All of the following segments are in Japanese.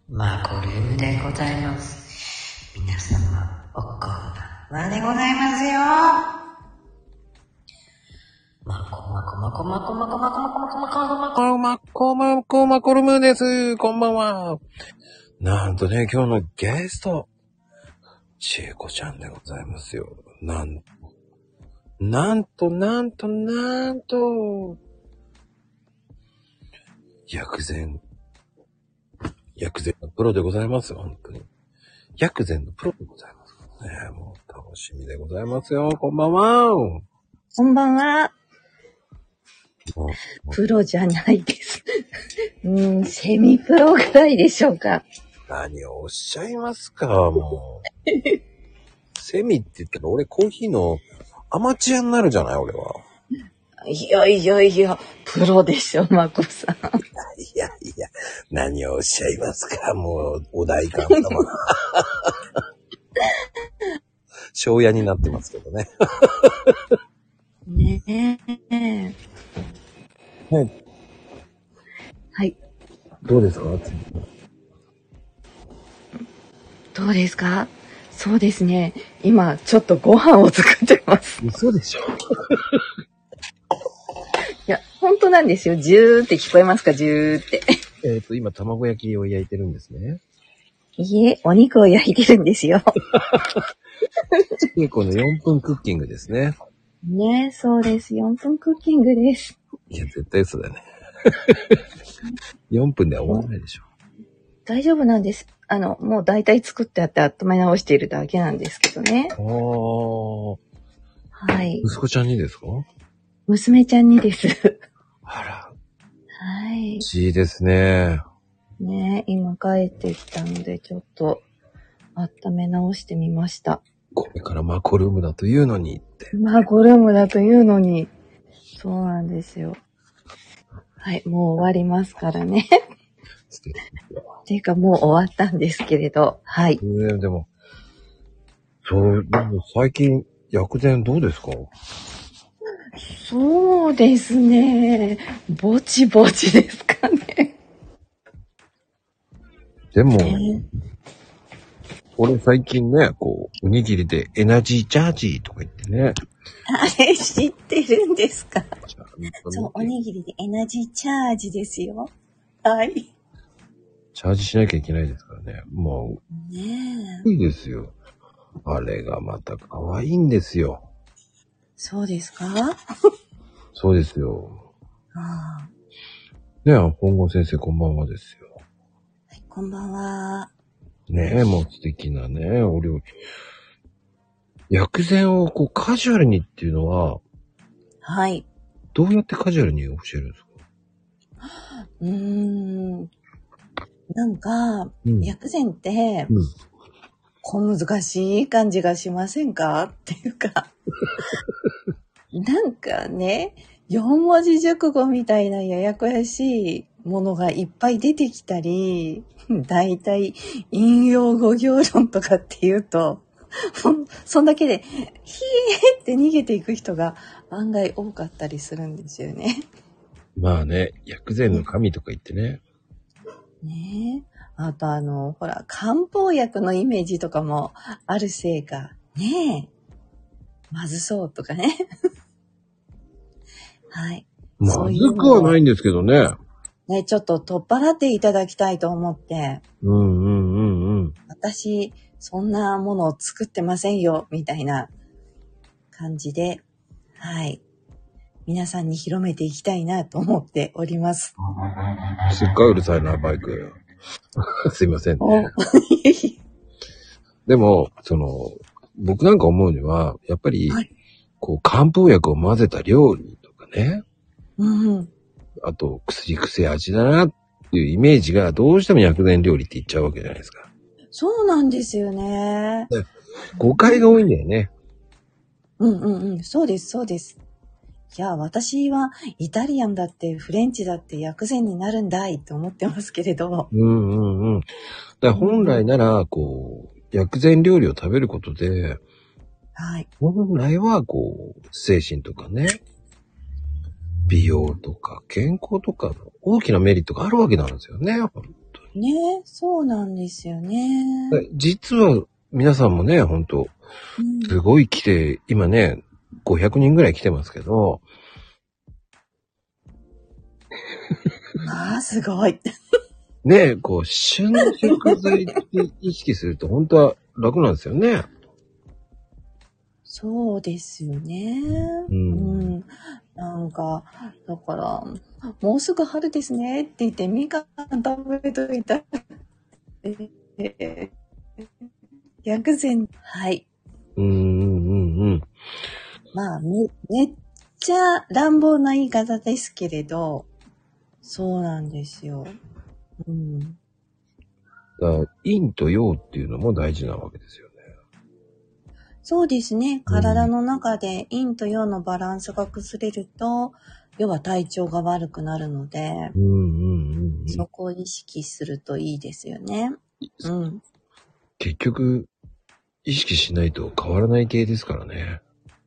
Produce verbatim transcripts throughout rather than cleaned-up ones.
マコルームでございます。皆様、おこんばんはでございますよ。マコマコマコマコマコマコマコマコマコマコマコマコマコルームです。こんばんは。なんとね、今日のゲスト、ちえこちゃんでございますよ。なんなんと、なんと、なんと、薬膳。薬膳のプロでございますよ、本当に。薬膳のプロでございますからね。もう楽しみでございますよ。こんばんは。 こんばんは。プロじゃないです。うーん、セミプロぐらいでしょうか。 何をおっしゃいますか、もう。セミって言ったら俺コーヒーのアマチュアになるじゃない、俺は。 いやいやいや、プロでしょ、まこさん。 いやいや、何をおっしゃいますか、もう、お代官様。庄屋になってますけどね。 ねえ。 はい。 はい。 どうですか？ どうですか？そうですね。今、ちょっとご飯を作ってます。 嘘でしょ？ いや、本当なんですよ。ジューって聞こえますか？ジューって。 えっと、今、卵焼きを焼いてるんですね。 いえ、お肉を焼いてるんですよ。 結構のよんぷんクッキングですね。 ねえ、そうです。よんぷんクッキングです。 いや、絶対嘘だね。よんぷんでは終わらないでしょ。 大丈夫なんです。あの、もう大体作ってあって温め直しているだけなんですけどね。 ああ。 はい。 息子ちゃんにですか？ 娘ちゃんにです。 あら。 はい。 いいですね。 ねえ、今帰ってきたので、ちょっと温め直してみました。 これからマコルームだというのにって。 マコルームだというのに。そうなんですよ。はい、もう終わりますからね。っていうかもう終わったんですけれど、はい。 ね、でも、そう、でも最近、薬膳どうですか？ そうですね。ぼちぼちですかね。 でも、 えー、 俺最近ね、こう、おにぎりでエナジーチャージとか言ってね。 あれ知ってるんですか？そう、おね、 にぎりでエナジーチャージですよ。はい。 チャージしなきゃいけないですからね。もう、 ねいいですよ。あれがまた可愛いんですよ。 そうですか？ そうですよ。 ああ。 ねえ、本郷先生こんばんはですよ。 はい、こんばんは。 ねえ、もう素敵なね、お料理。薬膳をこうカジュアルにっていうのは、 はい。 どうやってカジュアルに教えるんですか？ うーん。なんか、 うん、 薬膳って、 うん、 小難しい感じがしませんかっていうか。なんかね、よん文字熟語みたいなややこやしいものがいっぱい出てきたり、だいたい引用語行論とかっていうと、そんだけで、ひえーって逃げていく人が案外多かったりするんですよね。 まあね、薬膳の神とか言ってね。 ねえ。あとあの、ほら、漢方薬のイメージとかもあるせいか、ねえ、まずそうとかね。はい。 まそういずくうのをはないんですけどね。 ね、ちょっと取っ払っていただきたいと思って、 うんうんうんうん。 私、そんなものを作ってませんよ、みたいな感じで、はい。皆さんに広めていきたいなと思っております。 すっごいうるさいな、バイク。すいませんね。でも、その、僕なんか思うには、やっぱり、はい、こう、漢方薬を混ぜた料理とかね。 うん。 あと、薬癖味だなっていうイメージが、どうしても薬膳料理って言っちゃうわけじゃないですか。 そうなんですよね。 誤解が多いんだよね。 うんうんうん。そうです、そうです。いや、私はイタリアンだってフレンチだって薬膳になるんだいって思ってますけれど。 うんうんうん。だから本来なら、こう、薬膳料理を食べることで、 はい。 本来は、こう、精神とかね、美容とか健康とかの大きなメリットがあるわけなんですよね、本当ね、そうなんですよね。 実は皆さんもね、ほんと、すごい来て、今ね、ごひゃくにんぐらい来てますけど。 まあ、すごい。 ねえ、こう、旬の食材って意識すると本当は楽なんですよね。 そうですよね。 うん。 うん、なんか、だから、もうすぐ春ですねって言って、みかん食べといた。えー、薬膳、はい。 うんうんうんうん。 まあ、め、めっちゃ乱暴な言い方ですけれど、そうなんですよ。うん。 だから陰と陽っていうのも大事なわけですよね。 そうですね。体の中で陰と陽のバランスが崩れると、要は体調が悪くなるので、 うんうんうんうん、 そこを意識するといいですよね。うん。 結局、意識しないと変わらない系ですからね。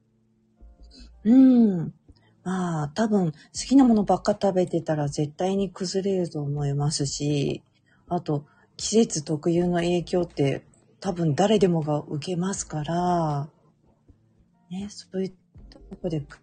うん。まあ、多分、好きなものばっか食べてたら絶対に崩れると思いますし、あと、季節特有の影響って多分誰でもが受けますから、ね、そういうとこで食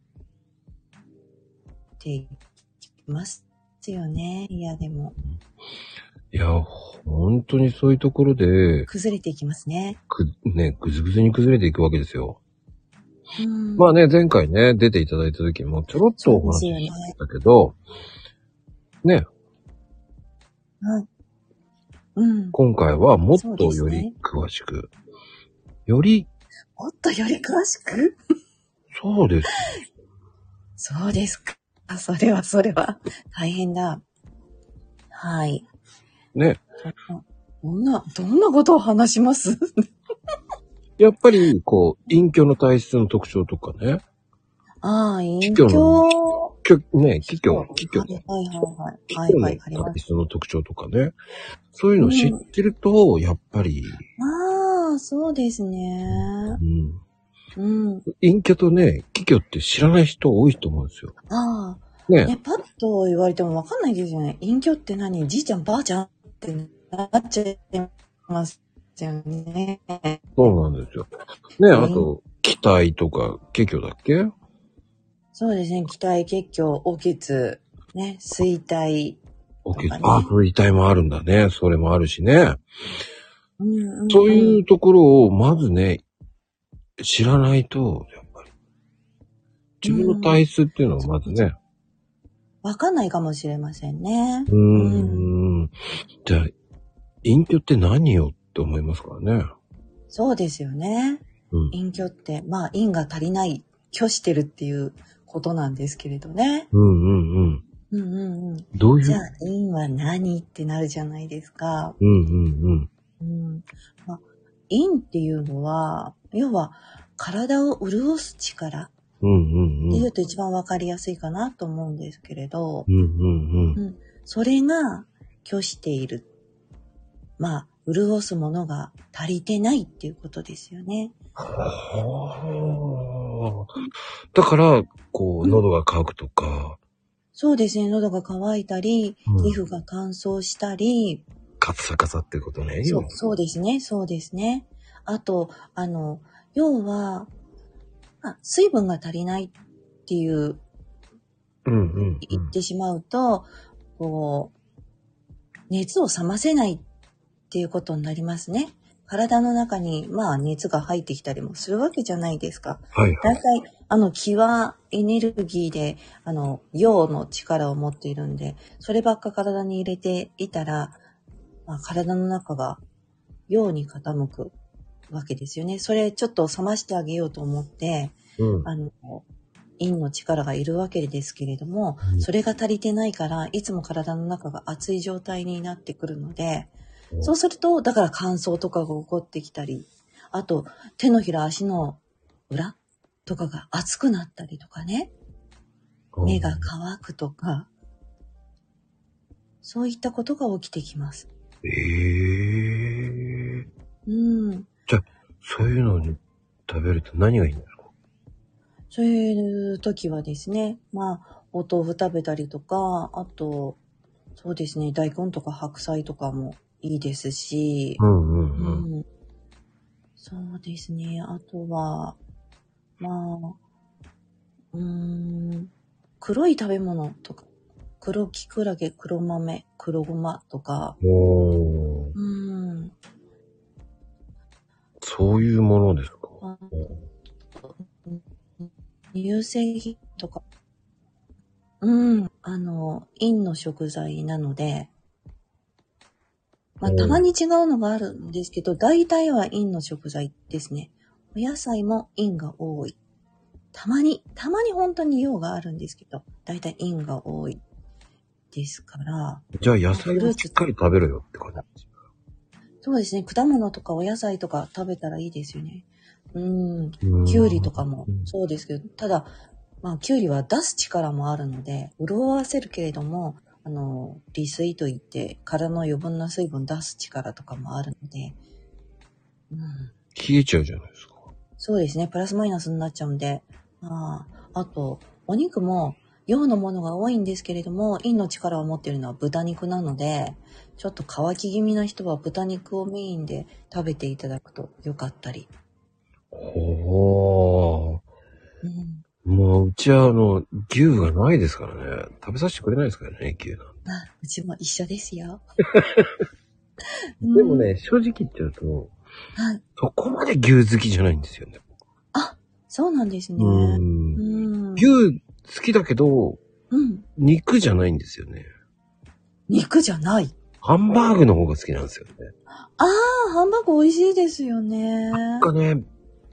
っていきますよね。いや、でも。 いや、本当にそういうところで、 崩れていきますね。 く、ね、ぐずぐずに崩れていくわけですよ。 うん、 まあね、前回ね、出ていただいた時もちょろっとお話ししたけど、ね、 はい。うん。 今回はもっとより詳しく、ね、より、 もっとより詳しくそうです。 そうですか。あ、それはそれは大変だ。はい。 ね。 どんな、どんなことを話しますやっぱり、こう、陰虚の体質の特徴とかね。 ああ、陰虚の、 虚。 ね、気虚、気虚の。 はいはいはい。はいはい、あります。 体質の特徴とかね。そういうのを知ってると、やっぱり。 ああ、そうですね。 うん。 うん。 陰キャとね、気虚って知らない人多いと思うんですよ。 ああ。 ね。 ね、パッと言われてもわかんないですよね。隠居って何？じいちゃんばあちゃんってなっちゃいますよね。 そうなんですよ。ね、あと、気体とか、気虚だっけ？ そうですね。気体、血虚、おけつ、ね、衰退おけつ、 とかね。 あ、衰退もあるんだね。それもあるしね。 うんうんうん、 そういうところを、まずね、知らないと、やっぱり。自分の体質っていうのをまずね。 わかんないかもしれませんね。 うーん。じゃあ、隠居って何よって思いますからね。 そうですよね。 うん、 隠居って、まあ、陰が足りない、虚してるっていうことなんですけれどね。 うんうんうん。 うんうんうん。 どういう？ じゃあ、陰は何ってなるじゃないですか。 うんうんうん。 うんまあ、陰っていうのは、要は、体を潤す力。 うんうんうん。 っていうと一番わかりやすいかなと思うんですけれど。 うんうんうん。 うん、それが、虚している。まあ、潤すものが足りてないっていうことですよね。 はあ。だから、こう、喉が渇くとか、うん。 そうですね。喉が渇いたり、 うん、 皮膚が乾燥したり。 カツサカサっていうことね。 そう、そうですね。そうですね。あと、あの、要は、あ、水分が足りないっていう、 うんうん、うん。 言ってしまうと、こう、熱を冷ませないっていうことになりますね。体の中に、まあ、熱が入ってきたりもするわけじゃないですか。 はいはい。 大体、あの、気はエネルギーで、あの、陽の力を持っているんで、そればっか体に入れていたら、まあ、体の中が陽に傾くわけですよね。それちょっと冷ましてあげようと思って、うん、あの、陰の力がいるわけですけれども、うん、それが足りてないから、いつも体の中が熱い状態になってくるので、そうすると、だから乾燥とかが起こってきたり、あと手のひら、足の裏とかが熱くなったりとかね、目が乾くとか、そういったことが起きてきます。 ええー。 うん。 じゃあ、そういうのに食べると何がいいんですか？ そういう時はですね、まあ、お豆腐食べたりとか、あと、 そうですね。大根とか白菜とかもいいですし、 うんうんうん。 うん、そうですね。あとは、まあ、うーん、黒い食べ物とか、黒きくらげ、黒豆、黒ごまとか、 おー、 うーん、 そういうものですか。 あ乳製品とか、うん、あの、陰の食材なので、まあ、たまに違うのがあるんですけど、大体は陰の食材ですね。お野菜も陰が多い。たまに、たまに本当に陽があるんですけど、大体陰が多いですから、 じゃあ野まあ、 菜をしっフルーツと、 かり食べろよって感じ。 そうですね、果物とかお野菜とか食べたらいいですよね。うん、 うきゅうりーとかもん。 そうですけど、ただ、まあ、きゅうりは出す力もあるので、潤わせるけれども、あの、利水といって、体の余分な水分出す力とかもあるので、うん、 消えちゃうじゃないですか。 そうですね、プラスマイナスになっちゃうんで、まあ、あと、お肉も、陽のものが多いんですけれども、陰の力を持っているのは豚肉なので、ちょっと乾き気味な人は豚肉をメインで食べていただくとよかったり。 ほー。 うん、 もううちはあの、牛がないですからね。食べさせてくれないですからね、牛なんて。 あ、うちも一緒ですよ。うん、 でもね、正直言っちゃうと、 はい。 そこまで牛好きじゃないんですよね。 あ、そうなんですうね。 ーん。 うん。 牛好きだけど、 うん。 肉じゃないんですよね。 肉じゃない。 ハンバーグの方が好きなんですよね。 ああ、ハンバーグ美味しいですよね。 なんかね、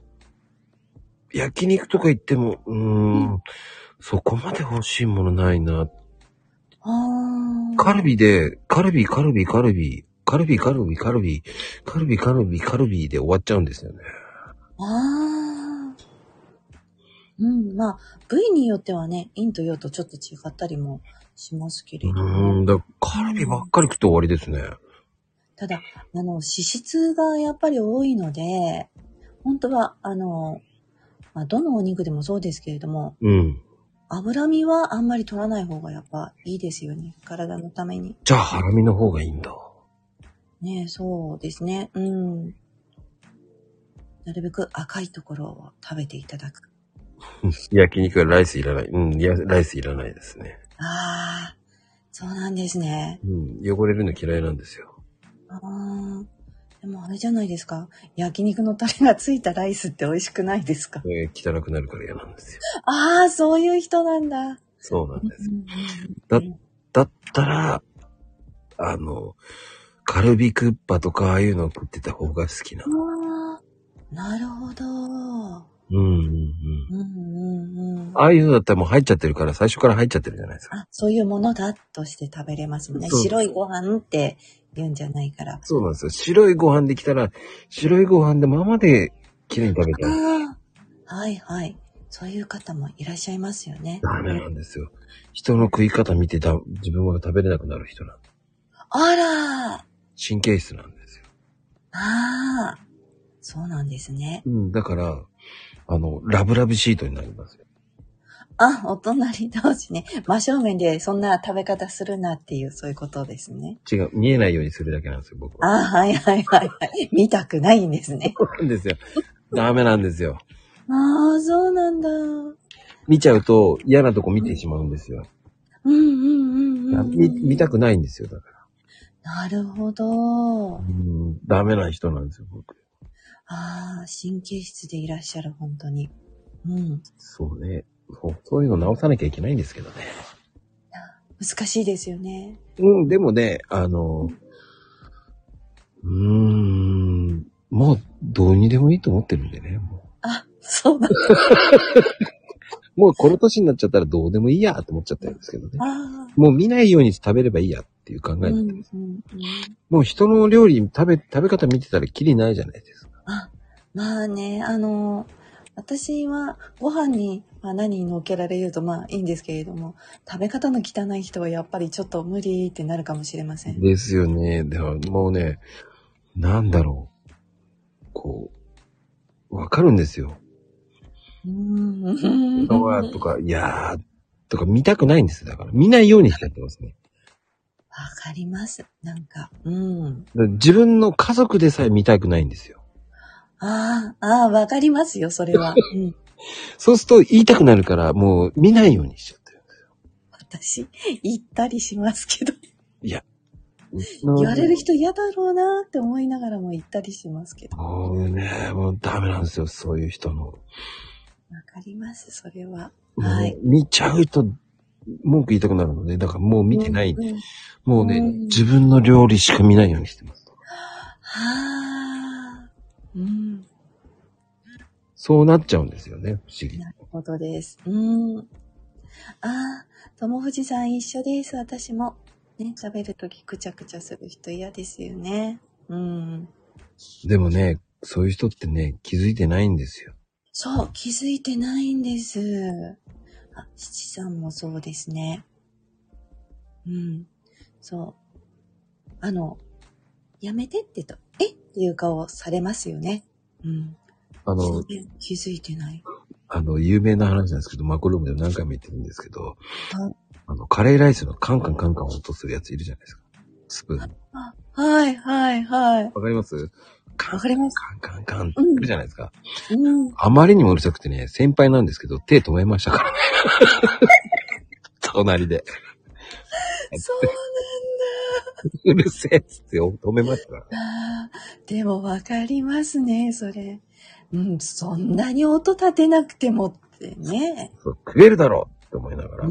焼肉とか行っても、うーうん。 ん、そこまで欲しいものないな。 ああ。 カルビで、カルビ、カルビ、カルビ、カルビ、カルビ、カルビ、カルビ、カルビ、カルビで終わっちゃうんですよね。 ああ。うん。まあ、部位によってはね、陰と陽とちょっと違ったりもしますけうれども。 ーん、だカルビばっうん。 かり食って終わりですね。 ただ、あの、脂質がやっぱり多いので、本当は、あの、まあ、どのお肉でもそうですけれども、 うん。 脂身はあんまり取らない方がやっぱいいですよね。体のために。 じゃあ、ハラミの方がいいんだ。 ねえ、そうですね。うん。なるべく赤いところを食べていただく。 焼肉はライスいらない。うん、いや、ライスいらないですね。 ああ、そうなんですね。 うん、汚れるの嫌いなんですよ。 ああ、でもあれじゃないですか。焼肉のタレがついたライスって美味しくないですか？ えー汚くなるから嫌なんですよ。 ああ、そういう人なんだ。 そうなんうんですよ。だ、 うんうん、 だったら、あの、カルビクッパとかああいうのを食ってた方が好きなの。 ああ、なるほど。 うんうんうん。 うんうんうん。 ああいうのだったらもう入っちゃってるから最初から入っちゃってるじゃないですか。 あ、そういうものだとして食べれますもんね。 そう白いご飯って言うんじゃないから。 そうなんですよ。白いご飯できたら、白いご飯でままで綺麗に食べたい。 ああ、はいはい。そういう方もいらっしゃいますよね。 ダメなんですよ。人の食い方見てた自分は食べれなくなる人なんで。 あら、 神経質なんですよ。 ああ、そうなんですね。 うん、だから、あの、ラブラブシートになりますよ。 あ、お隣同士ね。真正面でそんな食べ方するなっていう、そういうことですね。 違う、見えないようにするだけなんですよ、僕は。 あ、はいはいはいはい。見たくないんですね。 そうなんですよ。ダメなんですよ。 ああ、そうなんだ。 見ちゃうと嫌なとこ見てしまうんですよ。 うんうんうんうん、 見、 うん。 見たくないんですよ、だから。 なるほど。 うん、ダメな人なんですよ、僕。 ああ、神経質でいらっしゃる、本当に。うん。 そうね。そう、そういうの直さなきゃいけないんですけどね。 難しいですよね。 うん、でもね、あの、うーん、もうどうにでもいいと思ってるんでね、もあ、そうなんだ。 う。もうこの年になっちゃったらどうでもいいやって思っちゃってるんですけどね。 ああ。 もう見ないように食べればいいやっていう考えうんで、 うんうん。 もう人の料理食べ、食べ方見てたらキリないじゃないですか。 あ、まあね、あの、私はご飯に、まあ、何乗っけられるとまあいいんですけれども、食べ方の汚い人はやっぱりちょっと無理ってなるかもしれません。 ですよね。でももうね、なんだろう。こう、わかるんですよ。 うーん。 とか、とか、いやー、とか見たくないんですよ。だから見ないようにしちゃってますね。 かります。なんか、うん。 自分の家族でさえ見たくないんですよ。 ああ、ああ、わかりますよ、それは。うん。 そうすると言いたくなるから、もう見ないようにしちゃってるんですよ。 私、言ったりしますけど。 いや。 言われる人嫌だろうなって思いながらも言ったりしますけど。 もうね、もうダメなんですよ、そういう人の。 わかります、それは。 はい。見ちゃうと文句言いたくなるので、だからもう見てない。うんうん、もうね、うん、自分の料理しか見ないようにしてます。 はぁ、うん。 そうなっちゃうんですよね、不思議。 なるほどです。うん。ああ、友藤さん一緒です、私も。ね、食べるときくちゃくちゃする人嫌ですよね。うん。 でもね、そういう人ってね、気づいてないんですよ。 そう、気づいてないんです。あ、七さんもそうですね。うん。そう。あの、やめてって言うと、えっていう顔されますよね。うん。あの、気づいてない。 あの、有名な話なんですけど、マコルームで何回も言ってるんですけど、あの、カレーライスのカンカンカンカン音するやついるじゃないですか。スプーン。 あ、はいはいはい。 わかります？ わかります。 カンカンカンって言るじゃないですか。 うん。 あまりにもうるさくてね、先輩なんですけど、手止めましたからね。隣で。 そうなんだ。 うるせえっつって止めましたから。 あでもわかりますね、それ。うん、そんなに音立てなくてもってね。 そう、食えるだろうって思いながら。 うん。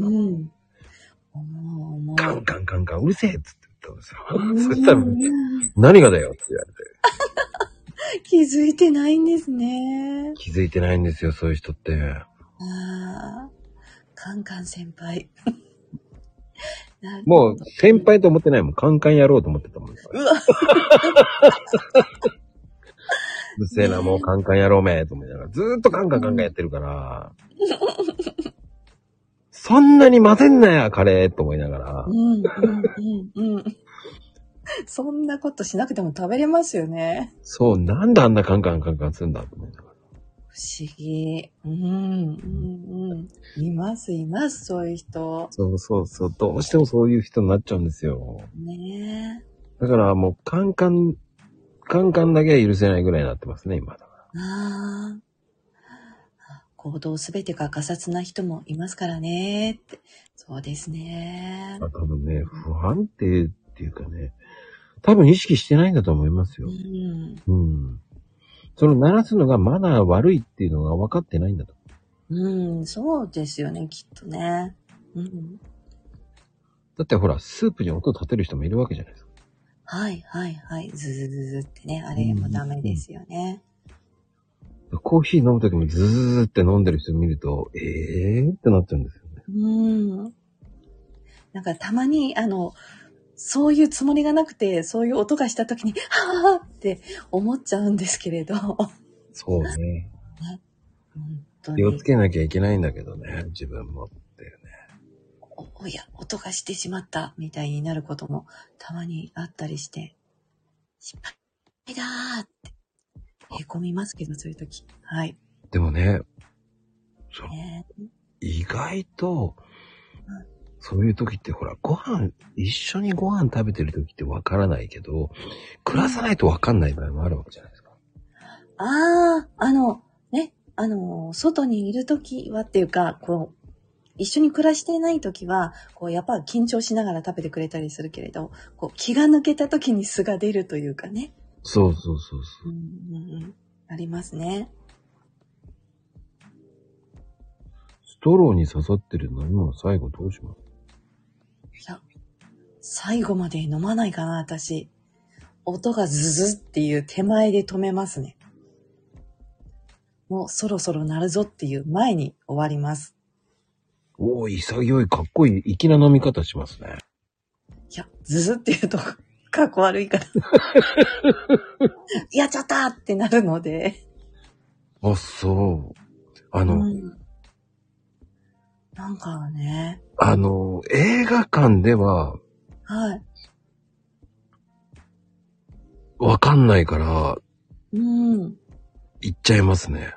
カンカンカンカンうるせえっつって言ったんですよ。そしたら、何がだよって言われて。 気づいてないんですね。 気づいてないんですよ、そういう人って。ああ、カンカン先輩。 もう、先輩と思ってないもん。カンカンやろうと思ってたもん。うわうるせえな、もうカンカンやろうめと思いながら、ずーっとカンカンカンカンやってるから、そんなに混ぜんなや、カレーと思いながら。うん、うん、 うん、うん。そんなことしなくても食べれますよね。 そう、なんであんなカンカンカンカンするんだと思いながら。 不思議。うん、うん、うん。います、います、そういう人。 そうそうそう、どうしてもそういう人になっちゃうんですよ。ねえ。だからもうカンカン、カンカンだけは許せないぐらいになってますね、今だから。ああ。行動すべてがガサツな人もいますからねって。そうですね。 多分ね、不安定っていうかね、多分意識してないんだと思いますよ。うん。うん。その鳴らすのがマナー悪いっていうのが分かってないんだと。 うん、そうですよね、きっとね。うん。 だってほら、スープに音立てる人もいるわけじゃないですか。 はいはいはい。ズズズズってね、あれもダメですよね。 うん、コーヒー飲むときもズズズって飲んでる人見ると、えーってなっちゃうんですよね。うん。 なんかたまに、あの、そういうつもりがなくて、そういう音がしたときに、はぁーって思っちゃうんですけれど。 そうね。ね、本当に。気をつけなきゃいけないんだけどね、自分もっていうね。 お、おや、音がしてしまった、みたいになることもたまにあったりして、失敗だーって、へこみますけど、そういうとき。はい。 でもね、その、ね、意外と、そういう時ってほら、ご飯、一緒にご飯食べてる時ってわからないけど、暮らさないとわかんない場合もあるわけじゃないですか。 ああ、あの、ね、あの、外にいる時はっていうか、こう、一緒に暮らしていない時は、こう、やっぱ緊張しながら食べてくれたりするけれど、こう、気が抜けた時に素が出るというかね。 そうそうそうそう。 うんうんうん、ありますね。 ストローに刺さってる飲み物最後どうします？ いや、最後まで飲まないかな、私。音がズズっていう手前で止めますね。もうそろそろ鳴るぞっていう前に終わります。 おー、潔い、かっこいい、粋な飲み方しますね。 いや、ズズって言うと、かっこ悪いから。やっちゃったってなるので。 あ、そう。あの、うん、 なんかね。 あの、映画館では、 はい。 わかんないから、 うん。 行っちゃいますね。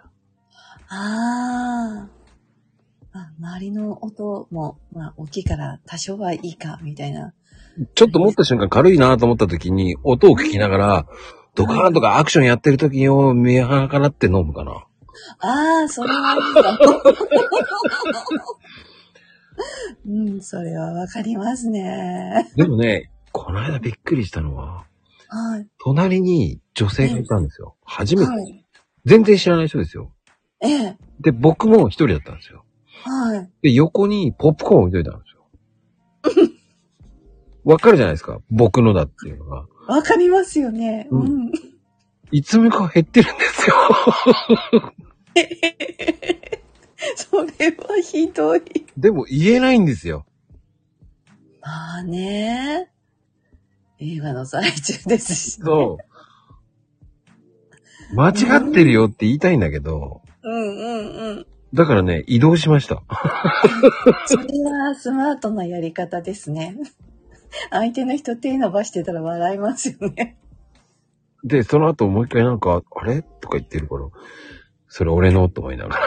ああ。あ、周りの音も、まあ、大きいから多少はいいか、みたいなちょっと持った瞬間軽いなと思った時に、音を聞きながら、ドカーンとかアクションやってる時を見計らって飲むかな。 ああ、それはいいかも。うん、それはわかりますね。 でもね、この間びっくりしたのは、 はい。 隣に女性がいたんですよ。初めて。 はい。 全然知らない人ですよ。 ええ。 で、僕も一人だったんですよ。 はい。 で、横にポップコーン置いといたんですよ。わかるじゃないですか。僕のだっていうのが。 わかりますよね。 うん。 うん。 いつもか減ってるんですよ。 それはひどい。 でも言えないんですよ。 まあね。映画の最中ですし、ね。 そう。間違ってるよって言いたいんだけど。 うんうんうん。 だからね、移動しました。 それはスマートなやり方ですね。相手の人手伸ばしてたら笑いますよね。 で、その後もう一回なんか、あれとか言ってるから、それ俺のと思いながら。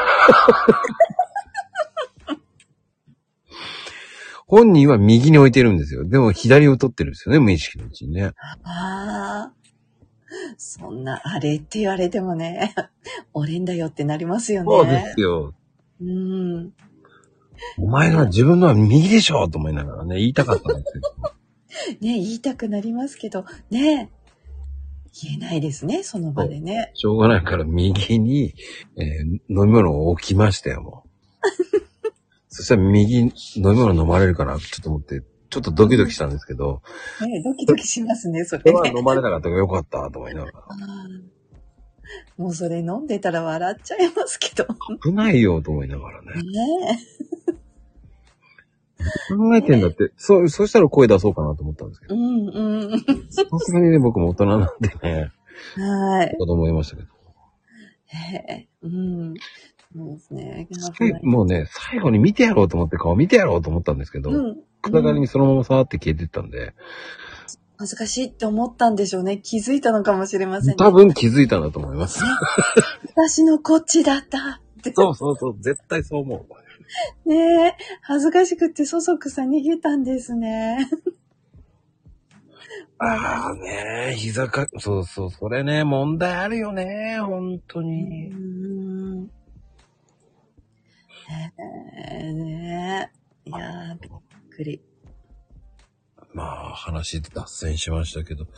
本人は右に置いてるんですよ。でも左を取ってるんですよね、無意識のうちにね。 ああ。そんな、あれって言われてもね、俺んだよってなりますよね。 そうですよ。 うん。 お前が自分のは右でしょと思いながらね、言いたかったんですよ。 ね、言いたくなりますけど、ね、言えないですね、その場でね。 しょうがないから右に、えー飲み物を置きましたよ、もう。そしたら右飲み物飲まれるかなちょっと思って、ちょっとドキドキしたんですけど。 ね、ドキドキしますね、それそれはね。 飲まれなかったからよかったと思いながら。 もうそれ飲んでたら笑っちゃいますけど。 危ないよと思いながらね。 ね考えてんだって、そう、そうしたら声出そうかなと思ったんですけど。 うんうん。 さすがにね、僕も大人なんでね。 はい。 子供いましたけど。 へうん。そうですね。 もうね、最後に見てやろうと思って顔見てやろうと思ったんですけど、 うん。 草刈りにそのままさーって消えてったんで、 恥ずかしいって思ったんでしょうね。気づいたのかもしれませんね。 多分気づいたんだと思います。 私のこっちだったって。 そうそうそう、絶対そう思う。ねえ、恥ずかしくてそそくさ逃げたんですね。 ああねえ、膝か、そうそう、それね、問題あるよね、本当に。 うーん。えー、ねえ。いやー、びっくり。 まあ、話脱線しましたけど。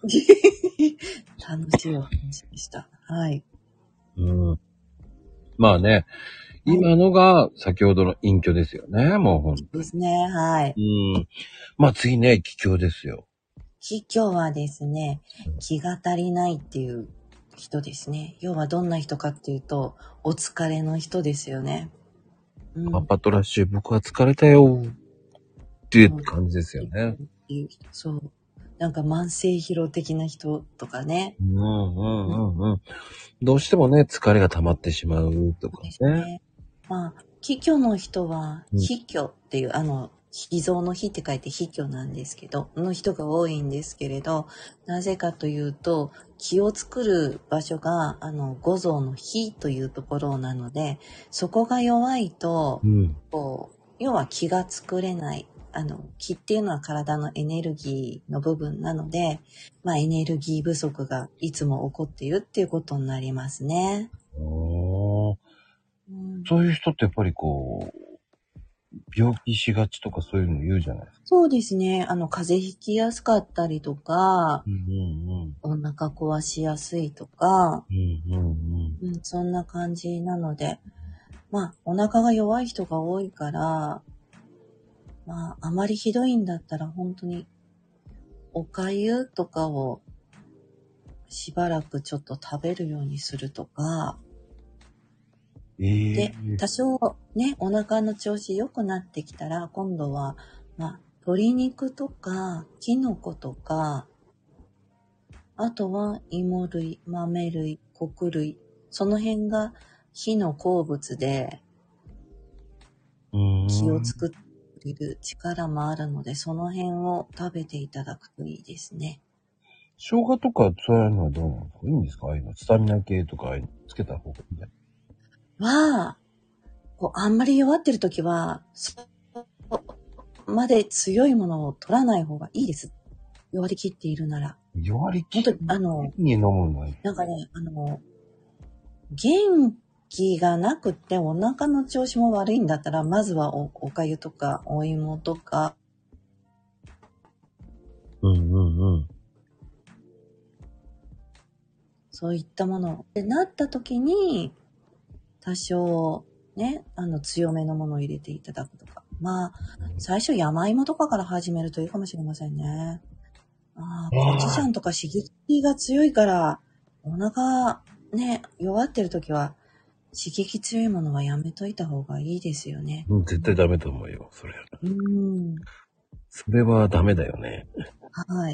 楽しいお話でした。はい。 うん。まあね、今のが先ほどの隠居ですよね、もう本当に。 ですね、はい。 うん。まあ次ね、帰郷ですよ。 帰郷はですね、気が足りないっていう人ですね。要はどんな人かっていうと、お疲れの人ですよね。うん、 パパトラッシュ、僕は疲れたよ。っていう感じですよね。 そう。なんか慢性疲労的な人とかね。 うんうんうんうん。どうしてもね、疲れが溜まってしまうとかね。ですね。 まあ、帰居の人は、帰居っていう、うん、あの、秘蔵の日って書いて秘居なんですけど、の人が多いんですけれど、なぜかというと、気を作る場所が、あの、五臓の火というところなので、そこが弱いと、うん、こう、要は気が作れない。あの、気っていうのは体のエネルギーの部分なので、まあエネルギー不足がいつも起こっているっていうことになりますね。 おー、うん、そういう人ってやっぱりこう、病気しがちとかそういうの言うじゃないですか。 そうですね。あの、風邪ひきやすかったりとか、 うんうんうん、 お腹壊しやすいとか、 うんうんうんうん、そんな感じなので、まあ、お腹が弱い人が多いから、まあ、あまりひどいんだったら本当にお粥とかをしばらくちょっと食べるようにするとか、えー、で、多少ね、お腹の調子良くなってきたら、今度は、まあ、鶏肉とか、キノコとか、あとは芋類、豆類、穀類、その辺が火の好物で、気を作っている力もあるので、その辺を食べていただくといいですね。 生姜とかそういうのはどうなんですか？いいんですか？ああいうのスタミナ系とかつけた方がいいんだよ。 は、こうあんまり弱ってるときは、 まで強いものを取らない方がいいです。弱り切っているなら。 弱り切本当に、あの、 に飲むのに。 なんかね、あの、元気がなくてお腹の調子も悪いんだったら、まずは お, おかゆとかお芋とか、 うんうんうん。 そういったものでなった時に、多少ね、あの強めのものを入れていただくとか。まあ、最初山芋とかから始めるといいかもしれませんね。ああ、コチュジャンとか刺激が強いから、お腹ね、弱ってる時は、刺激強いものはやめといた方がいいですよね。 うん、絶対ダメと思うよ、それ。 うーん。 それはダメだよね。 はい。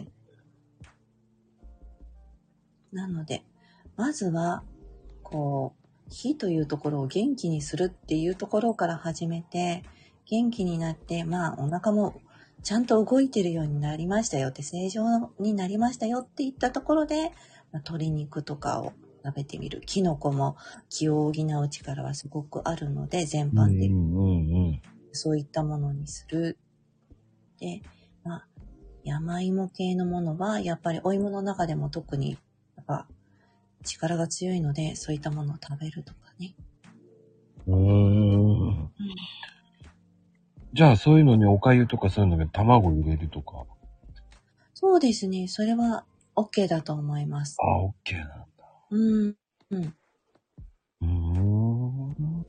なので、まずは、こう、火というところを元気にするっていうところから始めて、元気になって、まあ、お腹もちゃんと動いてるようになりましたよって、正常になりましたよっていったところで、まあ、鶏肉とかを食べてみる。キノコも気を補う力はすごくあるので、全般的に。 うんうんうん。 そういったものにする。で、まあ、山芋系のものは、やっぱりお芋の中でも特に、やっぱ、力が強いので、そういったものを食べるとかね。 うーん。うん、じゃあ、そういうのにお粥とかそういうのに卵入れるとか。 そうですね。それは OK だと思います。 あ、OK なんだ。 うん。うん。 うーん。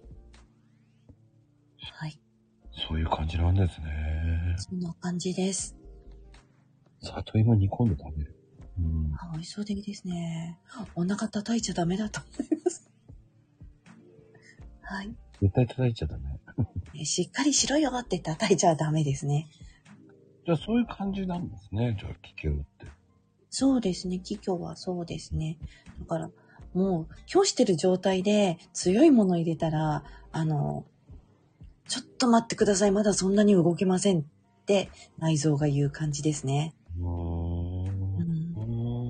はい。 そういう感じなんですね。 そんな感じです。 里芋煮込んで食べる。うん。 あ、美味しそうでいいですね。お腹叩いちゃダメだと思います。はい。 絶対叩いちゃダメ。 しっかりしろよって叩いちゃダメですね。 じゃあ、そういう感じなんですね。じゃあ、気境って。 そうですね。気虚はそうですね。だから、もう、拒してる状態で強いものを入れたら、あの、ちょっと待ってください。まだそんなに動けませんって内臓が言う感じですね。 うーん。 うん、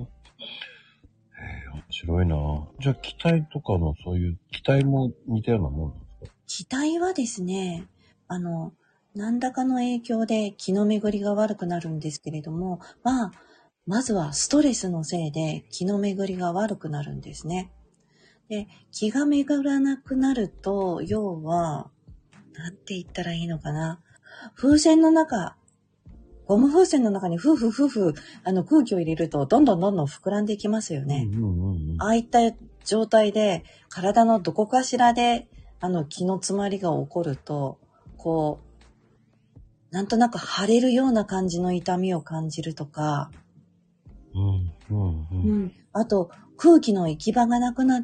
へえ、面白いな。じゃあ、気体とかのそういう、気体も似たようなもんなんですか？ 気体はですね、あの、何らかの影響で気の巡りが悪くなるんですけれども、まあ、まずはストレスのせいで気の巡りが悪くなるんですね。で、気が巡らなくなると、要は、なんて言ったらいいのかな。風船の中、ゴム風船の中にふうふうふうふう、あの空気を入れると、どんどんどんどん膨らんでいきますよね。 うんうんうんうん。 ああいった状態で、体のどこかしらで、あの気の詰まりが起こると、こう、なんとなく腫れるような感じの痛みを感じるとか、 うんうんうん。 うん、あと空気の行き場がなくなって、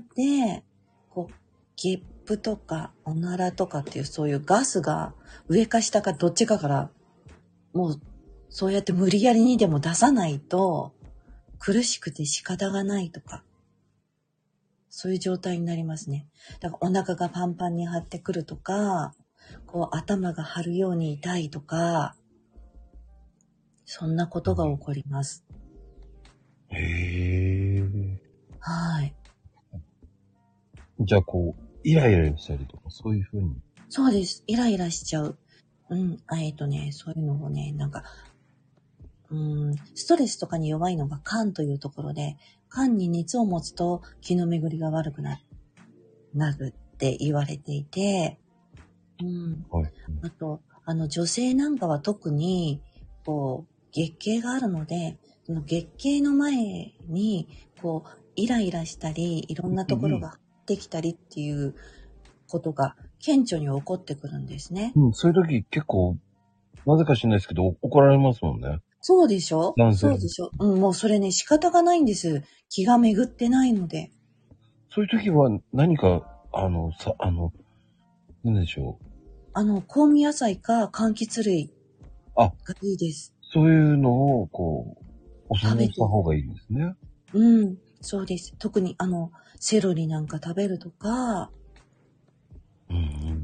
こう、ゲップとかおならとかっていうそういうガスが上か下かどっちかから、もうそうやって無理やりにでも出さないと苦しくて仕方がないとか、そういう状態になりますね。だからお腹がパンパンに張ってくるとか、こう頭が張るように痛いとか、そんなことが起こります。 へえ。 はい。 じゃあ、こう、イライラしたりとか、そういう風に。 そうです。イライラしちゃう。うん。えっとね、そういうのをね、なんか、うん、ストレスとかに弱いのが肝というところで、肝に熱を持つと気の巡りが悪くなる、なるって言われていて、うん。 はい。 あと、あの、女性なんかは特に、こう、月経があるので、その月経の前に、こう、イライラしたり、いろんなところが張ってきたりっていうことが顕著に起こってくるんですね。 うん、そういう時結構、なぜか知らないですけど、怒られますもんね。 そうでしょ？ 男性。 そうでしょ？うん、もうそれね、仕方がないんです。気が巡ってないので。 そういう時は何か、あの、さ、あの、なんでしょう。 あの、香味野菜か柑橘類あ、 がいいです。 そういうのを、こう、お供え食べて。 した方がいいんですね。 うん、そうです。特にあの、セロリなんか食べるとか、 うんうん。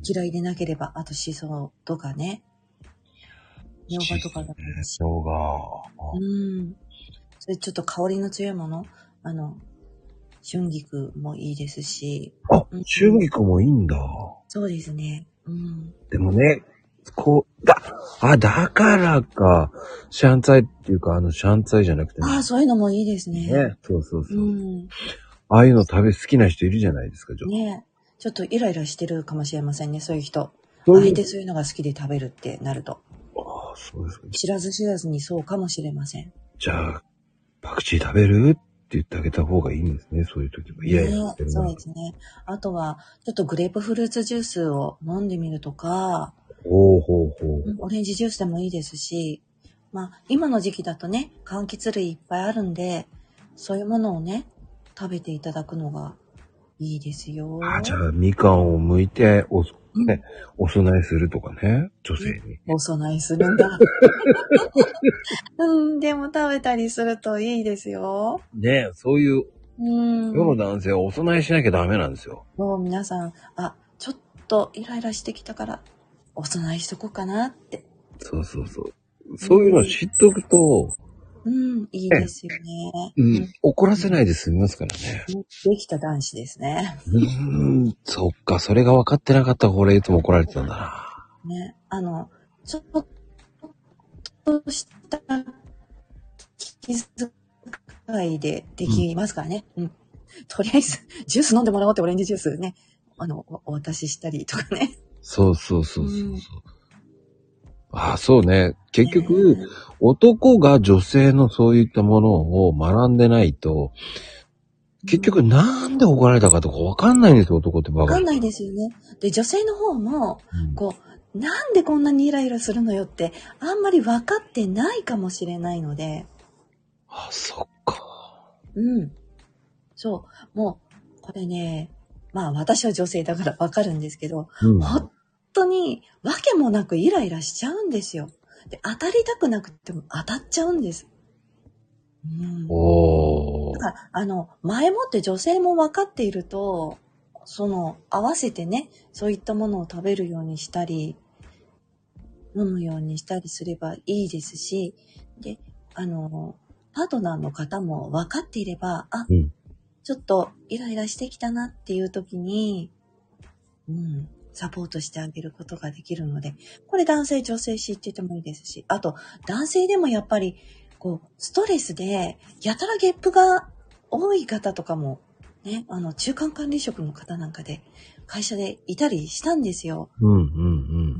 嫌いでなければ、あとシソとかね、みょうがとかだったらし。 しょうが。 うん。それちょっと香りの強いもの、あの、春菊もいいですし。 あ、 うん、 春菊もいいんだ。 そうですね。うん。 でもね、 こう、だ、あ、だからか。シャンツァイっていうか、あの、シャンツァイじゃなくて、 ああ、そういうのもいいですね。 ね。そうそうそう。 うん。 ああいうの食べ好きな人いるじゃないですか、じゃあ。 ね。ちょっとイライラしてるかもしれませんね、そういう人。 そういうあえてそういうのが好きで食べるってなると。 ああ、そうですか。 知らず知らずにそうかもしれません。 じゃあ、パクチー食べるって言ってあげた方がいいんですね、そういう時も。いやいや、 ね、そうですね。あとは、ちょっとグレープフルーツジュースを飲んでみるとか、 ほうほうほう。 オレンジジュースでもいいですし、まあ、今の時期だとね、柑橘類いっぱいあるんで、そういうものをね、食べていただくのがいいですよ。 あ、じゃあ、みかんを剥いて、お、 うんね、お供えするとかね、女性に。 お供えするんだ。うん、でも食べたりするといいですよ。 ね、そういう、 うん。 世の男性はお供えしなきゃダメなんですよ。 もう皆さん、あ、ちょっとイライラしてきたから、お供えしとこうかなって。 そうそうそう。そういうのを知っとくと、 うん、いいですよね。 うん、怒らせないで済みますからね。 できた男子ですね。 うーん、そっか、それが分かってなかったら俺いつも怒られてたんだな。 ね、あの、ちょっとした気遣いでできますからね。うん。とりあえず、ジュース飲んでもらおうってオレンジジュースね、あの、おお渡ししたりとかね。 そうそうそうそうそう。 うんああ、そうね。結局、 ね男が女性のそういったものを学んでないと、結局なんで怒られたかとか分かんないんですよ、男ってバカ。 わかんないですよね。で、女性の方も、 うんこう、なんでこんなにイライラするのよって、あんまり分かってないかもしれないので、 あ、そっか。 うん。そう。もう、これね、まあ私は女性だから分かるんですけど、 うん。 本当にわけもなくイライラしちゃうんですよ。で、当たりたくなくても当たっちゃうんです。うん。 おー。 だから、あの、前もって女性も分かっていると、その、合わせてね、そういったものを食べるようにしたり、飲むようにしたりすればいいですし、で、あの、パートナーの方も分かっていれば、あ、 うん。 ちょっとイライラしてきたなっていう時に、うん、サポートしてあげることができるので、これ男性女性知っててもいいですし、あと男性でもやっぱりこうストレスでやたらゲップが多い方とかもね、あの中間管理職の方なんかで会社でいたりしたんですよ。 うんうんうん。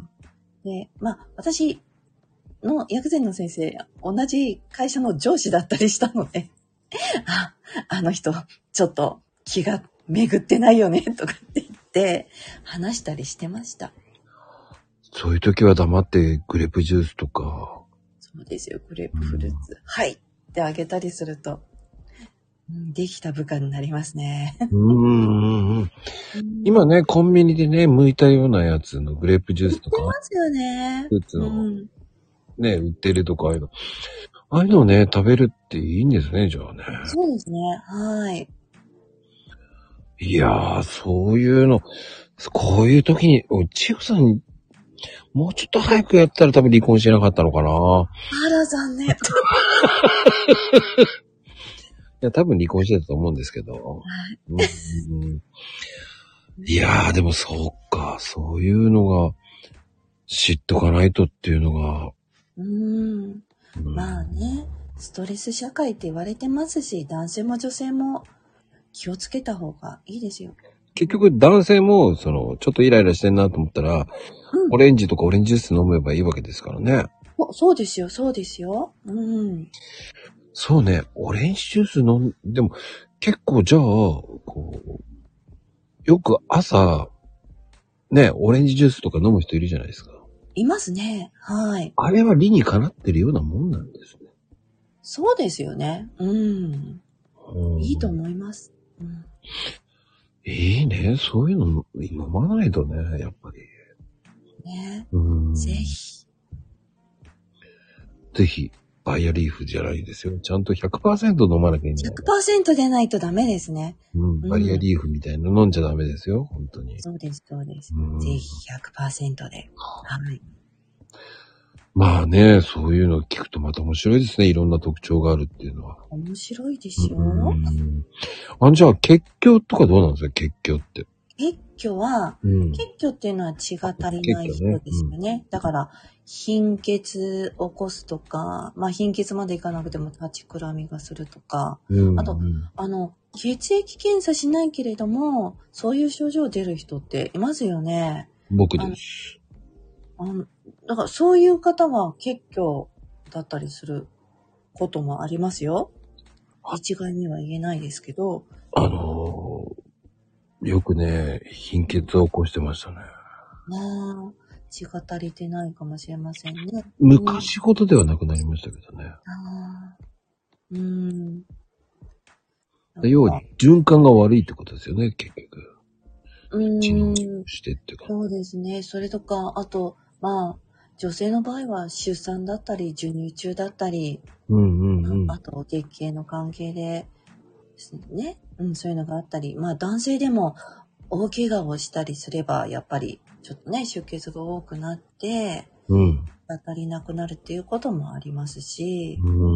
で、まあ私の薬膳の先生、同じ会社の上司だったりしたので、あ、あの人ちょっと気が巡ってないよねとかって言って話したりしてました。 そういう時は黙ってグレープジュースとか。 そうですよ、グレープフルーツ。はいってあげたりすると、うん、できた部下になりますね。 うーん。今ね、コンビニでね、剥いたようなやつのグレープジュースとか。 売ってますよね。 フルーツの、 うん、 ね、売ってるとかああいうの。ああいうのをね、食べるっていいんですね、じゃあね。 そうですね。はい。 いやー、そういうの、こういう時に、千代さん、もうちょっと早くやったら多分離婚しなかったのかな。 あら、残念。 いや、多分離婚してたと思うんですけど。うんうん、いやー、でもそうか、そういうのが知っとかないとっていうのが。 うん。まあね、ストレス社会って言われてますし、男性も女性も気をつけた方がいいですよ。 結局男性も、その、ちょっとイライラしてんなと思ったら、うん、オレンジとかオレンジジュース飲めばいいわけですからね。 そ, そうですよ、そうですよ。うん。 そうね、オレンジジュース飲んでも、結構じゃあ、こう、よく朝、ね、オレンジジュースとか飲む人いるじゃないですか。 いますね。はい。 あれは理にかなってるようなもんなんですね。 そうですよね。うん。うん、いいと思います。うん、 いいね。そういうの飲まないとね、やっぱり。 ね。 うん。 ぜひ。 ぜひ、バイアリーフじゃないですよ。ちゃんと ひゃくパーセント 飲まなきゃいけない。 ひゃくパーセント でないとダメですね。 うん。バイアリーフみたいなの飲んじゃダメですよ。本当に。 そうです、そうです。ぜひ ひゃくパーセント で。はい。 まあね、そういうの聞くとまた面白いですね。いろんな特徴があるっていうのは。 面白いですよ。 うん。あ、じゃあ、血虚とかどうなんですか？血虚って。 血虚は、 うん。 血虚っていうのは血が足りない人ですよね。ねうん、だから、貧血起こすとか、まあ貧血までいかなくても立ちくらみがするとか、うん、あと、あの、血液検査しないけれども、そういう症状出る人っていますよね。 僕です。 あの、だからそういう方は血虚だったりすることもありますよ。一概には言えないですけど。 あのー、よくね、貧血を起こしてましたね。ああ、血が足りてないかもしれませんね。 昔ほどではなくなりましたけどね。 あうん。 要は循環が悪いってことですよね、結局。 うん。 してってか。 そうですね。それとか、あと、まあ、女性の場合は出産だったり、授乳中だったり、 うんうんうん、 あと、月経の関係で、ね、うん、そういうのがあったり、まあ男性でも大怪我をしたりすれば、やっぱりちょっとね、出血が多くなって、 うん。 当たりなくなるっていうこともありますし、 うんうんうん、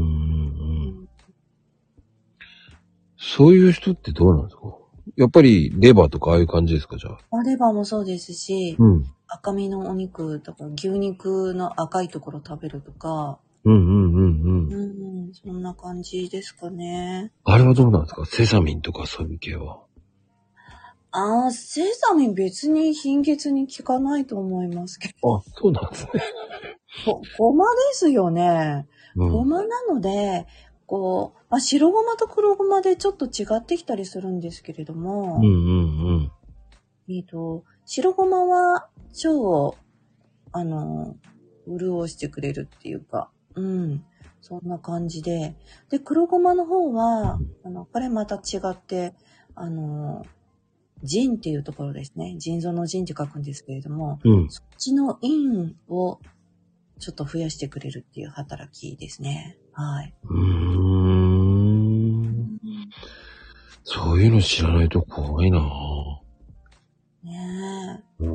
そういう人ってどうなんですか？やっぱりレバーとかああいう感じですか、じゃあ。 レバーもそうですし、うん、赤身のお肉とか牛肉の赤いところ食べるとか、 うんうんうんうん。 うん、そんな感じですかね。 あれはどうなんですか？セサミンとかそういう系は。 ああ、セサミン別に貧血に効かないと思いますけど。 あ、そうなんですね。 ご、ごまですよね。うん、ごまなので、こう、まあ、白ごまと黒ごまでちょっと違ってきたりするんですけれども、 うんうんうん。 えっと、白ごまは腸を、あの、潤してくれるっていうか、うん、そんな感じで。で、黒ごまの方は、あの、これまた違って、あの、腎っていうところですね。腎臓の腎って書くんですけれども、うん、そっちの陰をちょっと増やしてくれるっていう働きですね。はい。うーん。そういうの知らないと怖いなぁ。 ねえ。うん。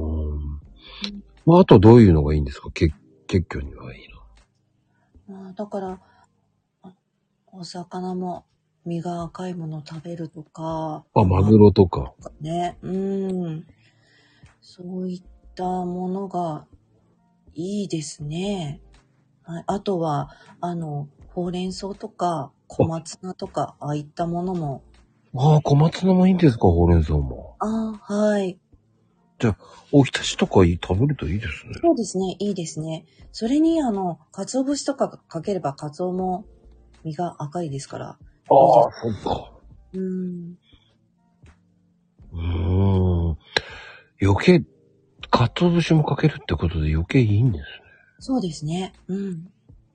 まあ、あとどういうのがいいんですか？結、結局にはいいな。あだから、お魚も身が赤いものを食べるとか。 あ、マグロとか。 ね。うん。そういったものがいいですね。はい、あとは、あの、ほうれん草とか、小松菜とか、ああいったものも。 ああ、小松菜もいいんですか？ほうれん草も。 ああ、はい。 じゃあ、おひたしとか食べるといいですね。 そうですね、いいですね。それに、あの、鰹節とかかければ、鰹も身が赤いですから。ああ、 そっか。 うん。 うーん。余計、鰹節もかけるってことで余計いいんですね。 そうですね。うん。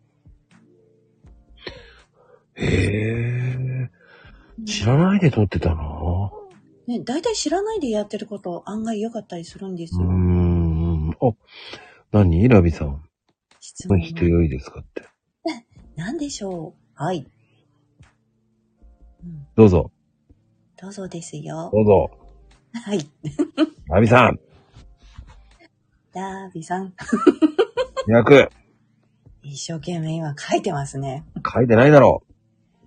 へえ。知らないで撮ってたな。 ね、大体知らないでやってること案外良かったりするんですよ。 うーん。あ、何ラビさん。質問してよいですかって。 何でしょう。はい、 うん。どうぞ。 どうぞですよ。 どうぞ。 はい。 ラビさん。 ラビさん。 にひゃく。 一生懸命今書いてますね。 書いてないだろう。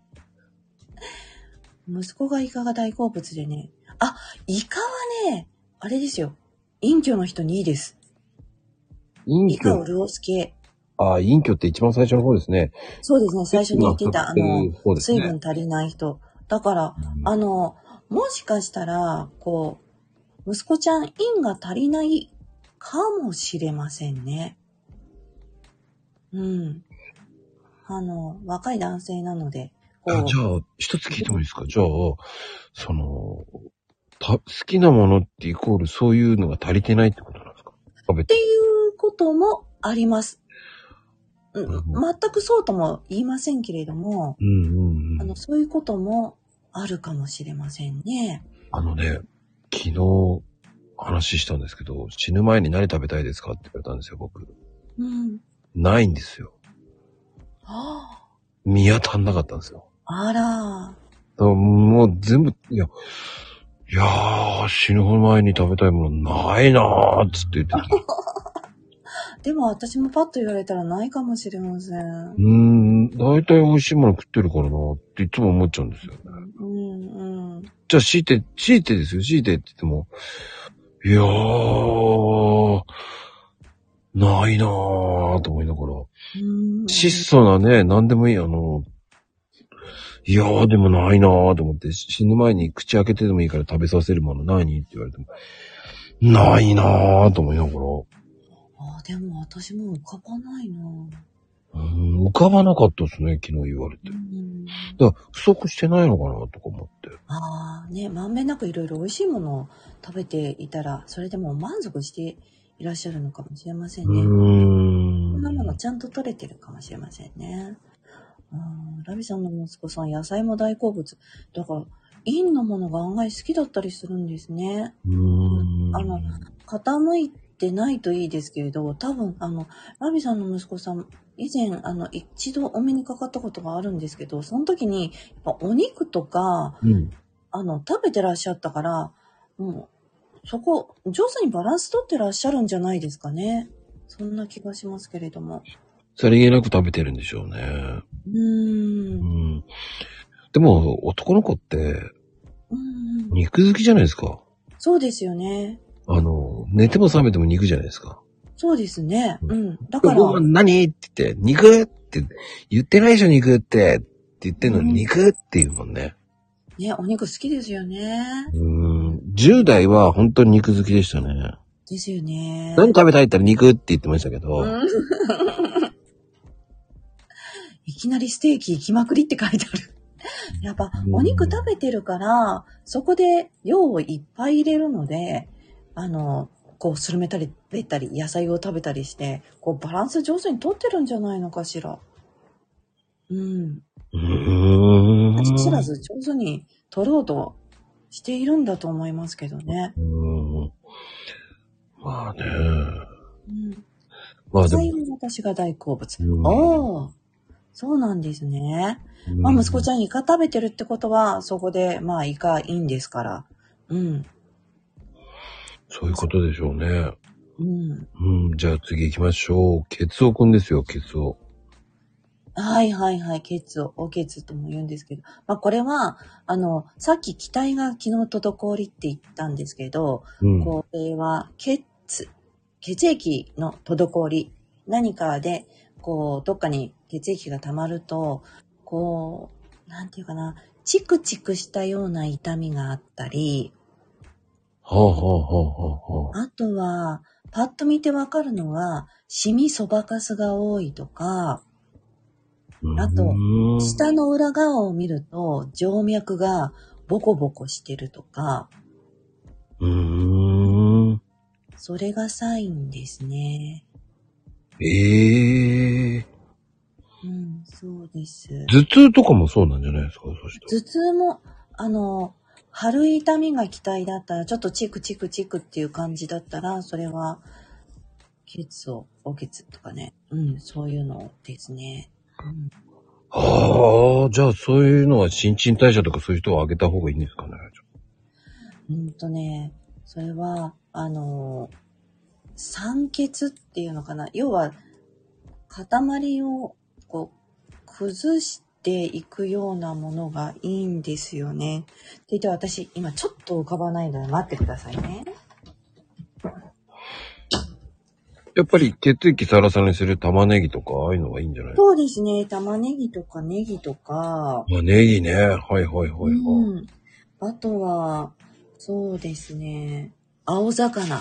息子がイカが大好物でね。あ、イカはね、あれですよ。隠居の人にいいです。隠居。イカを潤す系。 ああ、隠居って一番最初の方ですね。 そうですね。最初に言ってた、あの、ね、水分足りない人。だから、うん、あの、もしかしたら、こう、息子ちゃん、陰が足りないかもしれませんね。うん。あの、若い男性なので。 あ、じゃあ、一つ聞いてもいいですか？じゃあ、その、た好きなものってイコールそういうのが足りてないってことなんですか？ っていうこともあります。うん、全くそうとも言いませんけれども、うんうんうん、あのそういうこともあるかもしれませんね。 あのね、昨日話したんですけど、死ぬ前に何食べたいですかって言われたんですよ、僕。うん、ないんですよ。はあ、見当たんなかったんですよ。 あら。 もう全部、いや、いやー、死ぬ前に食べたいものないなーっつって言ってた。 でも私もパッと言われたらないかもしれません。うーん、大体美味しいもの食ってるからなっていつも思っちゃうんですよね。 うんうん。 じゃあ強いて、強いてですよ、強いてって言っても、 いやー、ないなぁと思いながら。質素なね、なんでもいい、あの、いやーでもないなぁと思って、死ぬ前に口開けてでもいいから食べさせるもの何って言われても、ないなぁと思いながら。 ああ、でも私も浮かばないなぁ。 うん、浮かばなかったですね、昨日言われて。うん、だから不足してないのかなとか思って。 ああ、ね、まんべんなくいろいろ美味しいものを食べていたら、それでもう満足していらっしゃるのかもしれませんね。うーん。そんなものちゃんと取れてるかもしれませんね。あラビさんの息子さん、野菜も大好物。だから、陰のものが案外好きだったりするんですね。うーん。あの、傾いてないといいですけれど、多分、あの、ラビさんの息子さん、以前、あの、一度お目にかかったことがあるんですけど、その時に、やっぱお肉とか、うん、あの、食べてらっしゃったから、もう、そこ、上手にバランス取ってらっしゃるんじゃないですかね。そんな気がしますけれども。 さりげなく食べてるんでしょうね。うーん。うん、でも、男の子って、肉好きじゃないですか。 そうですよね。 あの、寝ても覚めても肉じゃないですか。 そうですね。うん。だから。 何って言って、肉って言ってないでしょ、肉って。って言ってんのに、肉って言うもんね。 ね、お肉好きですよね。 うん。じゅう代は本当に肉好きでしたね。 ですよね。 何食べたいって言ったら肉って言ってましたけど。うん、 いきなりステーキ行きまくりって書いてある。やっぱお肉食べてるから、そこで量をいっぱい入れるので、あの、こう、スルメたり、べったり、野菜を食べたりして、こう、バランス上手にとってるんじゃないのかしら。うん。うーん。知らず上手に取ろうとしているんだと思いますけどね。うーん。 まあね。うん。 まあでも。野菜も私が大好物。おー。そうなんですね。まあ、息子ちゃんイカ食べてるってことは、そこで、まあ、イカいいんですから。うん。 そういうことでしょうね。うん。うん。じゃあ次行きましょう。ケツオくんですよ、ケツオ。 はいはいはい。ケツオ、おケツとも言うんですけど。まあ、これは、あの、さっき気体が昨日滞りって言ったんですけど、うん、これは、血、血液の滞り。何かで、こう、どっかに血液が溜まると、こう、なんていうかな、チクチクしたような痛みがあったり、 はあはあはあはあ。あとは、パッと見てわかるのは、シミそばかすが多いとか、あと、下の裏側を見ると、静脈がボコボコしてるとか、うーん。それがサインですね。 ええー。 うん、そうです。 頭痛とかもそうなんじゃないですか、そしたら。頭痛も、あの、張る痛みが気体だったら、ちょっとチクチクチクっていう感じだったら、それは、血を、お血とかね。うん、そういうのですね。うん、 ああ、じゃあそういうのは新陳代謝とかそういう人を上げた方がいいんですかね。 うんとね、それは、あの、酸欠っていうのかな。要は、塊をこう崩していくようなものがいいんですよね。って言って私、今ちょっと浮かばないので待ってくださいね。 やっぱり血液サラサラにする玉ねぎとか、ああいうのがいいんじゃない？ そうですね。玉ねぎとかネギとか。 まあ、ネギね。はいはいはいはい。 うん。あとは、そうですね。青魚。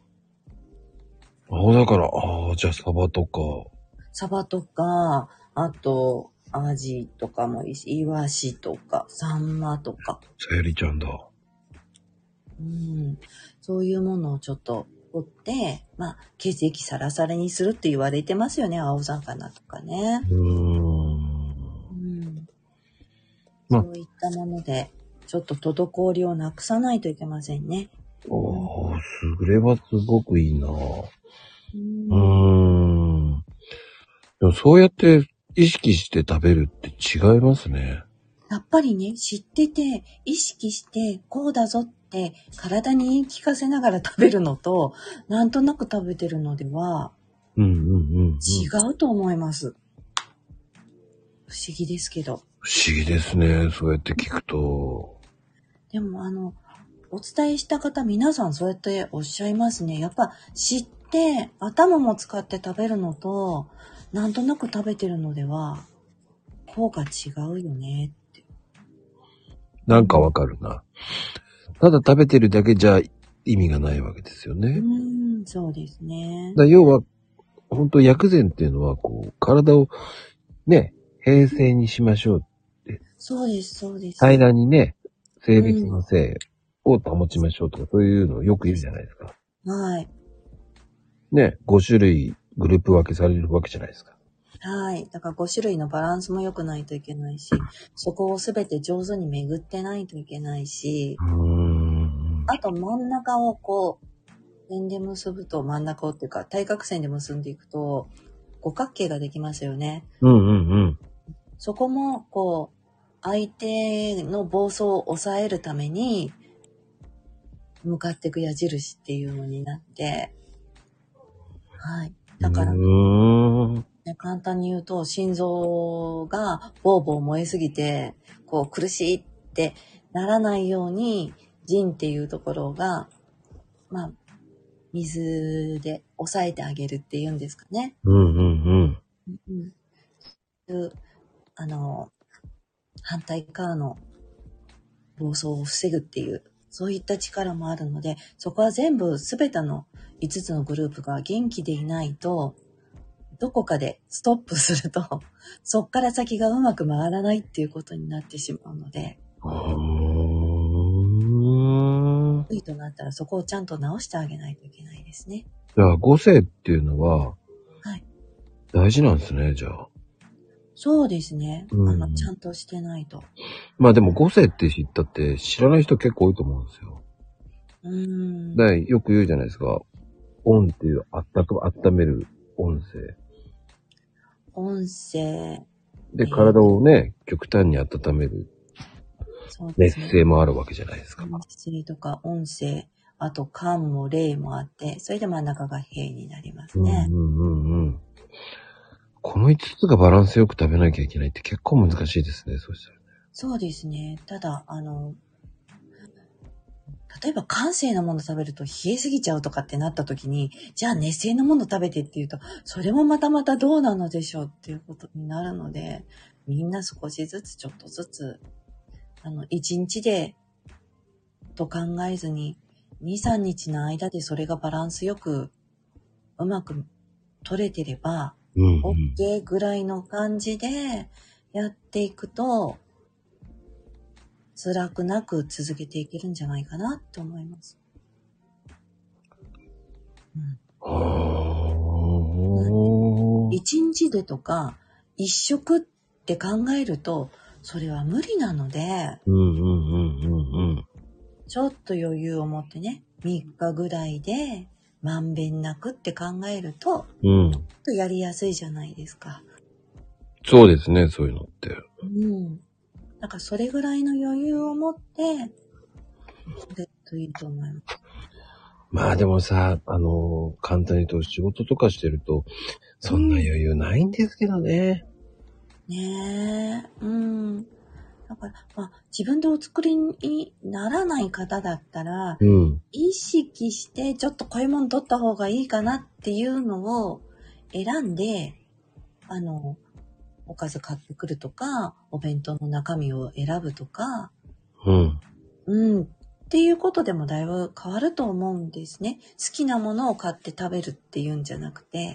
青魚。ああ、じゃあサバとか。 サバとか、あと、アジとかもいいし、イワシとか、サンマとか。 さゆりちゃんだ。 うん。そういうものをちょっと取って、まあ、血液サラサラにするって言われてますよね、青魚とかね。うーん。うん。そういったもので、ちょっと滞りをなくさないといけませんね。 おー、すればすごくいいな。うーん。ん。でもそうやって意識して食べるって違いますね。 やっぱりね、知ってて、意識して、こうだぞって体に言い聞かせながら食べるのと、なんとなく食べてるのでは、うんうんうんうん、違うと思います。不思議ですけど。 不思議ですね、そうやって聞くと。 でもあの、 お伝えした方皆さんそうやっておっしゃいますね。やっぱ知って頭も使って食べるのとなんとなく食べてるのでは効果違うよねって。 なんかわかるな。ただ食べてるだけじゃ意味がないわけですよね。 うーん、そうですね。 だ要は、本当薬膳っていうのは、こう、体をね、平静にしましょうって。 そうです、そうです。 平らにね、性別の性を保ちましょうとか、そういうのをよく言うじゃないですか。 はい。 ね、ご種類グループ分けされるわけじゃないですか。 はい。だからご種類のバランスも良くないといけないし、そこをすべて上手に巡ってないといけないし、 うーん。 あと真ん中をこう、点で結ぶと真ん中をっていうか対角線で結んでいくと五角形ができますよね。 うんうんうん。 そこもこう、相手の暴走を抑えるために向かっていく矢印っていうのになって、はい。だから、 うーん。 簡単に言うと、心臓がボーボー燃えすぎて、こう苦しいってならないように、腎っていうところが、まあ、水で抑えてあげるっていうんですかね。 うんうんうん。 うん、あの、反対側の暴走を防ぐっていう、そういった力もあるので、そこは全部全てのいつつのグループが元気でいないと、どこかでストップすると、そっから先がうまく回らないっていうことになってしまうので、 うーん。 いいとなったらそこをちゃんと直してあげないといけないですね。 じゃあ、五世っていうのは、 はい。 大事なんですね、じゃあ。 そうですね。 うん、 あの、ちゃんとしてないと。 まあでも五世って知ったって知らない人結構多いと思うんですよ。 うーん。 で、よく言うじゃないですか。オンっていうあったく、温める音声。 音声。 で、体をね、極端に温めるそうですね。 熱性もあるわけじゃないですか。 熱性とか音声、あと感も霊もあって、それで真ん中が平になりますね。 うんうんうんうん。この五つがバランスよく食べなきゃいけないって結構難しいですね、そうしたらね。 そうですね。ただ、あの、例えば寒性のもの食べると冷えすぎちゃうとかってなった時に、じゃあ熱性のもの食べてっていうと、それもまたまたどうなのでしょうっていうことになるので、みんな少しずつちょっとずつ、あの、一日でと考えずに、に、さんにちの間でそれがバランスよくうまく取れてれば、 うんうん、 OK ぐらいの感じでやっていくと、辛くなく続けていけるんじゃないかなって思います。うん、一日でとか一食って考えるとそれは無理なので、 うんうんうんうんうん、 ちょっと余裕を持ってね、みっかぐらいでまんべんなくって考えると、 うん、 ちょっとやりやすいじゃないですか。 そうですね、そういうのって。 うん。なんかそれぐらいの余裕を持って、それといいと思います。 まあでもさ、あの、簡単に言うと仕事とかしてると、そんな余裕ないんですけどね。 うん、ねえ、うん。だから、まあ、自分でお作りにならない方だったら、 うん、 意識してちょっとこういうもの取った方がいいかなっていうのを選んで、あの、おかず買ってくるとか、お弁当の中身を選ぶとか、 うん。 うん。っていうことでもだいぶ変わると思うんですね。好きなものを買って食べるっていうんじゃなくて。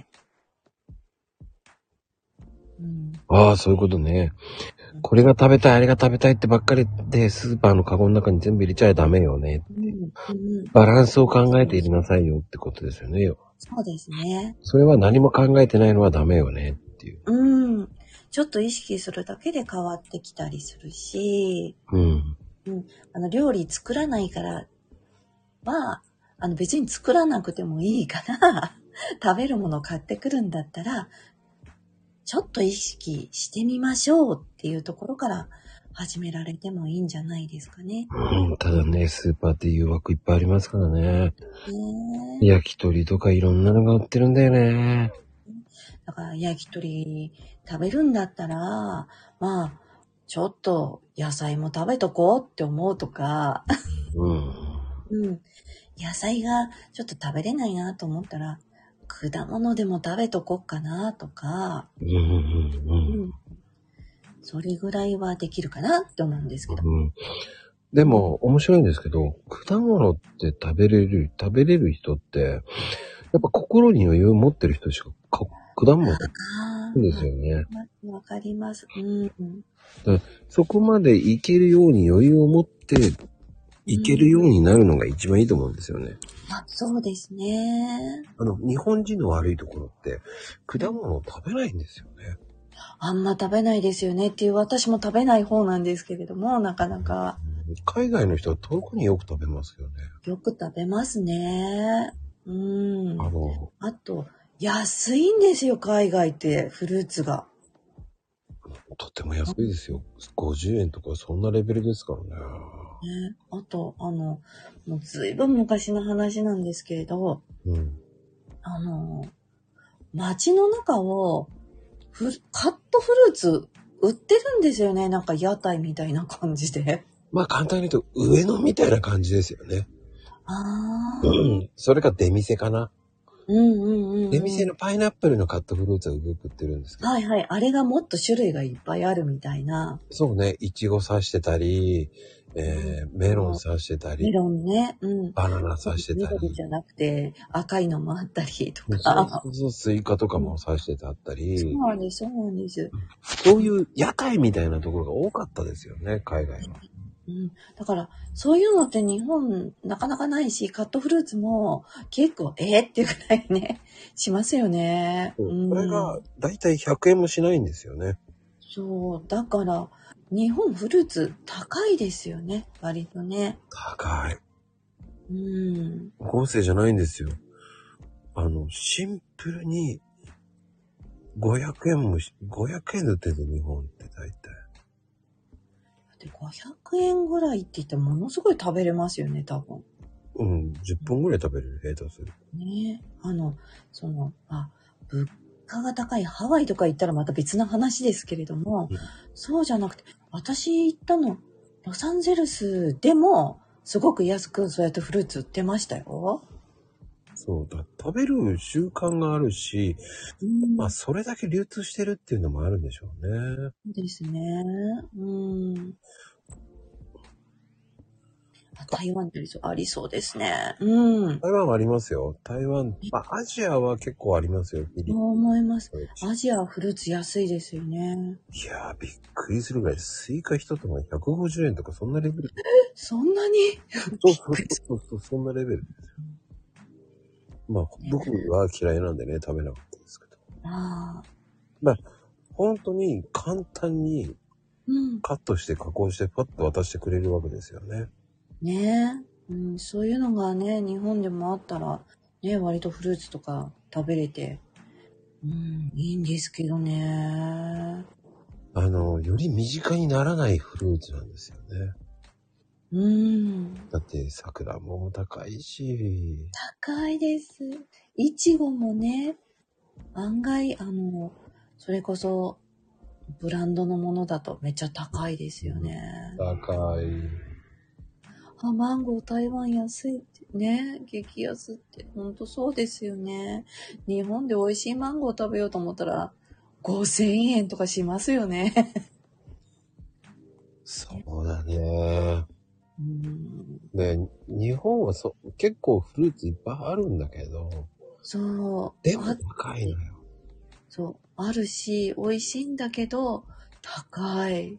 うん、ああ、そういうことね。これが食べたい、あれが食べたいってばっかりで、スーパーのカゴの中に全部入れちゃダメよね。うんうん、バランスを考えて入れなさいよってことですよね。 そうですね。 それは何も考えてないのはダメよねっていう。 うん。ちょっと意識するだけで変わってきたりするし、 うん。 うん、あの料理作らないからは、あの別に作らなくてもいいから食べるものを買ってくるんだったら、ちょっと意識してみましょうっていうところから始められてもいいんじゃないですかね。 うん、ただね、スーパーって誘惑いっぱいありますからね。 ね、 焼き鳥とかいろんなのが売ってるんだよね。 だから焼き鳥食べるんだったら、まあ、ちょっと野菜も食べとこうって思うとか、 うん、 うん。野菜がちょっと食べれないなと思ったら、果物でも食べとこっかなとか、 うんうんうんうん。それぐらいはできるかなって思うんですけど。 うん。でも、面白いんですけど、果物って食べれる、食べれる人って、やっぱ心に余裕を持ってる人しかか果物食あべるんですよね。 あ、わかります。うん。 だそこまでいけるように余裕を持っていけるようになるのが一番いいと思うんですよね。 あ、そうですね。 あの、日本人の悪いところって、果物を食べないんですよね。 あんま食べないですよねっていう、私も食べない方なんですけれども、なかなか。 海外の人は特によく食べますよね。 よく食べますね。うん。 あの、 あと、安いんですよ、海外って、フルーツが。 とても安いですよ。ごじゅうえんとかそんなレベルですからね。 ね、あと、あの、もうずいぶん昔の話なんですけれど、 うん。 あの、街の中をフルカットフルーツ売ってるんですよね。なんか屋台みたいな感じで。 まあ簡単に言うと上野みたいな感じですよね。 ああ。 うん。それか出店かな。 うんうんうん、うん。 出店のパイナップルのカットフルーツは上食ってるんですけど。 はいはい。あれがもっと種類がいっぱいあるみたいな。 そうね。いちご刺してたり、えー、メロン刺してたり、 メロンね。うん。 バナナ刺してたり。 緑じゃなくて赤いのもあったりとそうか。 そうそう、スイカとかも刺しててあったり、 そうなんです、そうなんです。 そういう屋台みたいなところが多かったですよね、海外は。 うん、だから、そういうのって日本なかなかないし、カットフルーツも結構、えー、っていうくらいね、しますよね。 うん、 うん。 これがだいたいひゃくえんもしないんですよね。 そう。だから、日本フルーツ高いですよね。割とね。 高い。 うん。 合成じゃないんですよ。あの、シンプルにごひゃくえんもし、ごひゃくえんで売ってるんですよ、日本って大体。 でごひゃくえんぐらいって言ったらものすごい食べれますよね、多分。 うん、じゅっぷんぐらい食べれる、下手する。 ね。あの、その、あ、物価が高いハワイとか行ったらまた別な話ですけれども、 うん、 そうじゃなくて、私行ったの、ロサンゼルスでも、すごく安くそうやってフルーツ売ってましたよ。 そうだ、食べる習慣があるし、 うん、 まあ、それだけ流通してるっていうのもあるんでしょうね。 そうですね。うん。台湾ってありそう、ありそうですね。うん。 台湾はありますよ。台湾、まあ、アジアは結構ありますよ。フィリピン。 そう思います。アジアはフルーツ安いですよね。 いやー、びっくりするぐらい、スイカ一玉ひゃくごじゅうえんとか、そんなレベル。 そんなにそうそうそうそう、そんなレベルですよ。まあ、僕は嫌いなんでね、食べなかったですけど。 ああ。 まあ、本当に簡単にうん。 カットして加工してパッと渡してくれるわけですよね。 ねえ、うん、そういうのがね、日本でもあったら、ね、割とフルーツとか食べれて、うん、いいんですけどね。 あの、より身近にならないフルーツなんですよね。 うん、 だって、桜も高いし。 高いです。いちごもね、案外、あの、それこそ、ブランドのものだとめっちゃ高いですよね。 高い。 あ、マンゴー台湾安いってね、激安って、ほんとそうですよね。日本で美味しいマンゴー食べようと思ったら、ごせんえんとかしますよね。 そうだね。 うん、 ね、日本はそ結構フルーツいっぱいあるんだけど、 そう。 でもあ、 高いのよ。 そう。あるし、美味しいんだけど、高い。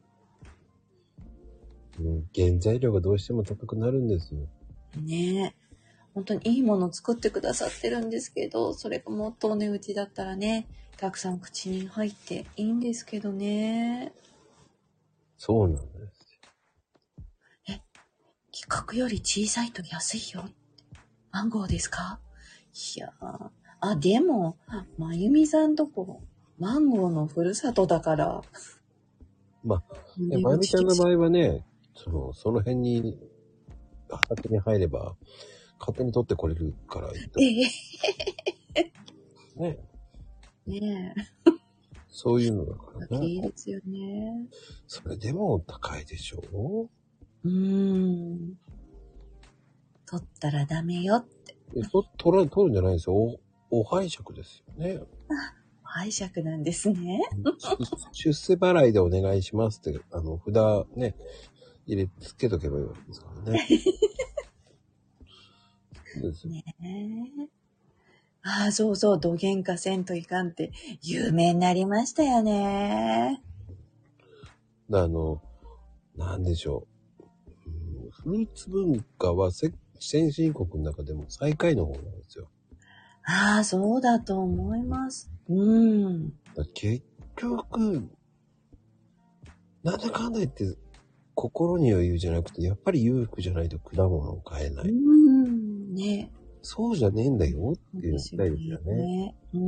うん、原材料がどうしても高くなるんですよ。 ね。本当にいいもの作ってくださってるんですけど、それがもっとお値打ちだったらね、たくさん口に入っていいんですけどね。 そうなんです。 え、規格より小さいと安いよ。マンゴーですか？いやー。あ、でも、まゆみさんとこ、マンゴーのふるさとだから。 まあ、ね、まゆみちゃんの場合はね、その、その辺に、畑に入れば、勝手に取ってこれるからいいと。 ええね。 ねえ。 そういうのだからね。 いいですよね。 それでも高いでしょうーん。 取ったらダメよって。 えと取る、取るんじゃないんですよ。お、お拝借ですよね。 拝借なんですね。 出世払いでお願いしますって、あの、札ね、入れ、つけとけばいいわけですからね。ですねえ。ああ、そうそう、どげんかせんといかんって有名になりましたよね。 あの、なんでしょう。うん、フルーツ文化はせ先進国の中でも最下位の方なんですよ。 ああ、そうだと思います。うん。 だ結局、なんだかんだ言って、心に余裕じゃなくて、やっぱり裕福じゃないと果物を買えない。 うん。ね。 そうじゃねえんだよそうっていうスタイルだよね。 ね。うん。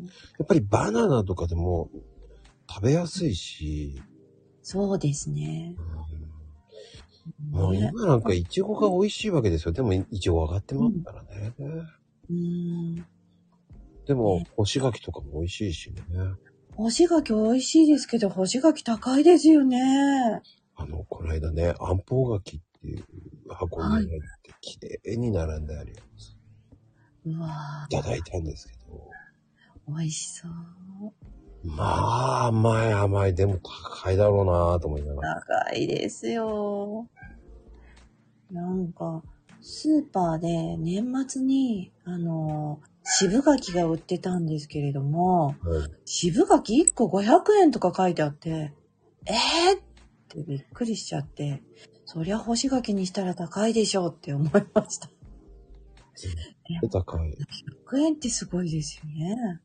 やっぱりバナナとかでも食べやすいし、 そうですね。 うん、もうね。 今なんかイチゴが美味しいわけですよ。でもイチゴ上がってますからね。 うん。 でもね、 干し柿とかも美味しいしね。 干し柿美味しいですけど、干し柿高いですよね。 あの、この間ね、あんぽう柿っていう箱に入って綺麗に並んであるやつ。 うわいただいたんですけど。 ぁ、美味しそう。 まあ、甘い甘い。でも高いだろうなぁと思いながら。 高いですよ。なんか、スーパーで年末に、あの、渋柿が売ってたんですけれども、 はい、 渋柿いっこごひゃくえんとか書いてあって、えーってびっくりしちゃって、そりゃ干し柿にしたら高いでしょうって思いました。 高い。 ひゃくえんってすごいですよね。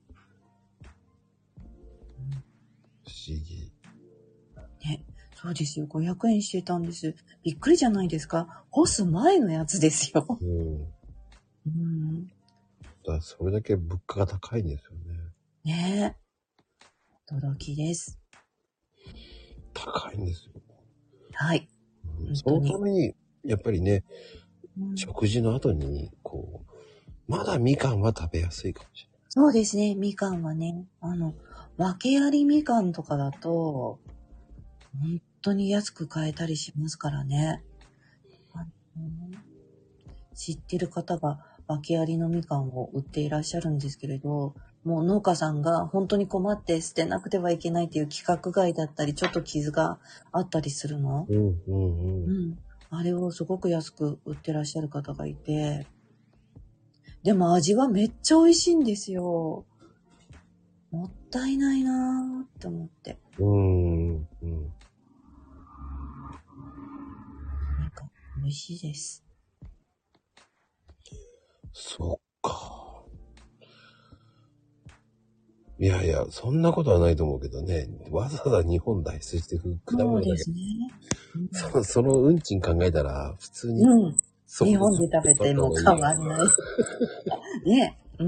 不思議。 ね、そうですよ。ごひゃくえんしてたんです。びっくりじゃないですか。干す前のやつですよ。 うん。 うん。 だからそれだけ物価が高いんですよね。 ねえ。驚きです。 高いんですよ。 はい。 うん、そのために、やっぱりね、 うん、 食事の後に、こう、まだみかんは食べやすいかもしれない。 そうですね。みかんはね、あの、訳ありみかんとかだと、本当に安く買えたりしますからね。あの知ってる方が訳ありのみかんを売っていらっしゃるんですけれど、もう農家さんが本当に困って捨てなくてはいけないっていう規格外だったり、ちょっと傷があったりするの。 うんうんうん。 うん。あれをすごく安く売ってらっしゃる方がいて、でも味はめっちゃ美味しいんですよ。もったいないなーって思って。 うんうんうん。 なんか美味しいです。 そっか。いやいや、そんなことはないと思うけどね。わざわざ日本脱出してく果物だけど、 そうですね。 うん、そ, その運賃考えたら、普通に、 うん。 そ日本で食べても変わんない。ね。うん。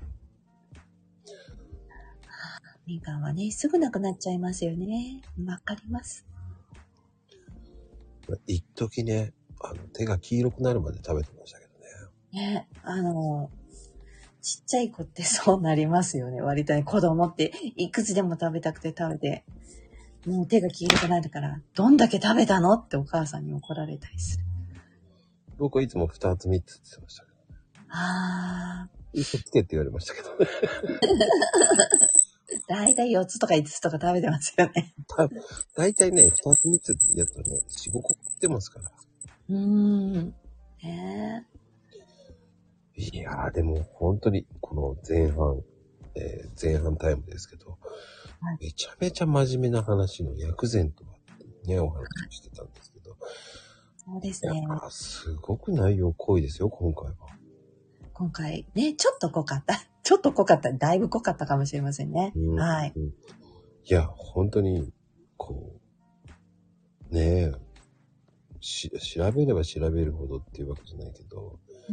みかんはね、すぐなくなっちゃいますよね。わかります。 一時ね、あの、手が黄色くなるまで食べてましたけどね。ね、あの、ちっちゃい子ってそうなりますよね。割とね、子供っていくつでも食べたくて食べて、もう手が黄色くなるから、どんだけ食べたのってお母さんに怒られたりする。 僕はいつも二つ三つって言ってましたけど。 あー。 嘘つけって言われましたけどね。 だいたいよっつとかいつつとか食べてますよね。 だいたいね、二つ三つってやつとね、四五個食ってますから。 うーん。ねいやー、でも本当に、この前半、えー前半タイムですけど、 はい、 めちゃめちゃ真面目な話の薬膳とかってね、お話ししてたんですけど、 そうですいやね。 ー、すごく内容濃いですよ、今回は。 今回ね、ちょっと濃かった。ちょっと濃かった。だいぶ濃かったかもしれませんね。 うん、 はい。 うん。いや、本当に、こう、ねえ、し、調べれば調べるほどっていうわけじゃないけど、 うん。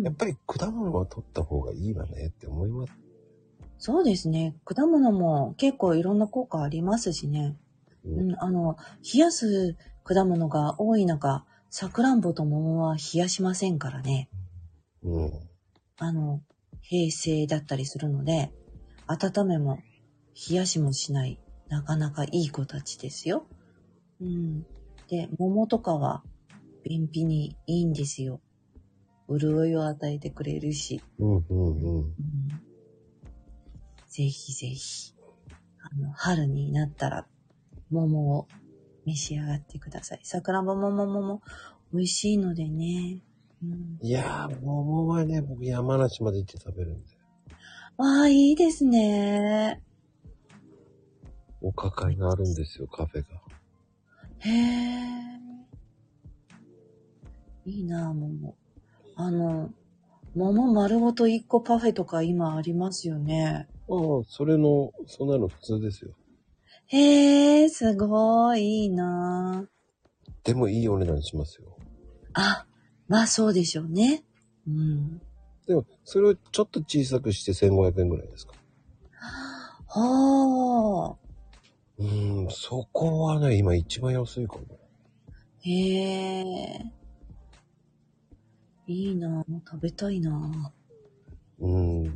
やっぱり果物は取った方がいいわねって思います。 そうですね。果物も結構いろんな効果ありますしね。 うん、 うん、あの、冷やす果物が多い中、さくらんぼと桃は冷やしませんからね。 うん。 あの、平成だったりするので、温めも冷やしもしない、なかなかいい子たちですよ。うん。で、桃とかは便秘にいいんですよ。潤いを与えてくれるし。 うんうんうん。 うん、ぜひぜひ、あの、春になったら、桃を召し上がってください。桜桃も桃も美味しいのでね。うん、 いやー、桃はね、僕山梨まで行って食べるんで。 ああ、いいですね。 お抱えがあるんですよ、カフェが。 へえ。いいなぁ、桃。あの、桃丸ごといっこパフェとか今ありますよね。 ああ、それの、そんなの普通ですよ。 へえ、すごいいいなぁ。 でもいいお値段しますよ。 あ、まあそうでしょうね。うん。 でも、それをちょっと小さくしてせんごひゃくえんぐらいですか。 はあ。 うーん、そこはね、今一番安いかも。 へえ。いいなぁ。食べたいなぁ。 うん、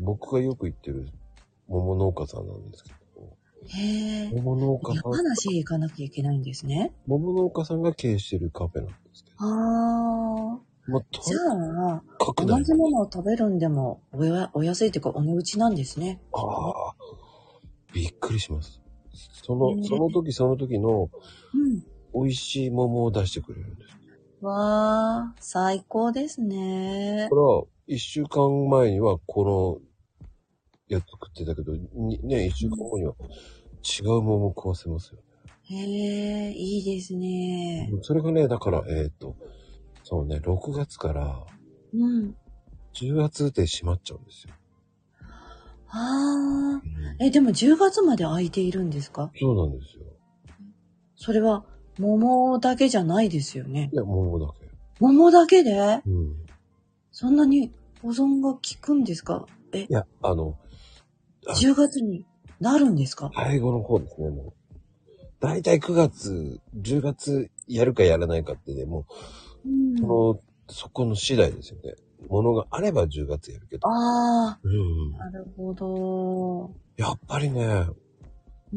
僕がよく行ってる桃農家さんなんですけど。 へえ。 桃農家さん、 山梨へ行かなきゃいけないんですね。 桃農家さんが経営してるカフェなんですけど。 ああ。 まあ、とじゃあ、 国内同じものを食べるんでもおや、お安いというかお値打ちなんですね。 ああ、びっくりします。その、 ね、 その時その時のうん。 美味しい桃を出してくれるんです。 わあ、最高ですね。 だから、一週間前にはこのやつ食ってたけど、にね、一週間後には違う桃食わせますよへえ、いいですね。 ね。それがね、だから、えっと、そうね、ろくがつからうん。 じゅうがつで閉まっちゃうんですよ。 ああ。 うん、 え、でもじゅうがつまで空いているんですか？ そうなんですよ。 それは桃だけじゃないですよね。 いや、桃だけ。 桃だけでうん。 そんなに保存が効くんですか？え、 いや、あの、あじゅうがつになるんですか？ 最後の方ですね、もう。だいたいくがつ、じゅうがつやるかやらないかってね、もうう、そん。 の、そこの次第ですよね。ものがあればじゅうがつやるけど。 ああ、 うん。 なるほど。 やっぱりね、 うん。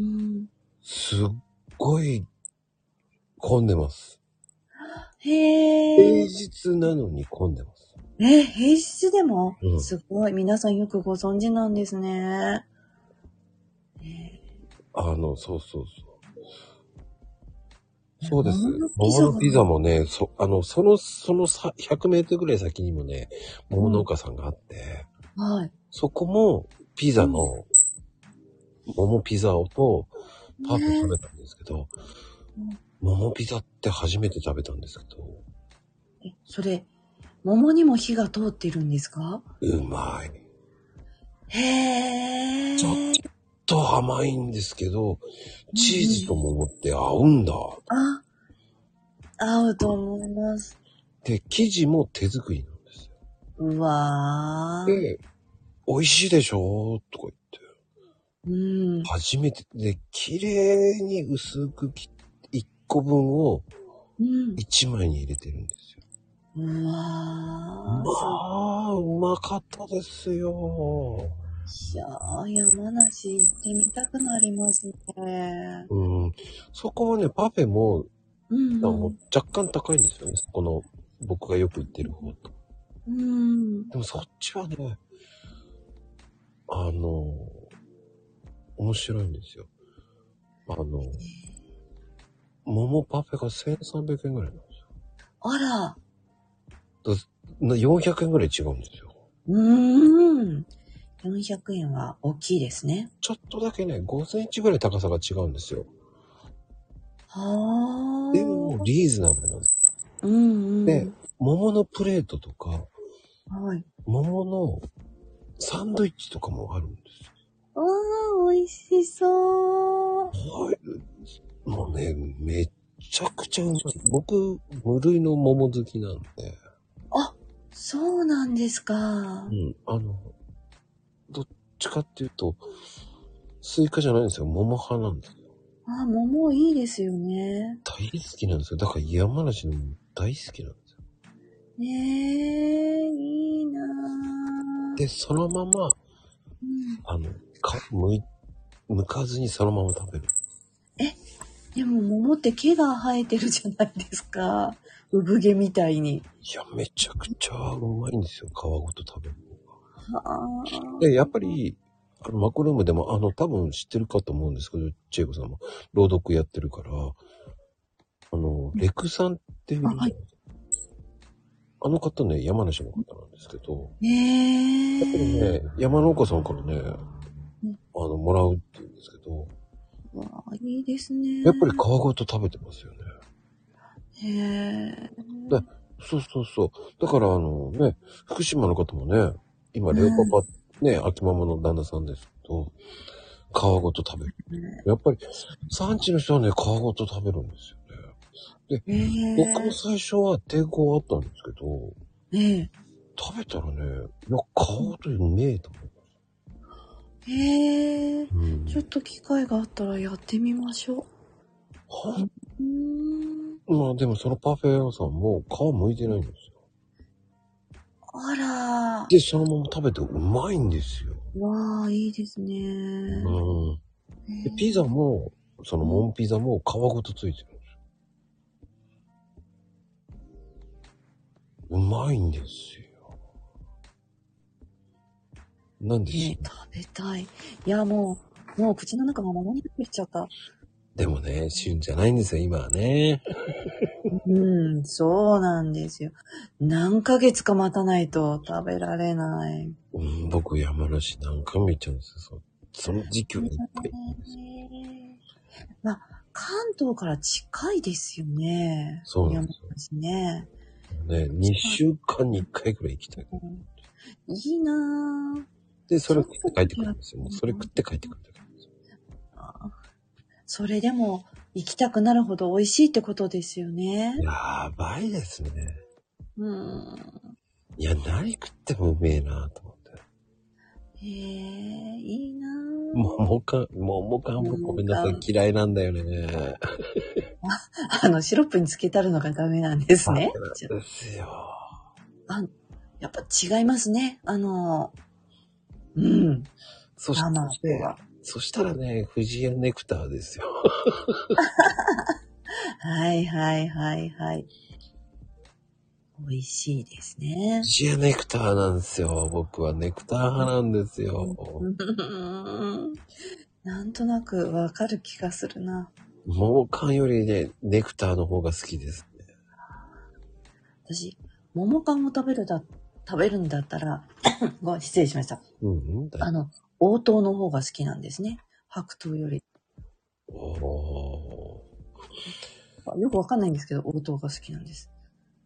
すっごい混んでます。 へ平え。 日なのに混んでます。 え、平日でも、 うん。 すごい。皆さんよくご存知なんですね。 あの、そうそうそう。 えそうです。 桃のピ桃ザが、 のピザもね、そ、あの、その、そのさひゃくメートルぐらい先にもね、桃うん、 農家さんがあって、 はい。 そこもピザの、桃ピザをとパフェ食ねべたんですけど、 うん桃ピザって初めて食べたんですけど、 え、それ、桃にも火が通ってるんですか？ うまい。 へちょっー。 と甘いんですけど、チーズとうんうん、 桃って合うんだ。 あ、合うと思います。 で、生地も手作りなんですよ。 うわー。 で、美味しいでしょとか言って。 うん。 初めてで、綺麗に薄く切っていっこぶんをうん。 いちまいに入れてるんですよ。 うわまー。すあ、うまかったですよ。 いやー、山梨行ってみたくなりますね。 うん。そこはね、パフェも、 うんあのうん。 若干高いんですよね。そこの、僕がよく行ってる方と。 うん。 でもそっちはね、あの、面白いんですよ。あの、桃パフェがせんさんびゃくえんぐらいなんですよ。 あら。 だよんひゃくえんぐらい違うんですよ。 うーん。よんひゃくえんは大きいですね。 ちょっとだけね、ごセンチぐらい高さが違うんですよ。 はでも、 あ。 リーズナブルなんです。 うんうで、 ん。 桃のプレートとか、 はい。 桃のサンドイッチとかもあるんですよ。 ああ、美味しそう。 はい。もうね、めちゃくちゃうまい。僕、無類の桃好きなんで。 あ、そうなんですか。 うん。あの、どっちかっていうと、スイカじゃないんですよ。桃派なんですよ。 あ、桃いいですよね。 大好きなんですよ。だから山梨の桃大好きなんですよ。 ねえ、いいなぁ。 で、そのまま、 うん、 あの、か、むい、剥かずにそのまま食べる。 え、でも桃って毛が生えてるじゃないですか。 産毛みたいに。 いや、めちゃくちゃうまいんですよ、皮ごと食べるのが。 はあ。 で、やっぱり、あの、マコルームでも、あの、多分知ってるかと思うんですけど、チェイコさんも、朗読やってるから、あの、レクさんっていう、 あ、はい。 あの方ね、山梨の方なんですけど、 ええやっぱりね、山農家さんからね、あの、もらうって言うんですけど、 わあ、いいですね。 やっぱり皮ごと食べてますよね。 へえ。 で、そうそうそう。だからあのね、福島の方もね、今、レオパパ、ね、秋ママの旦那さんですけど、皮ごと食べる。やっぱり、産地の人はね、皮ごと食べるんですよね。で、 へ僕もえ。 最初は抵抗あったんですけど、 ええ。 食べたらね、いや、皮ごとうめえと思う。 へえ。 うん、 ちょっと機会があったらやってみましょう。 はうーん。 まあでもそのパフェ屋さんも皮剥いてないんですよ。 あら。 で、そのまま食べてうまいんですよ。 わあ、いいですね。 うん。で、ピザへえ。 も、そのモンピザも皮ごとついてるんですよ。うまいんですよ。なんでしね、食べたい。いや、もう、もう口の中が桃になってきちゃった。 でもね、旬じゃないんですよ、今はね。 うん、そうなんですよ。何ヶ月か待たないと食べられない。 うん、僕山梨何回も行っちゃうんですよ。そその時期はいっぱい行くんですよ。 まあ、関東から近いですよね。山そうなんですよ。 梨ね。 ね、にしゅうかんにいっかいくらい行きたい。 いいなぁ。 で、それちょっと食って帰ってくるんですよ。もうそれ食って帰ってくるだけなんですよ。 それでも行きたくなるほど美味しいってことですよね。 やばいですね。 うん。 いや、何食ってもうめえなと思って。 へえ、いいなぁ。 桃か、桃かんもごめんなさい、嫌いなんだよね。 あの、シロップにつけたるのがダメなんですね。 そうですよ。 あ、やっぱ違いますね。あの、うん。 そし生とては。、 そしたらね、藤屋ネクターですよ。 はいはいはいはい。美味しいですね。 藤屋ネクターなんですよ。僕はネクター派なんですよ。 なんとなくわかる気がするな。 桃缶よりね、ネクターの方が好きですね。 私、桃缶を食べるだ、食べるんだったら、ご失礼しました。 うん、うん、 あの、応答の方が好きなんですね。白桃より。 おー。 よくわかんないんですけど、応答が好きなんです。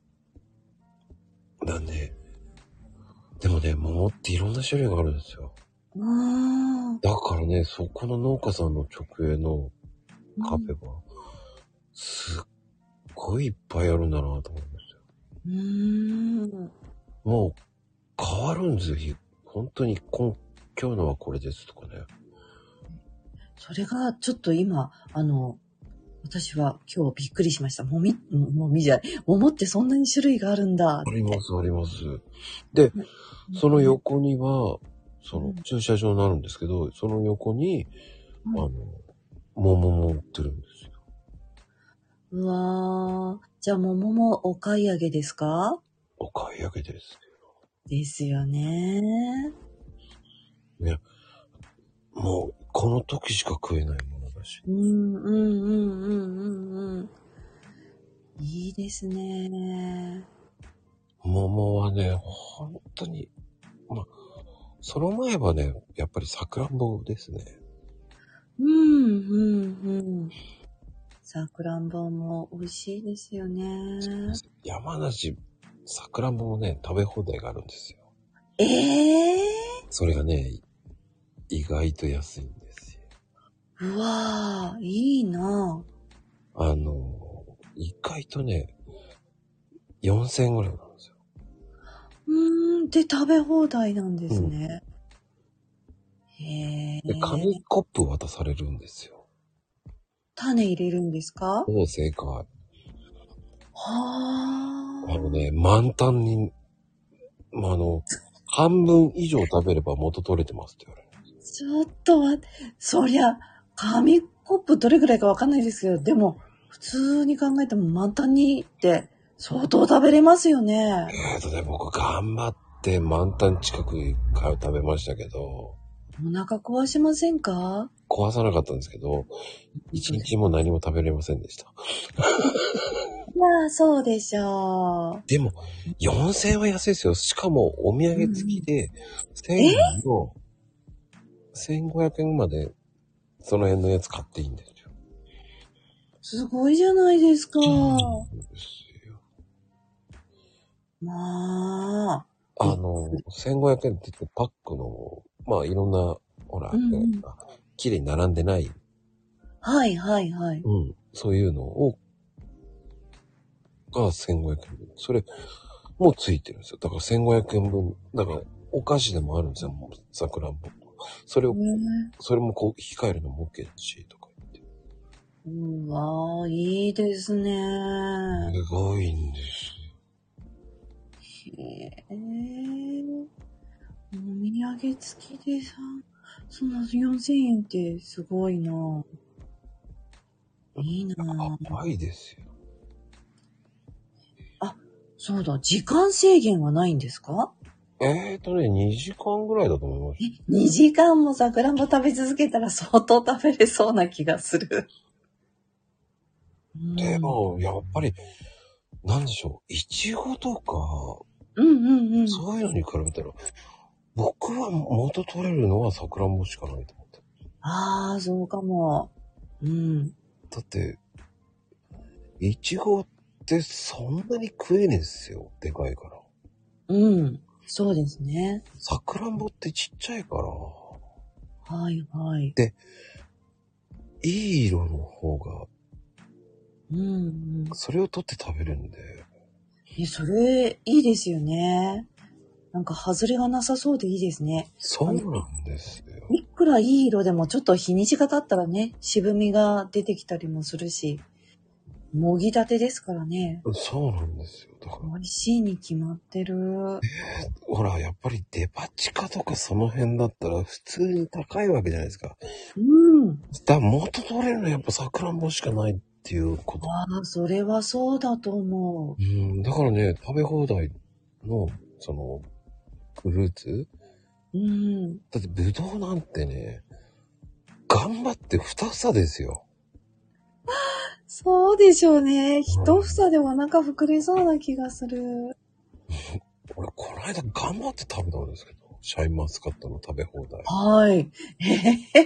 なんで、でもね、桃っていろんな種類があるんですよ。 うーん。 だからね、そこの農家さんの直営のカフェは、すっごいいっぱいあるんだなと思いましたよ。 うーん。 もう変わるんですよ。本当に今今日のはこれですとかね。 それがちょっと今、あの、私は今日びっくりしました。もみ、もみじゃない。桃ってそんなに種類があるんだって。 ありますあります。で、その横には、その駐車場になるんですけど、その横に、 うん、 あの、桃も売ってるんですよ。 うわー。じゃあ桃もお買い上げですか？ お買い上げですですよね。 よ。いや、もうこの時しか食えないものだし。 うんうんうんうんうんうん。いいですね。 桃はね、本当に、まあ、その前はね、やっぱりさくらんぼですね。 うんうんうん。さくらんぼも美味しいですよね。 山梨、さくらんぼもね、食べ放題があるんですよ。 ええそれがね、意外と安いんですよ。 ー、うわー、いいな。 あの、意外とね、よんせんえんぐらいなんですよ。 うーん、で食べ放題なんですね。うん、へで、 え。 紙コップ渡されるんですよ。 種入れるんですか？ そう、正解。 はあのね、 あ。 満タンに、まあ、あの、半分以上食べれば元取れてますって言われる。 ちょっと待って、そりゃ、紙コップどれぐらいかわかんないですけど、でも、普通に考えても満タンにって、 相当食べれますよね。 えーとね、僕頑張って満タン近くから食べましたけど、 お腹壊しませんか？ 壊さなかったんですけど、一日も何も食べれませんでした。 まあ、そうでしょう。 でも、よんせんえんは安いですよ。しかも、お土産付きで、せんえんの、せんごひゃくえんまで、その辺のやつ買っていいんですよ。 すごいじゃないですか。 そうですよ。 まあ。 あの、せんごひゃくえんって言ってパックの、まあいろんな、ほら、 うんうん、 綺麗に並んでない。 はいはいはい。 うん。そういうのを、がせんごひゃくえんぶん。それ、もうついてるんですよ。だからせんごひゃくえんぶん。だから、お菓子でもあるんですよ。もう、さくらんぼ。それを、それもこう、控えるのも OK だし、とか言って。 うわー、いいですね。 すごいんです。 へぇー。お土産付きでさ、そんなよんせんえんってすごいな。いいなぁ。 高いですよ。 あ、そうだ、時間制限はないんですか？ えーとね、にじかんぐらいだと思います。 え、にじかんもさくらんぼ食べ続けたら相当食べれそうな気がする。 でも、やっぱり、なんでしょう、いちごとか、 うんうんうん。 そういうのに比べたら、僕は元取れるのはさくらんぼしかないと思って。 ああ、そうかも。うん。 だって、いちごってそんなに食えねえっすよ。でかいから。 うん。そうですね。 さくらんぼってちっちゃいから。 はいはい。 で、いい色の方が、 うんうん。 それを取って食べるんで。 え、それ、いいですよね。なんか、外れがなさそうでいいですね。 そうなんですよ。 いくらいい色でもちょっと日にちが経ったらね、渋みが出てきたりもするし、もぎたてですからね。 そうなんですよ。だから。 美味しいに決まってる。 ほら、やっぱりデパ地下とかその辺だったら普通に高いわけじゃないですか。 うん。 だから元取れるのはやっぱさくらんぼしかないっていうこと。 ああ、それはそうだと思うん、だからね、食べ放題の、その、フルーツう。うん。 だってブドウなんてね、頑張って二房ですよ。 そうでしょうね。一房でお腹膨れそうな気がする。 俺、この間頑張って食べたんですけど、シャインマスカットの食べ放題。 はい。へへへ。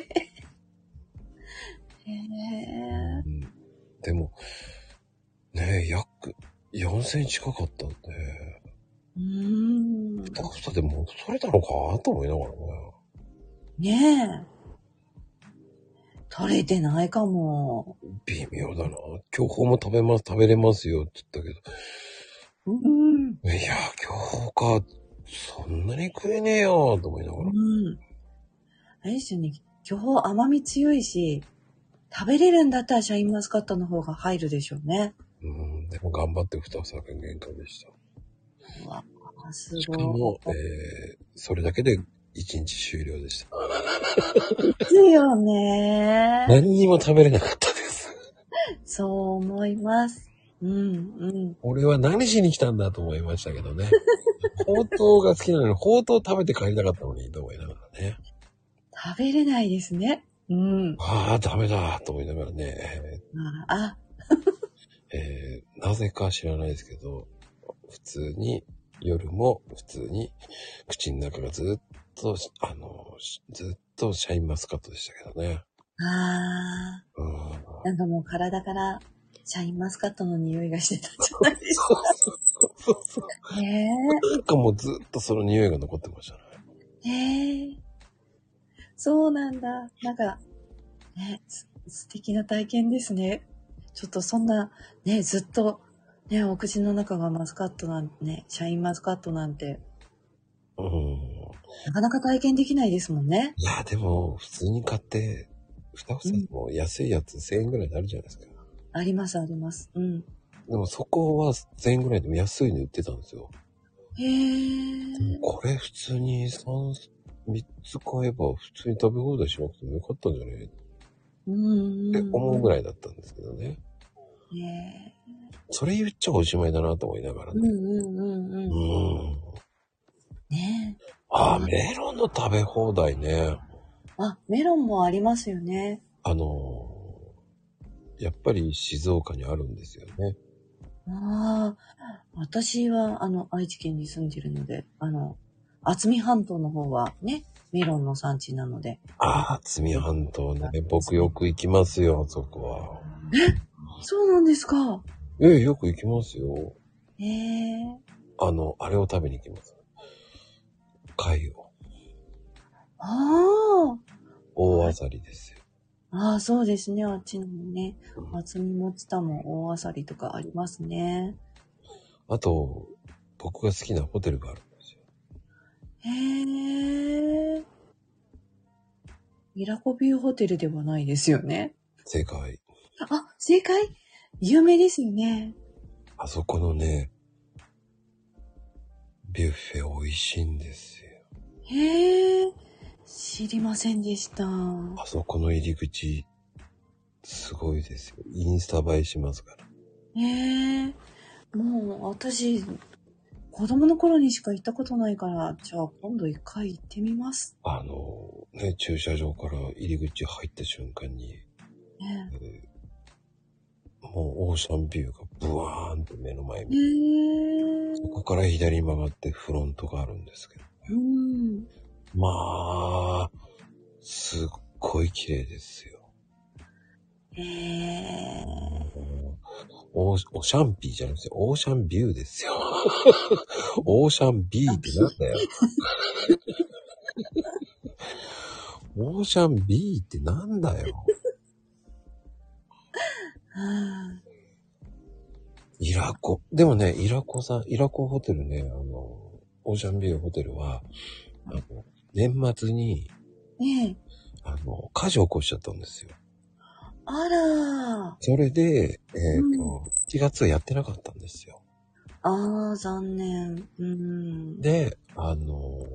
へえ。 うん、でも、ねえ、約よんせんえん近かったんで、 うーん。 二房で元取れたのかと思いながらね。 ねえ。取れてないかも。 微妙だな。今日も食べます、食べれますよって言ったけど。 うん。 いや、今日か、そんなに食えねえよと思いながら。 うん。あれですよね。巨峰甘み強いし、食べれるんだったらシャインマスカットの方が入るでしょうね。 うん、でも頑張って二房が限界でした。 うわあ、すしかごも、 い。 えー、それだけで一日終了でした。 ですよね。 何にも食べれなかったです。 そう思います。うんうん。 俺は何しに来たんだと思いましたけどね。ほうとうが好きなのに、ほうとう食べて帰りたかったのに、と思いながらね。 食べれないですね。うん。 ああ、ダメだ、と思いながらね。 ああ。 えー、なぜか知らないですけど、普通に、夜も普通に、口の中がずっと、あの、ずっとシャインマスカットでしたけどね。 ああ。 うん。 なんかもう体からシャインマスカットの匂いがしてたんじゃないですか。 そうそうそうそう。 ねなんかもうずっとその匂いが残ってましたね。 え。へえ。そうなんだ。なんか、ね、す素敵な体験ですね。ちょっとそんな、ね、ずっと、ね、お口の中がマスカットなんてね、シャインマスカットなんて、 うん。 なかなか体験できないですもんね。 いや、でも、普通に買って、二房でも安いやつせんえんぐらいになるじゃないですか。 あります、あります。うん。 でもそこはせんえんぐらいでも安いの売ってたんですよ。 へえ。 でもこれ普通にさん、みっつ買えば普通に食べ放題しなくてもよかったんじゃねうんうん、 って思うぐらいだったんですけどね。 ねそれ言っちゃおしまいだなと思いながらね。 うんうんうんうん。 うん。 ねえ。 あ、メロンの食べ放題ね。 あ、メロンもありますよね。 あのー、やっぱり静岡にあるんですよね。 ああ、私は、あの、愛知県に住んでるので、あの、渥美半島の方はね、メロンの産地なので。 ああ、渥美半島ね。僕よく行きますよ、あそこは。 え、そうなんですか。 ええ、よく行きますよ。 ええ。 あの、あれを食べに行きます。貝を。 ああ。 大アサリですよ。 ああ、そうですね。あっちのもね。厚みもつたも大あさりとかありますね。 あと、僕が好きなホテルがあるんですよ。 へえ。ミラコビューホテルではないですよね。 正解。 あ、正解？有名ですよね。 あそこのね、ビュッフェ美味しいんですよ。 へえ。知りませんでした。 あそこの入り口、すごいですよ。インスタ映えしますから。 へえ。もう私、子供の頃にしか行ったことないから、じゃあ今度一回行ってみます。 あの、ね、駐車場から入り口入った瞬間に、 ね、 えーもうオーシャンビューがブワーンと目の前に。 へえ。 そこから左に曲がってフロントがあるんですけどね。 うん。 まあ、すっごい綺麗ですよ。 へえ。 オー、オシャンピーじゃなくてオーシャンビューですよ。オーシャンビーってなんだよ。オーシャンビーってなんだよ。 はあ、 イラコ。でもね、イラコさん、イラコホテルね、あの、オーシャンビューホテルは、あの、年末に、 ねえ。 あの、火事を起こしちゃったんですよ。 あら。 それで、えっ、 うん、 と、いちがつはやってなかったんですよ。 ああ、残念。うん。 で、あの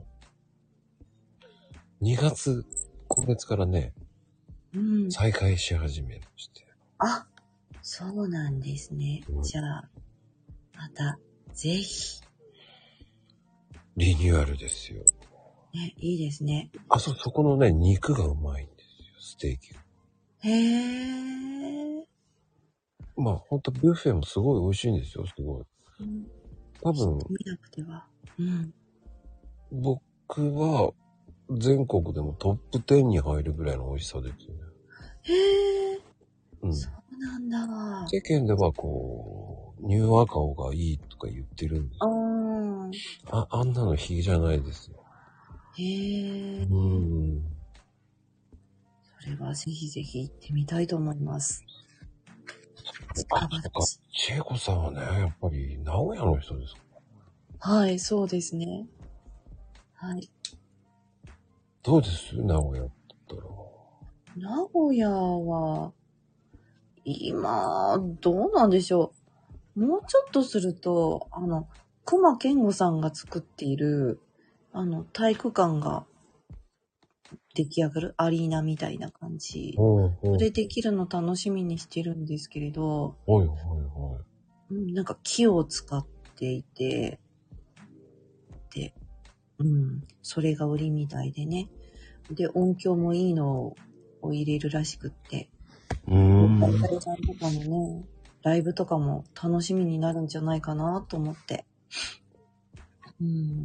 にがつ、今月からね、 うん。 再開し始めまして。 あ、そうなんですね。 うん、 じゃあ、また、ぜひ。 リニューアルですよ。 ね、いいですね。 あ、そ、そこのね、肉がうまいんですよ、ステーキが。 へえ。 まあ、ほんとビュッフェもすごい美味しいんですよ、すごい。 うん、 多分、 見なくては。うん。 僕は全国でもトップじゅうに入るぐらいの美味しさですよね。 へえ。 うん。 そうなんだ。 世間ではこう、ニューアカオがいいとか言ってるんですあよ。 あ。 あ、あんなの比じゃないですよ。 へえ。 うん。 それはぜひぜひ行ってみたいと思います。 あ、そっか。千恵子さんはね、やっぱり名古屋の人ですか？ はい、そうですね。はい。 どうです名古屋って言ったら。 名古屋は、今、どうなんでしょう。もうちょっとすると、あの、熊健吾さんが作っている、あの、体育館が出来上がるアリーナみたいな感じ。 うんうん。 それできるの楽しみにしてるんですけれど、 はいはいはうん、なんか木を使っていて、で、うん、それが売りみたいでね。で、音響もいいのを入れるらしくって。 い。うーん。 大体さんとかのね、ライブとかも楽しみになるんじゃないかなと思って。うん。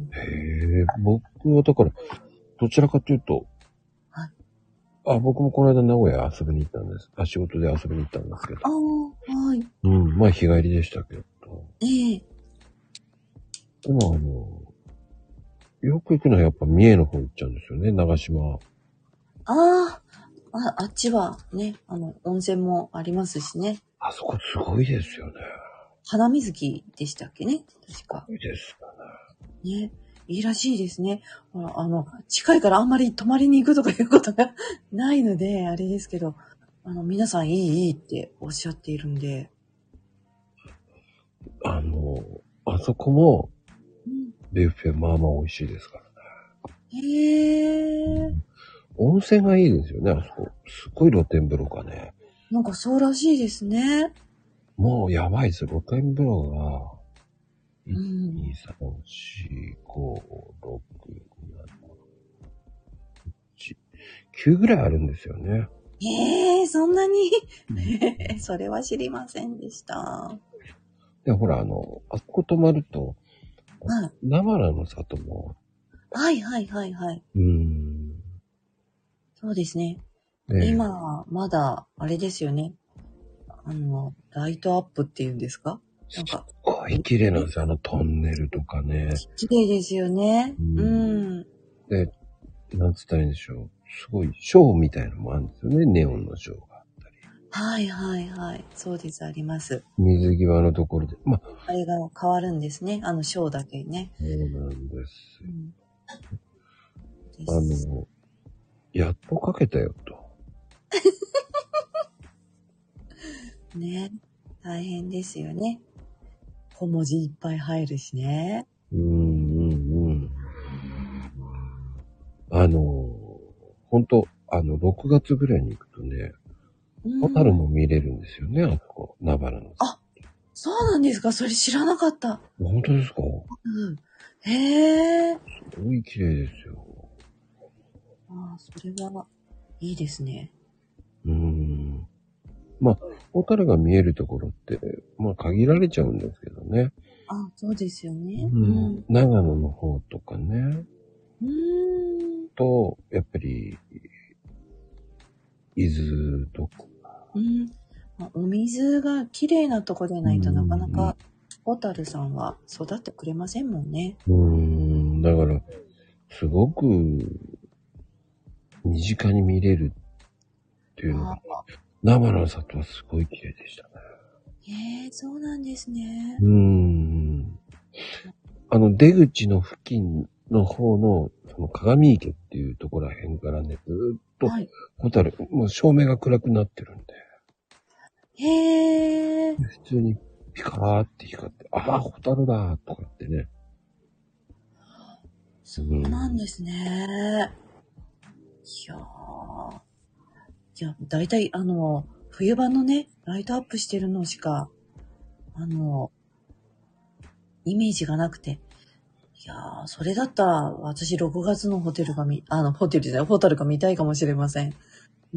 へえ、僕はだから、どちらかというと、 はい。 あ、僕もこの間名古屋遊びに行ったんです。あ、仕事で遊びに行ったんですけど。 ああ、はい。 うん、まあ日帰りでしたけど。 ええ。 でもあの、よく行くのはやっぱ三重の方行っちゃうんですよね、長島。 ああ、あ、あっちはね、あの、温泉もありますしね。 あそこすごいですよね。 花水木でしたっけね確か。 いいですよね。 ね。いいらしいですね。ほら、あの、近いからあんまり泊まりに行くとかいうことがないので、あれですけど、あの、皆さんいいいいっておっしゃっているんで。 あの、あそこも、ビュッフェまあまあ美味しいですからね。 へー。 温泉がいいですよね、あそこ。すっごい露天風呂がね。 なんかそうらしいですね。 もうやばいです。露天風呂が、 ういち、 ん。 に、さん、よん、ご、ろく、なな、はち、きゅうぐらいあるんですよね。 ええー、そんなにそれは知りませんでした。はで、ほら、あの、あそこ泊まると、 い。 ナバラの里も、 はいはいはいはい。 うーん。 そうですね。 ね、 今、まだ、あれですよね。あの、ライトアップっていうんですか？なんか、 すごい綺麗なんですよ。あのトンネルとかね。 綺麗ですよね。 ううん。 で、なんつったらいいんでしょう。すごい、ショーみたいなのもあるんですよね。ネオンのショーがあったり。 はいはいはい。そうです、あります。 水際のところで。まあ、 あれが変わるんですね。あの、ショーだけね。 そうなんですよ。 うんであす。 の、やっとかけたよと。 ね。大変ですよね。小文字いっぱい入るしね。 うんうんうん。あの、本当あの、ろくがつぐらいに行くとね、ホタルも見れるんですよね、あそこ、ナバラの。 あ、そうなんですか？それ知らなかった。 本当ですか？ うん。へえ。 すごい綺麗ですよ。 ああ、それはいいですね。 うーん。まあ、ホタルが見えるところって、まあ限られちゃうんですけどね。 あ、そうですよね。 ううん。 ん。長野の方とかね。 うーん。 と、やっぱり、伊豆とか。 うん。まあお水がきれいなとこでないとなかなか、ホタルさんは育ってくれませんもんね。 うーん。だから、すごく、身近に見れるっていうのが、生の里はすごい綺麗でしたね。 へえ、そうなんですね。 うーん。あの、出口の付近の方の、その鏡池っていうところら辺からね、ずーっと、 はい。 ホタル、もう照明が暗くなってるんで、 へえ、 普通にピカーって光って、ああ、ホタルだとかってね。 そうなんですね。いやー。いや、だいたいあの、冬場のね、ライトアップしてるのしか、あの、イメージがなくて。いやー、それだったら、私ろくがつのホテルが見、あの、ホテルじゃない、ホタルが見たいかもしれません。うん。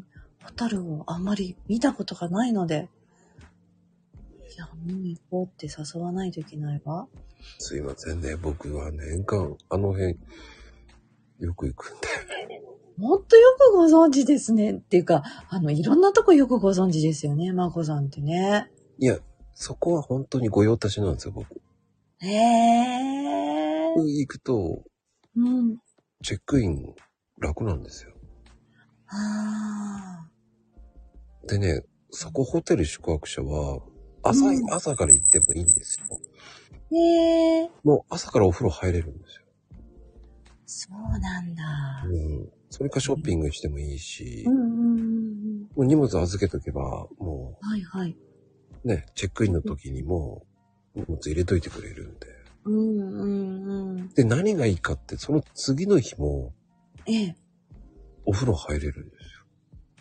ホタルをあんまり見たことがないので、いや、見に行こうって誘わないといけないわ。 すいませんね、僕は年間、あの辺、よく行くんで。 もっとよくご存知ですね。っていうか、あの、いろんなとこよくご存知ですよね、まこさんってね。 いや、そこは本当に御用達なんですよ、僕。 へー。 行くと、 うん。 チェックイン楽なんですよ。 あでね、そこホテル宿泊者は、朝い、 うん朝から行ってもいいんですよ。 ー。へー。 もう朝からお風呂入れるんですよ。 そうなんだ。 うん。それかショッピングしてもいいし、 うんうんうんうん。 もう荷物預けとけば、もはいはい。 うね、チェックインの時にもう荷物入れといてくれるんで。 うんうんうん。 で、何がいいかって、その次の日もええ。 お風呂入れるんですよ。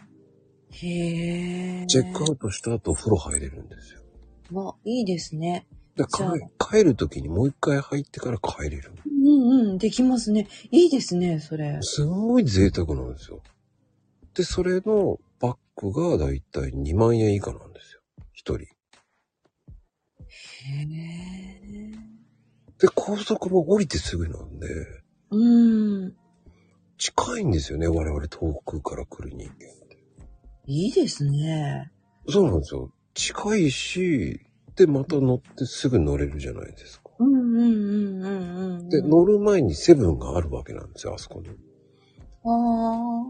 へー。 チェックアウトした後お風呂入れるんですよ。 わ、いいですね。 でじゃあ、 帰帰る時にもう一回入ってから帰れる。 うんうん、できますね。いいですね、それ。 すごい贅沢なんですよ。で、それのバッグがだいたいにまんえん以下なんですよ。一人。 へー。 で、高速も降りてすぐなんで、 うん。 近いんですよね、我々遠くから来る人間って。 いいですね。 そうなんですよ。近いし、で、また乗ってすぐ乗れるじゃないですか。 うんうんうんうんうんうん。 で、乗る前にセブンがあるわけなんですよ、あそこに。 ああ。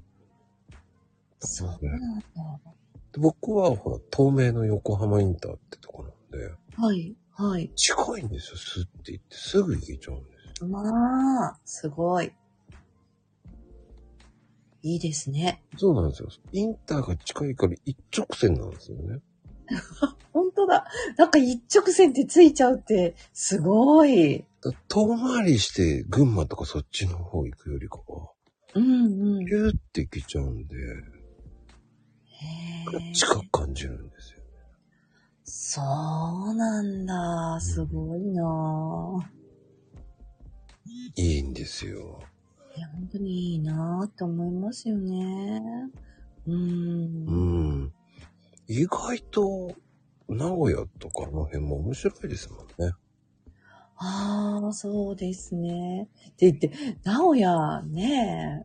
そうなんだ。 で僕は、ほら、東名の横浜インターってとこなんで、 はい、はい。 近いんですよ、スッて行って、すぐ行けちゃうんですよ。 まあ、すごい。いいですね。 そうなんですよ。インターが近いから一直線なんですよね。 本当だ。なんか一直線ってついちゃうって、すごい。 だ遠回りして群馬とかそっちの方行くよりかは、 うんうん。 ピューって行けちゃうんで、 へえ。 近く感じるんですよ。 そうなんだ。すごいなぁ。 いいんですよ。 いや、本当にいいなぁって思いますよね。うーん。 うん。意外と、名古屋とかあの辺も面白いですもんね。 ああ、そうですね。って言って、名古屋ね、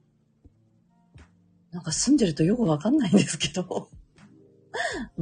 なんか住んでるとよくわかんないんですけど。うん。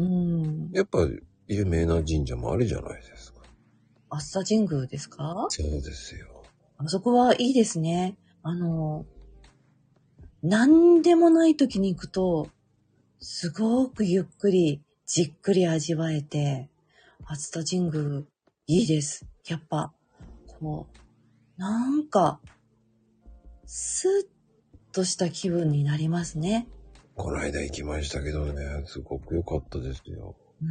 やっぱ有名な神社もあるじゃないですか。 熱田神宮ですか？ そうですよ。 あそこはいいですね。あの、なんでもない時に行くと、すごくゆっくり、じっくり味わえて、熱田神宮、いいです。やっぱ、こう、なんか、スッとした気分になりますね。 この間行きましたけどね、すごく良かったですよ。 うん。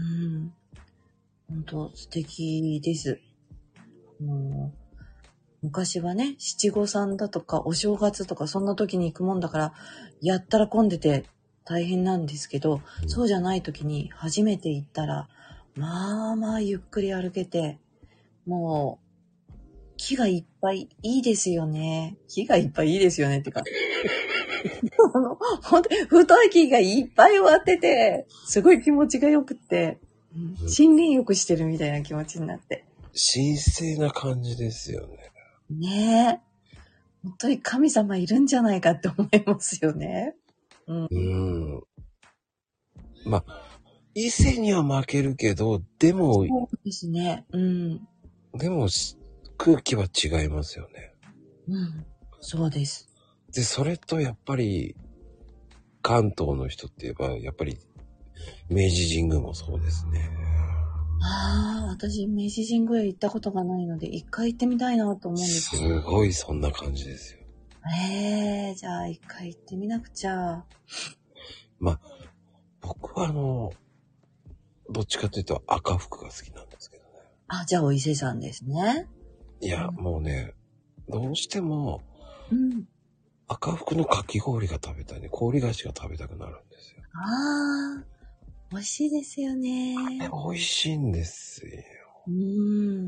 本当素敵です。もう昔はね、七五三だとかお正月とかそんな時に行くもんだから、やったら混んでて大変なんですけど、 うん、 そうじゃない時に初めて行ったら、まあまあゆっくり歩けて、もう木がいっぱいいいですよね。木がいっぱいいいですよねってか。あの、本当に太い木がいっぱい植わってて、すごい気持ちが良くって、うん、森林浴してるみたいな気持ちになって。 神聖な感じですよね。 ねえ。本当に神様いるんじゃないかって思いますよね。うん。 うん。まあ、伊勢には負けるけど、でも、 そうですね。うん。 でも空気は違いますよね。 うん。そうです。 で、それとやっぱり、関東の人って言えば、やっぱり、明治神宮もそうですね。 ああ、私、明治神宮行ったことがないので、一回行ってみたいなと思うんですけど。 すごいそんな感じですよ。 ええー、じゃあ一回行ってみなくちゃ。 まあ、僕はあの、どっちかというと赤服が好きなんですけどね。 あ、じゃあお伊勢さんですね。 いや、もうね、どうしてもうん。 赤服のかき氷が食べたいね。氷菓子が食べたくなるんですよ。 ああ、美味しいですよね。 美味しいんですよ。 うん。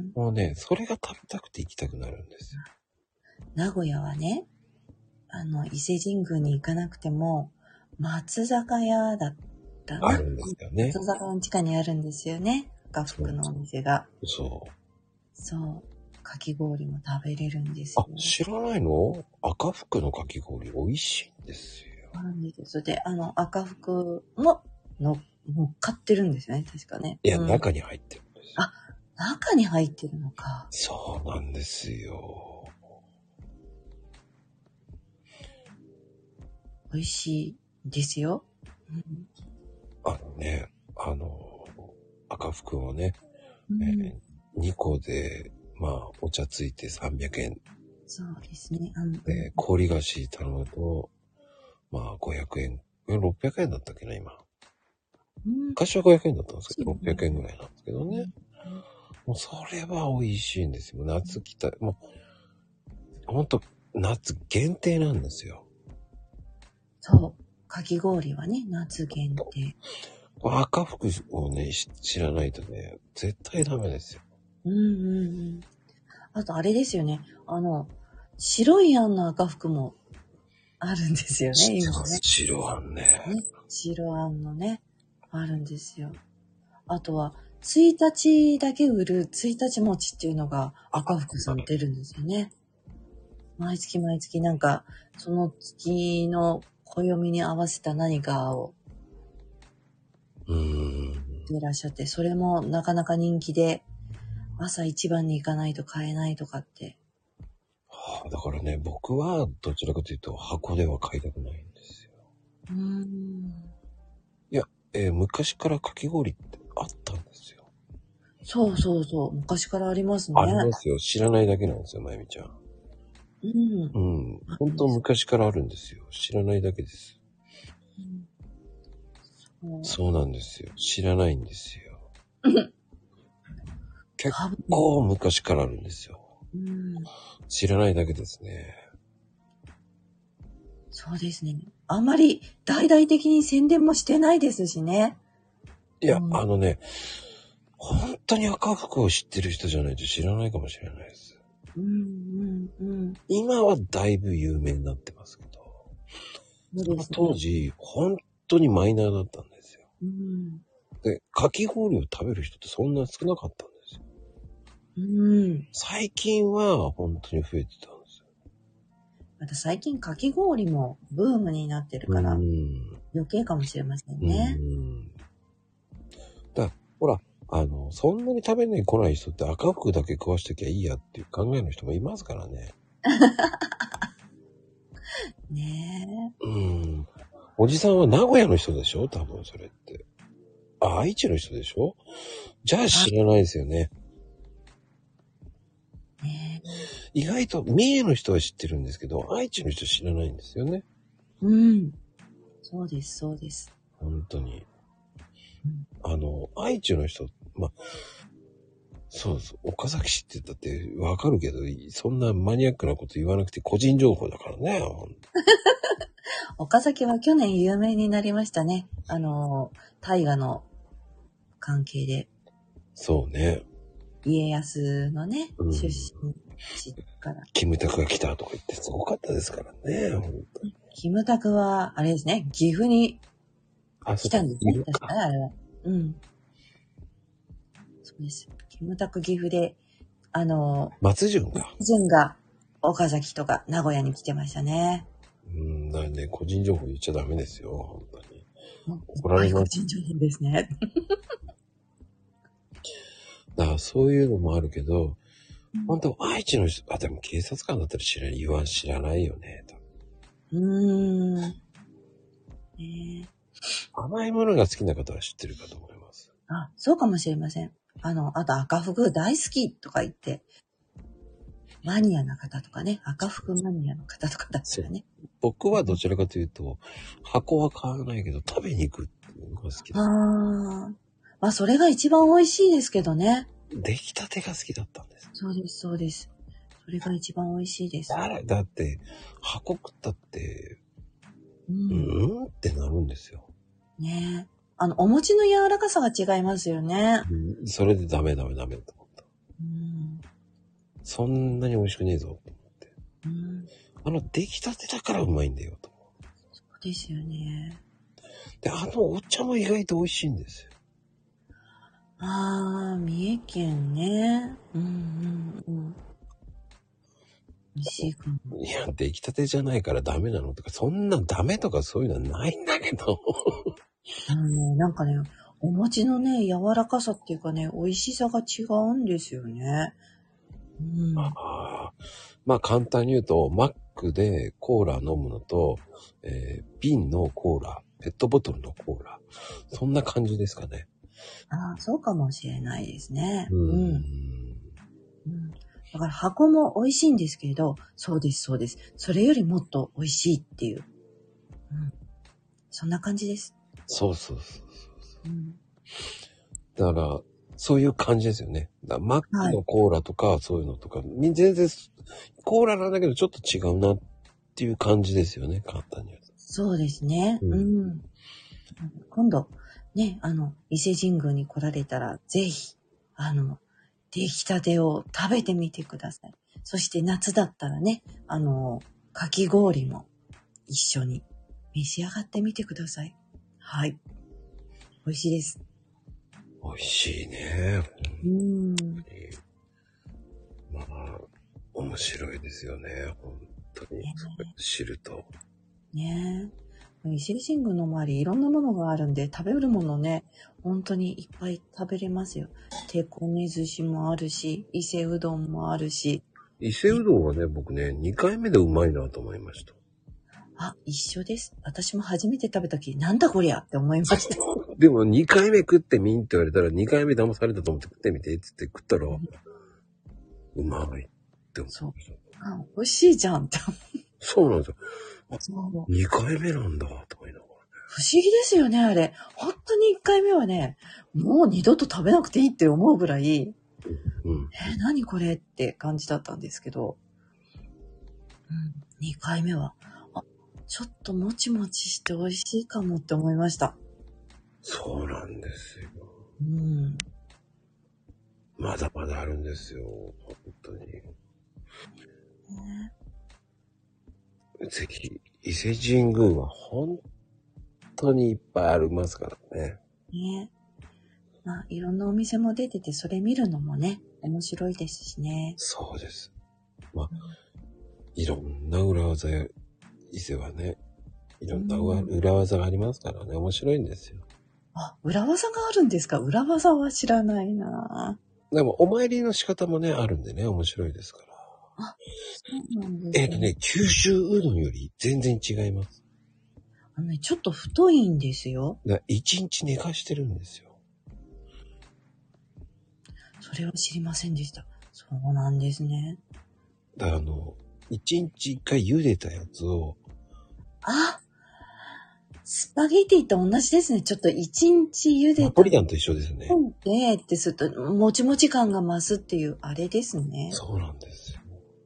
もうね、それが食べたくて行きたくなるんですよ。 名古屋はね、あの、伊勢神宮に行かなくても、松坂屋だったな。 あるんですよね。 松坂屋の地下にあるんですよね。赤福のお店が。 そう。 そう。かき氷も食べれるんですよ。 あ、知らないの？赤福のかき氷美味しいんですよ。 なんですよ。それで、あの、赤福もの乗っかってるんですよね。確かね。 いや、 うん、 中に入ってるんですよ。 あ、中に入ってるのか。 そうなんですよ。 美味しいですよ。うん、 あのね、あの、赤福をね、 うんえー、にこで、まあ、お茶ついてさんびゃくえん。 そうですね。あの、 で、氷菓子頼むと、まあ、ごひゃくえん。ろっぴゃくえんだったっけな、今。 うん、 昔はごひゃくえんだったんですけど、ろっぴゃくえんぐらいなんですけどね。 うん、 もうそれは美味しいんですよ。夏来た、もう、ほんと、夏限定なんですよ。 そう。かき氷はね、夏限定。 赤福をね、知らないとね、絶対ダメですよ。 うんうんうん。あとあれですよね。あの、白いあんの赤福もあるんですよね、今ね。 白あんね。 ね、白あんのね、あるんですよ。あとは、ついたちだけ売るついたち餅っていうのが赤福さん出るんですよね。毎月毎月なんか、その月の暦に合わせた何かをうーん。 いらっしゃって、それもなかなか人気で、朝一番に行かないと買えないとかって。 はあ、だからね、僕はどちらかというと箱では買いたくないんですよ。 うーん。 いや、えー昔からかき氷ってあったんですよ。 そうそうそう。昔からありますね。 ありますよ。知らないだけなんですよ、まゆみちゃん。 うん。 うん。本当昔からあるんですよ。知らないだけです。 うん、 そうなんですよ。知らないんですよ。結多分構昔からあるんですよ。 うん。 知らないだけですね。 そうですね。あんまり大々的に宣伝もしてないですしね。 いや、 うん、 あのね、 本当に赤福を知ってる人じゃないと知らないかもしれないです。 うんうんうん。 今はだいぶ有名になってますけど、 そうですね。 当時本当にマイナーだったんですよ。 うん。 で、かき氷を食べる人ってそんな少なかったんですよ。 うん。 最近は本当に増えてたんですよ。 また最近かき氷もブームになってるから、余計かもしれませんね。 うん。だほら、あの、そんなに食べに来ない人って赤福だけ食わしときゃいいやっていう考えの人もいますからね。 ねえ。うん。おじさんは名古屋の人でしょ？多分それって。あ、愛知の人でしょ？じゃあ知らないですよね。 ね意外と三重の人は知ってるんですけど、愛知の人知らないんですよね。 うん。そうです、そうです。 本当に。あの、愛知の人、まあ、そうそう、岡崎市って言ったってわかるけど、そんなマニアックなこと言わなくて個人情報だからね。 岡崎は去年有名になりましたね。あの、大河の関係で。 そうね。 家康のね、 うん、 出身地から。 キムタクが来たとか言ってすごかったですからね。本当にキムタクは、あれですね、岐阜に来たんですね。確かにあれは。うん。そうです。キムタク岐阜で、あの、 松潤か。 松潤が岡崎とか名古屋に来てましたね。 うん、だからね、個人情報言っちゃダメですよ、本当に。 怒られます。個人情報ですね。 だからそういうのもあるけど、本当愛知の人、あ、でも警察官だったら知らない、言わん、知らないよね。 うーん。ねえ。 甘いものが好きな方は知ってるかと思います。 あ、そうかもしれません。あの、あと赤福大好きとか言って、マニアな方とかね、赤福マニアの方とかだったらね。 僕はどちらかというと、箱は買わないけど食べに行くっていうのが好きです。 ああ。まあ、それが一番美味しいですけどね。 出来たてが好きだったんです。 そうです、そうです。それが一番美味しいです。 だだって、箱食ったって、 うん、 うん、ってなるんですよ。 ねえ。あの、お餅の柔らかさが違いますよね。 うん、それでダメダメダメと思った。 うん、 そんなに美味しくねえぞと思って。 うん、 あの、出来たてだからうまいんだよと思う。 そうですよね。 で、あのお茶も意外と美味しいんですよ。 ああ、三重県ね。うんうんうん。美味しいかも。 いや、出来たてじゃないからダメなのとか、そんなダメとかそういうのはないんだけど。 あの、なんかね、お餅のね、柔らかさっていうかね、美味しさが違うんですよね。うん、 あまあ簡単に言うと、マックでコーラ飲むのと、えー、瓶のコーラ、ペットボトルのコーラ、そんな感じですかね。 ああ、そうかもしれないですね。 うん。 うん。うん、だから箱も美味しいんですけれど、そうです、そうです。それよりもっと美味しいっていう。うん、そんな感じです。 そうそうそうそう、 うん。 だから、そういう感じですよね。だマックのコーラとか、そういうのとか、全然、コーラなんだけどちょっと違うなっていう感じですよね、簡単に言うと。 そうですね。 うん。 うん、今度、ね、あの、伊勢神宮に来られたら、ぜひ、あの、出来たてを食べてみてください。そして夏だったらね、あの、かき氷も一緒に召し上がってみてください。はい。美味しいです。 美味しいね。 うん。 まあ、面白いですよね。本当に。ね、知ると。 ねえ。伊勢神宮の周りいろんなものがあるんで、食べるものね、本当にいっぱい食べれますよ。手こね寿司もあるし、伊勢うどんもあるし。 伊勢うどんはね、僕ね、にかいめでうまいなと思いました。 あ、一緒です。私も初めて食べた時、なんだこりゃって思いました。 でもにかいめ食ってみんって言われたら、にかいめ騙されたと思って食ってみてって言って食ったら、うまいって思いました。そう。 あ、美味しいじゃんって。 そうなんですよ。にかいめなんだと思いながらね。 不思議ですよね、あれ。本当にいっかいめはね、もう二度と食べなくていいって思うぐらい、うん、え、何これって感じだったんですけど、うん、にかいめは、あ、ちょっともちもちして美味しいかもって思いました。 そうなんですよ。 うん。 まだまだあるんですよ。本当に。 ね、 ぜひ、伊勢神宮は本当にいっぱいありますからね。 ね。まあ、いろんなお店も出てて、それ見るのもね、面白いですしね。 そうです。まあ、いろんな裏技や、伊勢はね、いろんな裏技がありますからね、面白いんですよ。 あ、裏技があるんですか？裏技は知らないな。 でも、お参りの仕方もね、あるんでね、面白いですから。 あ、そうなんですね。 えっとね、九州うどんより全然違います。 あのね、ちょっと太いんですよ。 だから一日寝かしてるんですよ。 それは知りませんでした。そうなんですね。 だからあの、一日一回茹でたやつを。 あ、スパゲティと同じですね。ちょっと一日茹でた。 ナポリタンと一緒ですね。 で、ってすると、もちもち感が増すっていう、あれですね。 そうなんですよ。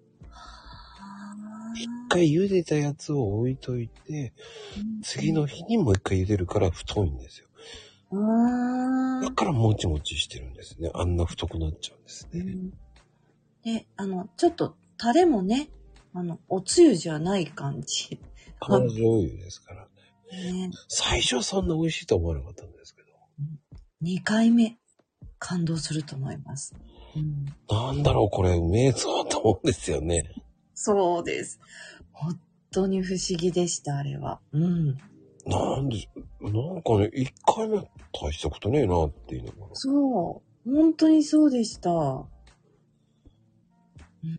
一回茹でたやつを置いといて、うん、次の日にもう一回茹でるから太いんですよ。 あだからもちもちしてるんですね。あんな太くなっちゃうんですね。うん、 で、あの、ちょっとタレもね、あの、おつゆじゃない感じ。 甘醤油ですからね。ね、最初はそんな美味しいと思わなかったんですけど。 にかいめ、感動すると思います。 うん、なんだろう、これ、うめえぞと思うんですよね。 そうです。本当に不思議でした、あれは。うん。 なんで、なんかね、いっかいめ大したことねえなっていうのが。 そう。本当にそうでした。うん、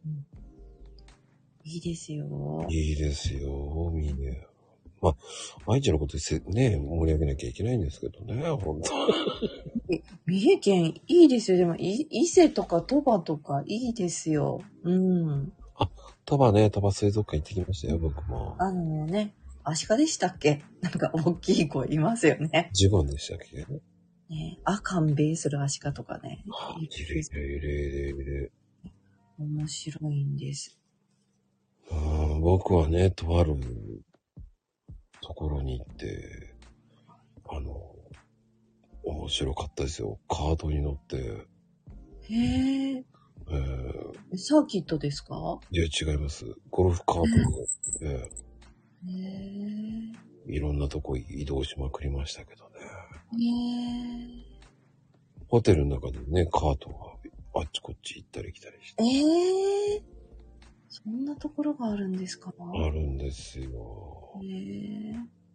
いいですよ。 いいですよ、みんな。まあ、愛知のことでね、盛り上げなきゃいけないんですけどね、本当三重県いいですよ。でも、伊勢とか鳥羽とかいいですよ。うん。 あ、鳥羽ね、鳥羽水族館行ってきましたよ、僕も。 あのね、アシカでしたっけ？なんか大きい子いますよね。 ジゴンでしたっけね、あ、勘弁するアシカとかね。 いるいるいるいるいる。 面白いんです。 うん、僕はね、とあるところに行って、あの、面白かったですよ。カートに乗って。 へえ。えー、サーキットですか？ いや、違います。ゴルフカートに乗って、へえ。いろんなとこ移動しまくりましたけどね。へえ。ホテルの中でね、カートがあっちこっち行ったり来たりして。 ええ。そんなところがあるんですか？ あるんですよ。 へえ。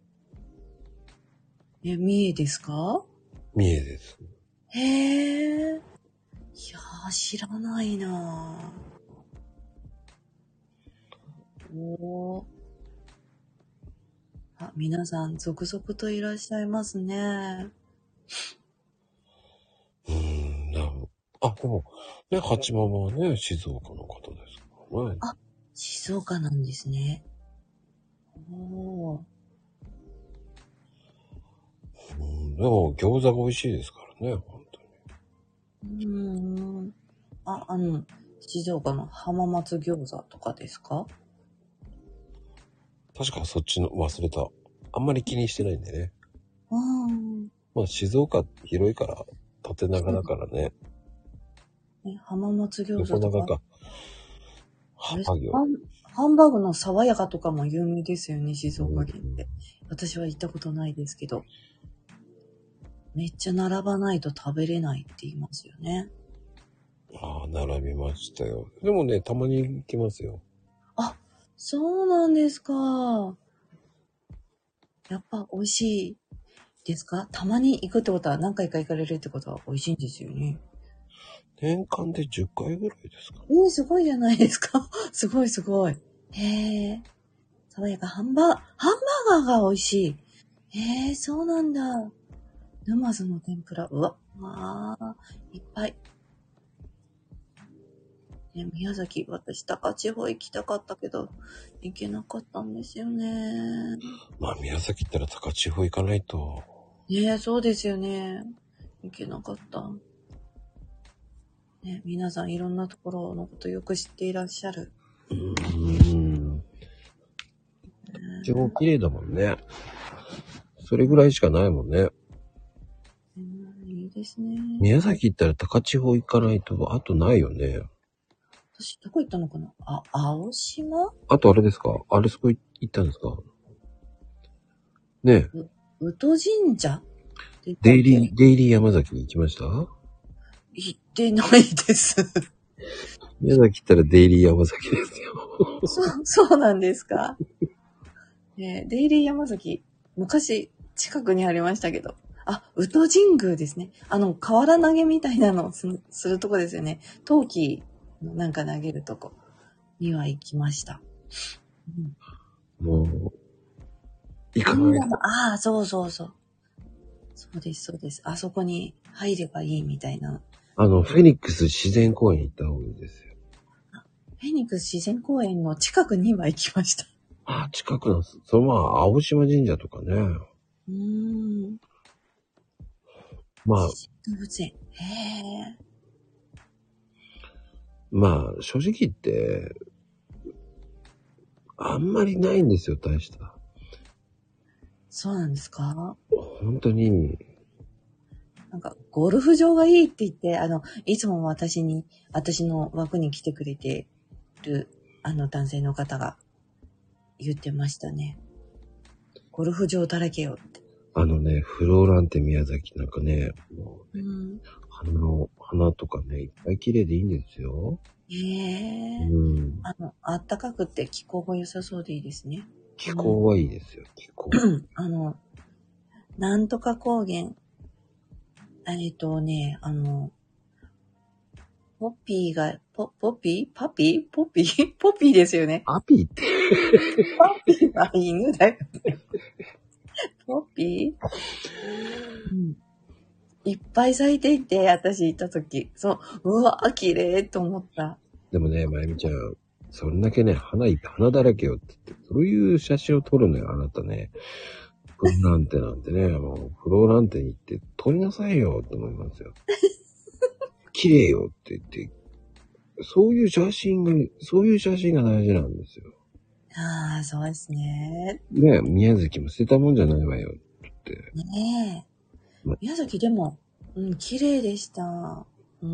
え、三重ですか？ 三重です。 へえ。いやー、知らないなぁ。おー。あ、皆さん、続々といらっしゃいますね。 うーん、なあ、でも、ね、八幡はね、静岡の方ですからね。 あ、静岡なんですね。おー。 うん、でも、餃子が美味しいですからね、本当に。うーん。あ、あの、静岡の浜松餃子とかですか？ 確かそっちの忘れた。あんまり気にしてないんでね。 うん。 まあ、静岡広いから、縦長だからね。 ね、浜松餃子とか。 横長か。ハパ餃。 ハンバーグの爽やかとかも有名ですよね、静岡県って。私は行ったことないですけど。めっちゃ並ばないと食べれないって言いますよね。 ああ、並びましたよ。でもね、たまに行きますよ。 あ、そうなんですか。やっぱ美味しいですか？たまに行くってことは何回か行かれるってことは美味しいんですよね。 年間でじゅっかいぐらいですか。 えー、すごいじゃないですか。すごいすごい。へえ。爽やかハンバー、ハンバーガーが美味しい。へえ、そうなんだ。沼津の天ぷら。うわ、まあ、いっぱい。ね、宮崎、私、高千穂行きたかったけど、行けなかったんですよね。 まあ、宮崎行ったら高千穂行かないと。 ねえ、そうですよね。行けなかった。ね、皆さんいろんなところのことよく知っていらっしゃる。 うーん。地方綺麗だもんね。それぐらいしかないもんね。 うん、いいでですね。 宮崎行ったら高千穂行かないと、あとないよね。 私、どこ行ったのかなあ、青島あとあれですか？あれそこ行ったんですか？ねえ。 宇都神社デイリー、デイリー山崎に行きました？ 行ってないです。 宮崎行ったらデイリー山崎ですよ。 そう、そうなんですか？ね、デイリー山崎、昔近くにありましたけど。あ、宇都神宮ですね。あの、瓦投げみたいなのをすするとこですよね。陶器なんか投げるとこには行きました。 うん、もう、行かないと。 ああ、そうそうそう。そうです、そうです。あそこに入ればいいみたいな。 あの、フェニックス自然公園行った方がいいですよ。 フェニックス自然公園の近くには行きました。 あ、近くなんです。そのまあ、青島神社とかね。 うーん。 まあ、 動物園。へえ。 まあ、正直言って、あんまりないんですよ、大した。 そうなんですか？ 本当に。 なんか、ゴルフ場がいいって言って、あの、いつも私に、私の枠に来てくれてる、あの男性の方が言ってましたね。ゴルフ場だらけよって。 あのね、フローランテ宮崎なんかね、もうね、 うん、 花の、花とかね、いっぱい綺麗でいいんですよ。 へえ。 うん。 あの、あったかくって気候が良さそうでいいですね。 気候はいいですよ、気候。 あの、なんとか高原。えっとね、あの、ポッピーが、ポ、ポッピーパピーポッピーポッピーですよね。 アピーって。 ポッピーは犬だよね。ポッピー、うん、いっぱい咲いていて、私行った時。そう、うわ、綺麗と思った。 でもね、まゆみちゃん、そんだけね、花い、花だらけよって言って、そういう写真を撮るのよ、あなたね。フローランテなんてね、もう、フローランテに行って撮りなさいよって思いますよ。綺麗よって言って、そういう写真が、そういう写真が大事なんですよ。 ああ、そうですね。 ね、宮崎も捨てたもんじゃないわよって。 ねえ。宮崎でも、うん、綺麗でした。うん。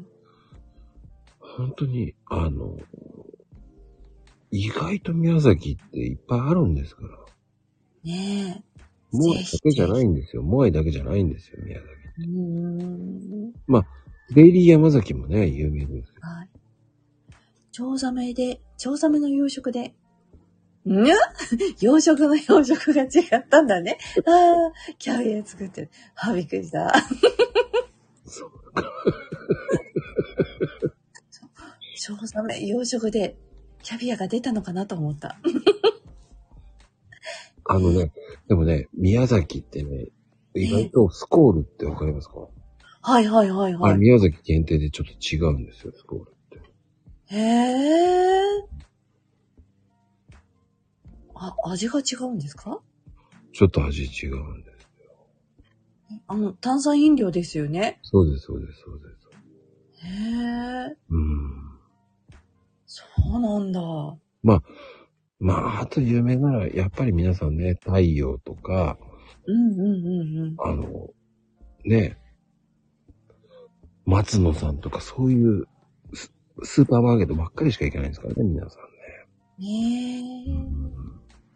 本当に、あの、意外と宮崎っていっぱいあるんですから。 ねえ。 モアイだけじゃないんですよ。モアイだけじゃないんですよ、宮崎。 うーん。 まあ、デイリー山崎もね、有名です。 はい。チョウザメで、チョウザメの養殖で、ん養殖の養殖が違ったんだね。ああ、キャビア作ってる。はびっくりした。 そうか。 チョウザメ養殖でキャビアが出たのかなと思った。 あのね、でもね、宮崎ってね、意外とスコールってわかりますか？ はいはいはいはい。 あれ宮崎限定でちょっと違うんですよ、スコールって。 へえ。あ、味が違うんですか？ ちょっと味違うんです。 あの、炭酸飲料ですよね。 そうです、そうです、そうです。 へえ。 うん。 そうなんだ。 まあ、まあ、あと有名なら、やっぱり皆さんね、太陽とか、 うんうんうんうん。 あの、ね、松野さんとかそういうス、スーパーマーケットばっかりしか行かないんですからね、皆さんね。 ねえ。 うん、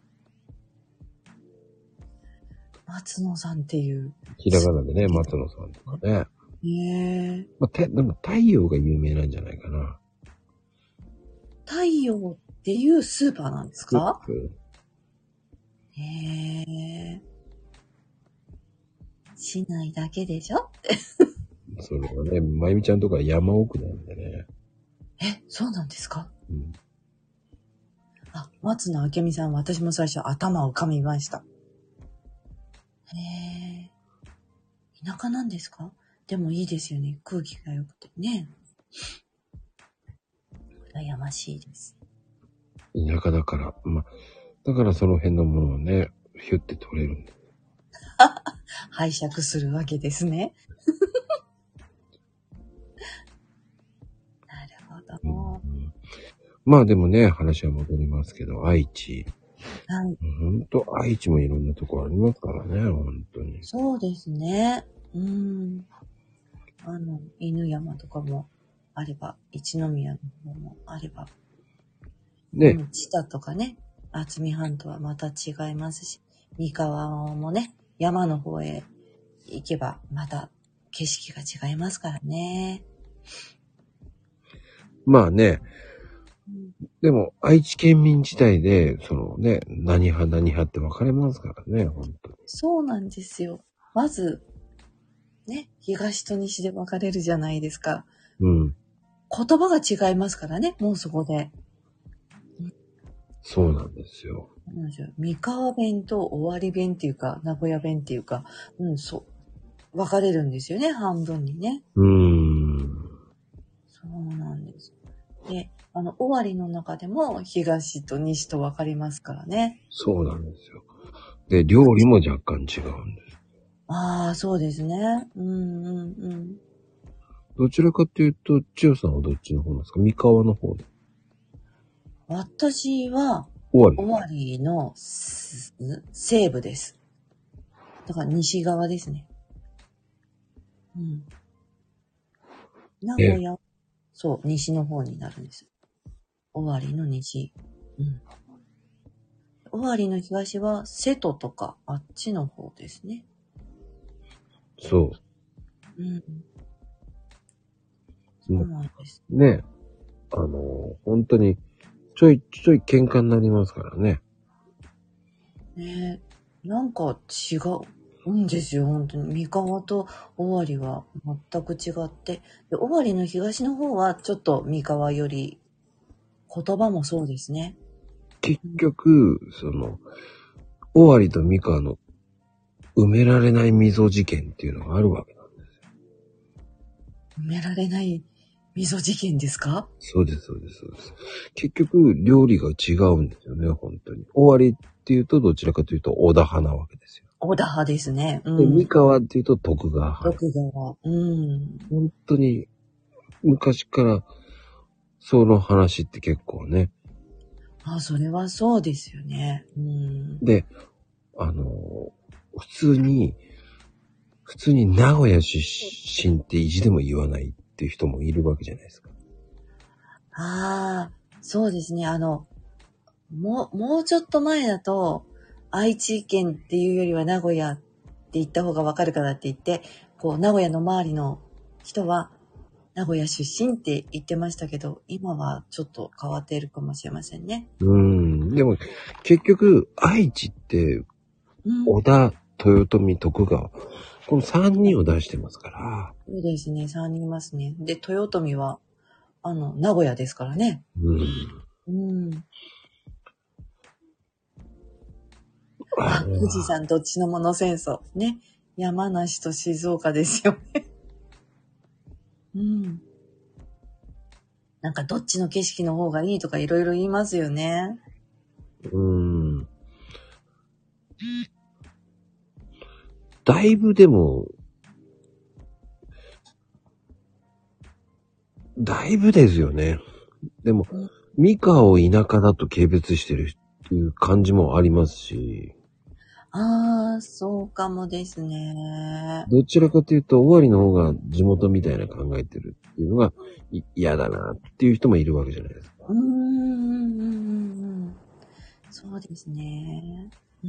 松野さんっていう。 ひらがなでね、松野さんとかね。 ねえ。 まあ、てでも太陽が有名なんじゃないかな。 太陽っていうスーパーなんですか？ うん、 へえ。市内だけでしょ？ それはね、まゆみちゃんとか山奥なんでね。 え、そうなんですか？ うん、 あ、松野明美さん、私も最初頭を噛みました。へえ。田舎なんですか？でもいいですよね。空気が良くてね。羨ましいです。 田舎だから、まあ、だからその辺のものをね、ヒュッて取れるんだ。 拝借するわけですね。なるほど。 うんうん、まあでもね、話は戻りますけど、愛知。 はい。 ほんと、愛知もいろんなとこありますからね、本当に。 そうですね。うん。 あの、犬山とかもあれば、一宮の方もあれば、 ね、 うん、知多とかね、渥美半島はまた違いますし、三河もね、山の方へ行けばまた景色が違いますからね。 まあね、 うん、 でも愛知県民自体で、そのね、何派何派って分かれますからね、本当に。 そうなんですよ。まず、ね、東と西で分かれるじゃないですか。 うん。 言葉が違いますからね、もうそこで。 そうなんですよ。 三河弁と尾張弁っていうか、名古屋弁っていうか、うん、そう、分かれるんですよね、半分にね。 うーん。 そうなんです。で、あの、尾張の中でも東と西と分かりますからね。 そうなんですよ。で、料理も若干違うんです。 ああ、そうですね。うんうんうん。 どちらかというと、千代さんはどっちの方なんですか？三河の方で。 私は、 終わり。 尾張のす西部です。だから西側ですね。うん。名え、 古屋、そう、西の方になるんです。尾張の西。うん。尾張の東は瀬戸とかあっちの方ですね。 そうん。 う。 そうなんです。 ね、あの、本当に、ちょいちょい喧嘩になりますからね。 ねえ、なんか違うんですよ、本当に。三河と尾張は全く違って。で、尾張の東の方はちょっと三河より言葉もそうですね。 結局、その、尾張と三河の埋められない溝事件っていうのがあるわけなんですよ。 埋められない溝事件ですか？ そうです、そうです、そうです。結局、料理が違うんですよね、本当に。尾張っていうと、どちらかというと、織田派なわけですよ。 織田派ですね。うで、三ん。 河っていうと、徳川派。 徳川。うん。 本当に、昔から、その話って結構ね。 あ、それはそうですよね。うん。 で、あの、普通に、普通に名古屋出身って意地でも言わないっていう人もいるわけじゃないですか。 ああ、そうですね。あの、もう、もうちょっと前だと、愛知県っていうよりは名古屋って言った方がわかるかなって言って、こう、名古屋の周りの人は、名古屋出身って言ってましたけど、今はちょっと変わっているかもしれませんね。 うーん。でも、結局、愛知って、 うん。 織田、豊臣、徳川、このさんにんを出してますから。 そうですね。さんにんいますね。で、豊臣は、あの、名古屋ですからね。 うん。 うん。あ、 あれ富士は、 山どっちのもの戦争。ね。山梨と静岡ですよね。うん。なんかどっちの景色の方がいいとかいろいろ言いますよね。 うーん。だいぶでも、だいぶですよね。でも、 うん、 三河を田舎だと軽蔑してるっていう感じもありますし、 ああ、そうかもですね。 どちらかというと、尾張の方が地元みたいな考えてるっていうのがい嫌だなっていう人もいるわけじゃないですか。 うーん、うんうんうんそうですね。うん。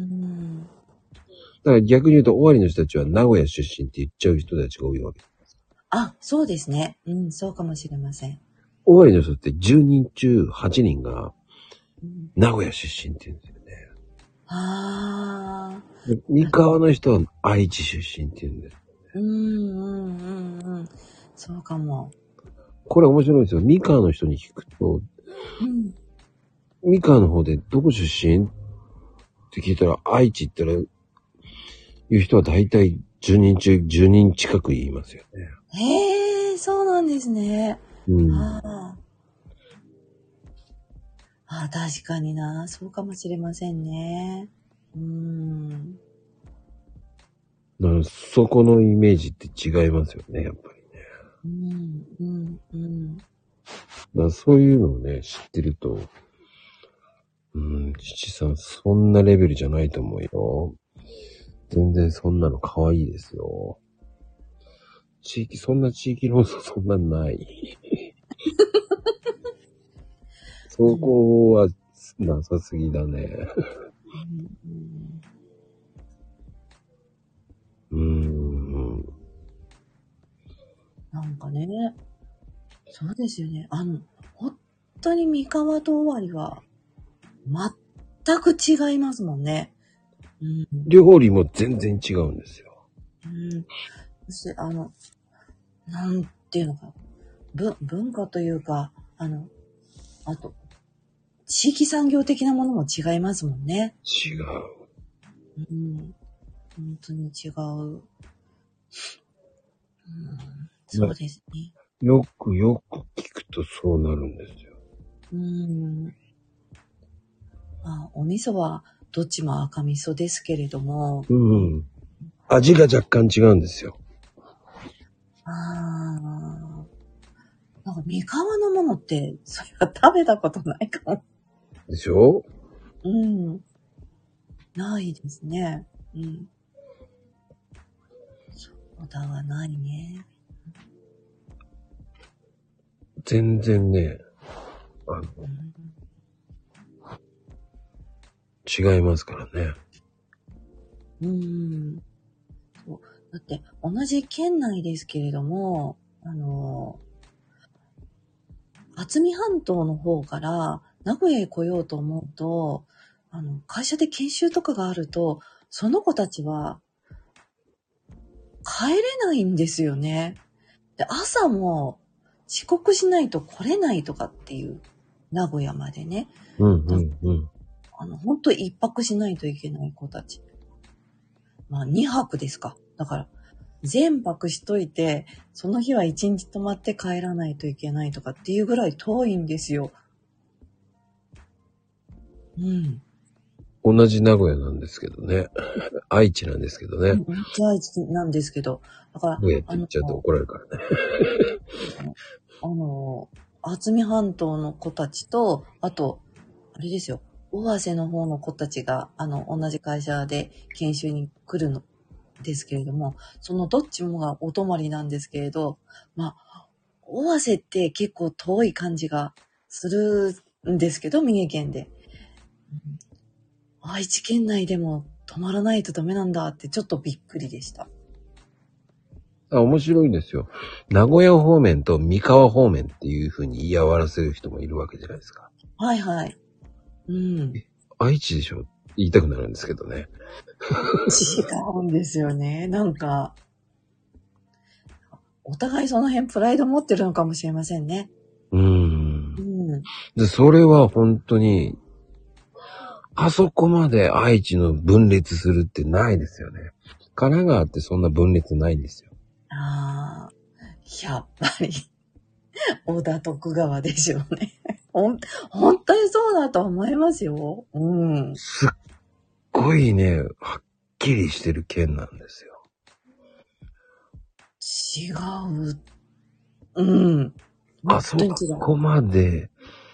だから逆に言うと、尾張の人たちは名古屋出身って言っちゃう人たちが多いわけ。 あ、そうですね。うん、そうかもしれません。 尾張の人ってじゅうにん中はちにんがうん、 名古屋出身って言うんですよね。 ああ、 で三河の人は愛知出身って言うんです。 うんうんうんうん。そうかも。 これ面白いですよ。三河の人に聞くと、 うん。 三河の方でどこ出身って聞いたら、愛知って言ったら、いう人は大体じゅうにん中じゅうにん近く言いますよね。 へえ、そうなんですね。 うん。 ああ。ああ、確かにな。そうかもしれませんね。うーん。 だからそこのイメージって違いますよね、やっぱりね。 うん、うん、うん。 だからそういうのをね、知ってると、うん、父さん、そんなレベルじゃないと思うよ。全然そんなの可愛いですよ。 地域、そんな地域論争そんなない。そこはなさすぎだね。うーん。 なんかね、そうですよね。あの、本当に三河と尾張は全く違いますもんね。うん、 料理も全然違うんですよ。 うん、私、あの、なんていうのか、ぶ文化というか、あの、あと、地域産業的なものも違いますもんね。 違う。 うん、本当に違う。うん、そうですね。 よくよく聞くとそうなるんですよ。 うん。まあ、お味噌はどっちも赤味噌ですけれども。 うん。味が若干違うんですよ。 ああ。なんか三河のものって、それは食べたことないかも。 でしょ？ うん。ないですね。うん。そうだはないね。 全然ね、あの、 うん、 違いますからね。 うん。そう。だって、同じ県内ですけれども、あの、渥美半島の方から名古屋へ来ようと思うと、あの、会社で研修とかがあると、その子たちは帰れないんですよね。で、朝も遅刻しないと来れないとかっていう、名古屋までね。 うんうんうん。 あの、本当一泊しないといけない子たち。まあ、二泊ですか。だから、全泊しといて、その日は一日泊まって帰らないといけないとかっていうぐらい遠いんですよ。うん。 同じ名古屋なんですけどね。愛知なんですけどね。 うん、愛知なんですけど、だから、 名古屋って言っちゃうと怒られるからね。 あの、渥美半島の子たちと、あと、あれですよ、尾鷲の方の子たちが、あの、同じ会社で研修に来るのですけれども、そのどっちもがお泊まりなんですけれど、まあ、尾鷲って結構遠い感じがするんですけど、三重県で。愛知県内でも泊まらないとダメなんだってちょっとびっくりでした。 あ、面白いんですよ。名古屋方面と三河方面っていう風に言い合わせる人もいるわけじゃないですか。 はいはい。うん。 愛知でしょ？言いたくなるんですけどね。 違うんですよね。なんか、お互いその辺プライド持ってるのかもしれませんね。 うーん。 うん。 で、それは本当に、あそこまで愛知の分裂するってないですよね。神奈川ってそんな分裂ないんですよ。 ああ、やっぱり、小田徳川でしょうね。ほん、本当にそうだと思いますよ。うん。 すっごいね、はっきりしてる県なんですよ。 違う。うん。 あそ本当に違う。 こまで、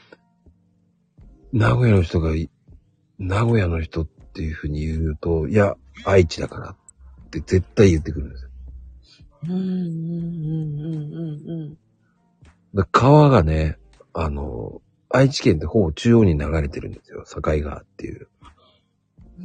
名古屋の人がい、名古屋の人っていう風に言うと、いや、愛知だからって絶対言ってくるんですよ。 うん、うん、うん、うん、うん。 だ川がね、あの、愛知県ってほぼ中央に流れてるんですよ。境川っていう。 うん、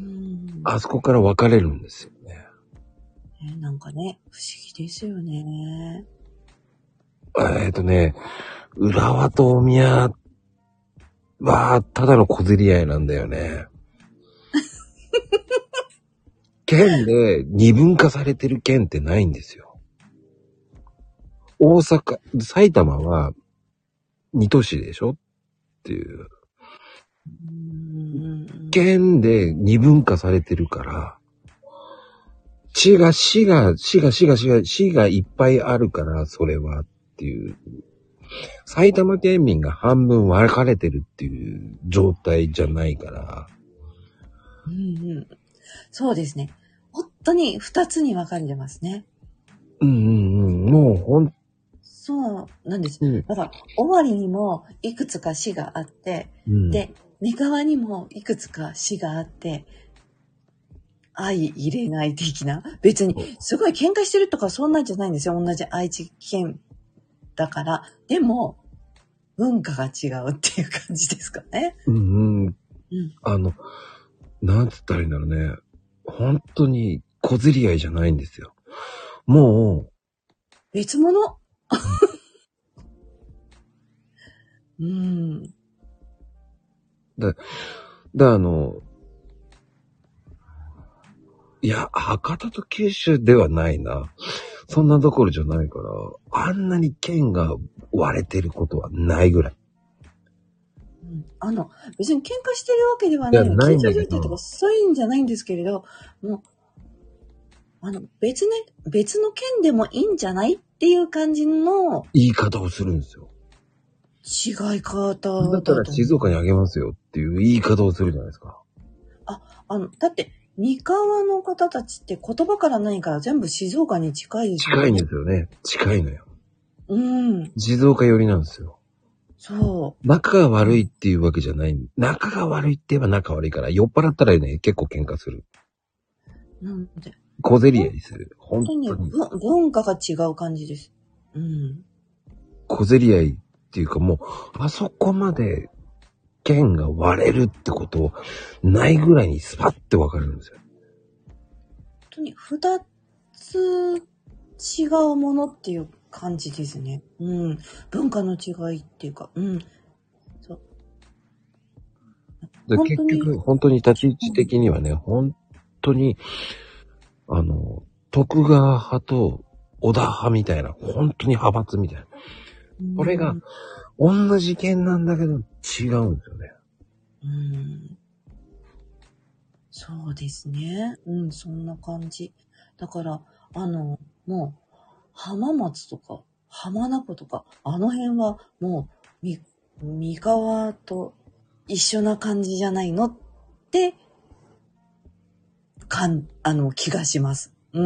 あそこから分かれるんですよね。 え、なんかね、不思議ですよね。 えっとね、浦和と大宮は、ただの小競り合いなんだよね。県で二分化されてる県ってないんですよ。大阪、埼玉は二都市でしょっていう。県で二分化されてるから、市が、市が、市が、市が、市が、市がいっぱいあるから、それはっていう。埼玉県民が半分分かれてるっていう状態じゃないから。 うんうん。そうですね。本当に二つに分かれてますね。 うんうんうん。もうほん、 そうなんです。 うん、 だから、尾張にもいくつか市があって、 うん、 で、三河にもいくつか市があって、 相入れない的な。別に、すごい喧嘩してるとかそんなんじゃないんですよ。同じ愛知県だから。でも、文化が違うっていう感じですかね。 うんうん。 うん。 あの、なんつったらいいんだろうね。本当に小競り合いじゃないんですよ。もう。 別物うん。 だ、だ、あの、いや、博多と九州ではないな。そんなどころじゃないから、あんなに県が割れてることはないぐらい。 うん、あの、別に喧嘩してるわけではないの。緊張状態とかそういうんじゃないんですけれど、もう、あの、別ね、別の県でもいいんじゃないっていう感じの言い方をするんですよ。 違い方だったら静岡にあげますよっていう言い方をするじゃないですか。 あ、あの、だって、三河の方たちって言葉から何から全部静岡に近いですよね。 近いんですよね。近いのよ。 うん。 静岡寄りなんですよ。 そう。 仲が悪いっていうわけじゃない。仲が悪いって言えば仲悪いから、酔っ払ったらね、結構喧嘩する。 なんで。 小競り合いする。本当に。 本当にぶ文化が違う感じです。うん。 小競り合いっていうかもう、あそこまで剣が割れるってことないぐらいにスパッて分かるんですよ。 本当に二つ違うものっていう感じですね。うん。文化の違いっていうか、うん。そう。 で結局、本当に立ち位置的にはね、本当に、あの、徳川派と織田派みたいな、本当に派閥みたいな。これが、同じ剣なんだけど違うんですよね。 うん。そうですね。うん、そんな感じ。だから、あの、もう、浜松とか、浜名湖とか、あの辺はもう、み、三河と一緒な感じじゃないのって、かん、あの、気がします。うん。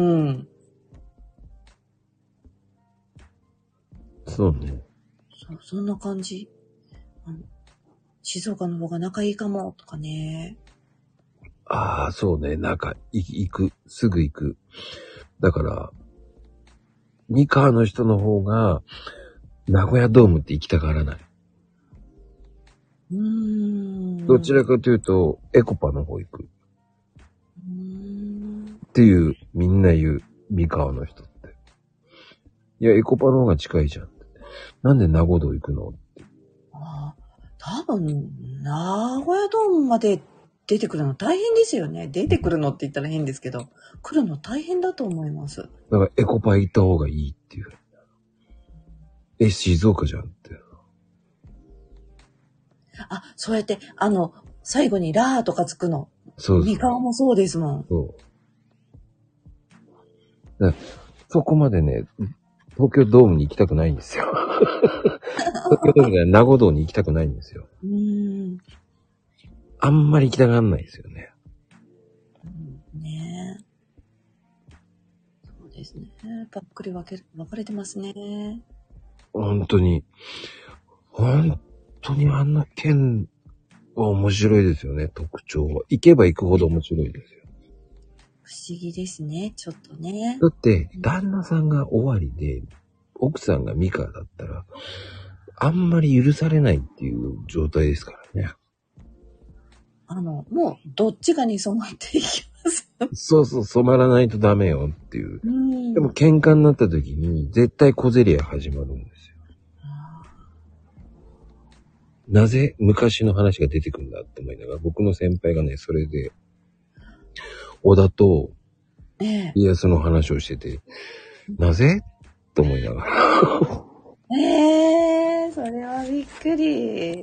そうね。 そう、そんな感じ。あの静岡の方が仲いいかも、とかね。 ああ、そうね。なんか、行く。すぐ行く。だから、三河の人の方が、名古屋ドームって行きたがらない。 うーん。 どちらかというと、エコパの方行く。 うーん。 っていう、みんな言う、三河の人って。いや、エコパの方が近いじゃん。なんで名古屋行くのって。 ああ、多分、名古屋ドームまで出てくるの大変ですよね。出てくるのって言ったら変ですけど、来るの大変だと思います。だからエコパ行った方がいいっていう。え、静岡じゃんって。 あ、そうやって、あの、最後にラーとかつくの。 そうそう。 三河もそうですもん。 そう。だそこまでね、東京ドームに行きたくないんですよ。東京ドームじゃない、名護道に行きたくないんですよ。 うーん。 あんまり行きたがらないですよね。 うん、ねえ。そうですね。ばっくり分け、分かれてますね。 本当に。本当にあの県は面白いですよね、特徴は。行けば行くほど面白いですよ。 不思議ですね、ちょっとね。 だって、旦那さんが終わりで、奥さんがミカだったら、あんまり許されないっていう状態ですからね。 あの、もう、どっちかに染まっていきます。 そうそう、染まらないとダメよっていう。 うん。 でも喧嘩になった時に、絶対小競り合い始まるんですよ。なぜ昔の話が出てくるんだって思いながら、僕の先輩がね、それで、織田と家康の話をしてて、ええ、なぜと思いながら。 ええー、それはびっくり。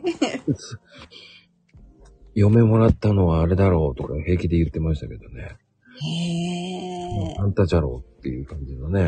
嫁もらったのはあれだろうとか平気で言ってましたけどね。 へえ。 あんたじゃろうっていう感じのね。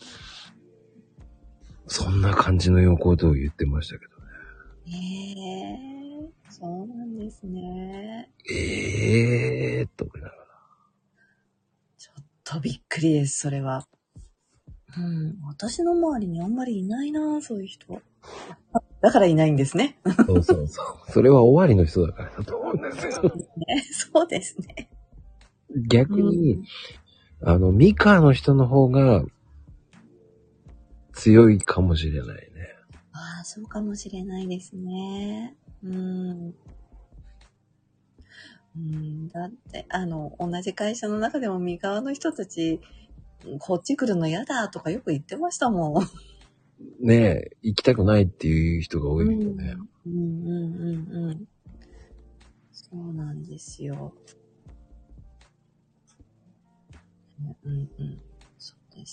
そんな感じの横ことを言ってましたけどね。 へえ、そうなんですね。 ええーと思いながら。 ちょっとびっくりです、それは。うん、私の周りにあんまりいないな、そういう人。だからいないんですね。 そうそうそう。それは終わりの人だからだと思うんですよ。 ね、そうですね。 逆に、うん、あの、ミカの人の方が強いかもしれないね。 ああ、そうかもしれないですね。うん。うん、だって、あの、同じ会社の中でも三河の人たち、こっち来るの嫌だとかよく言ってましたもん。 ねえ、行きたくないっていう人が多いよね。 うん、うん、うん、うん。そうなんですよ。うん、うん、そうです。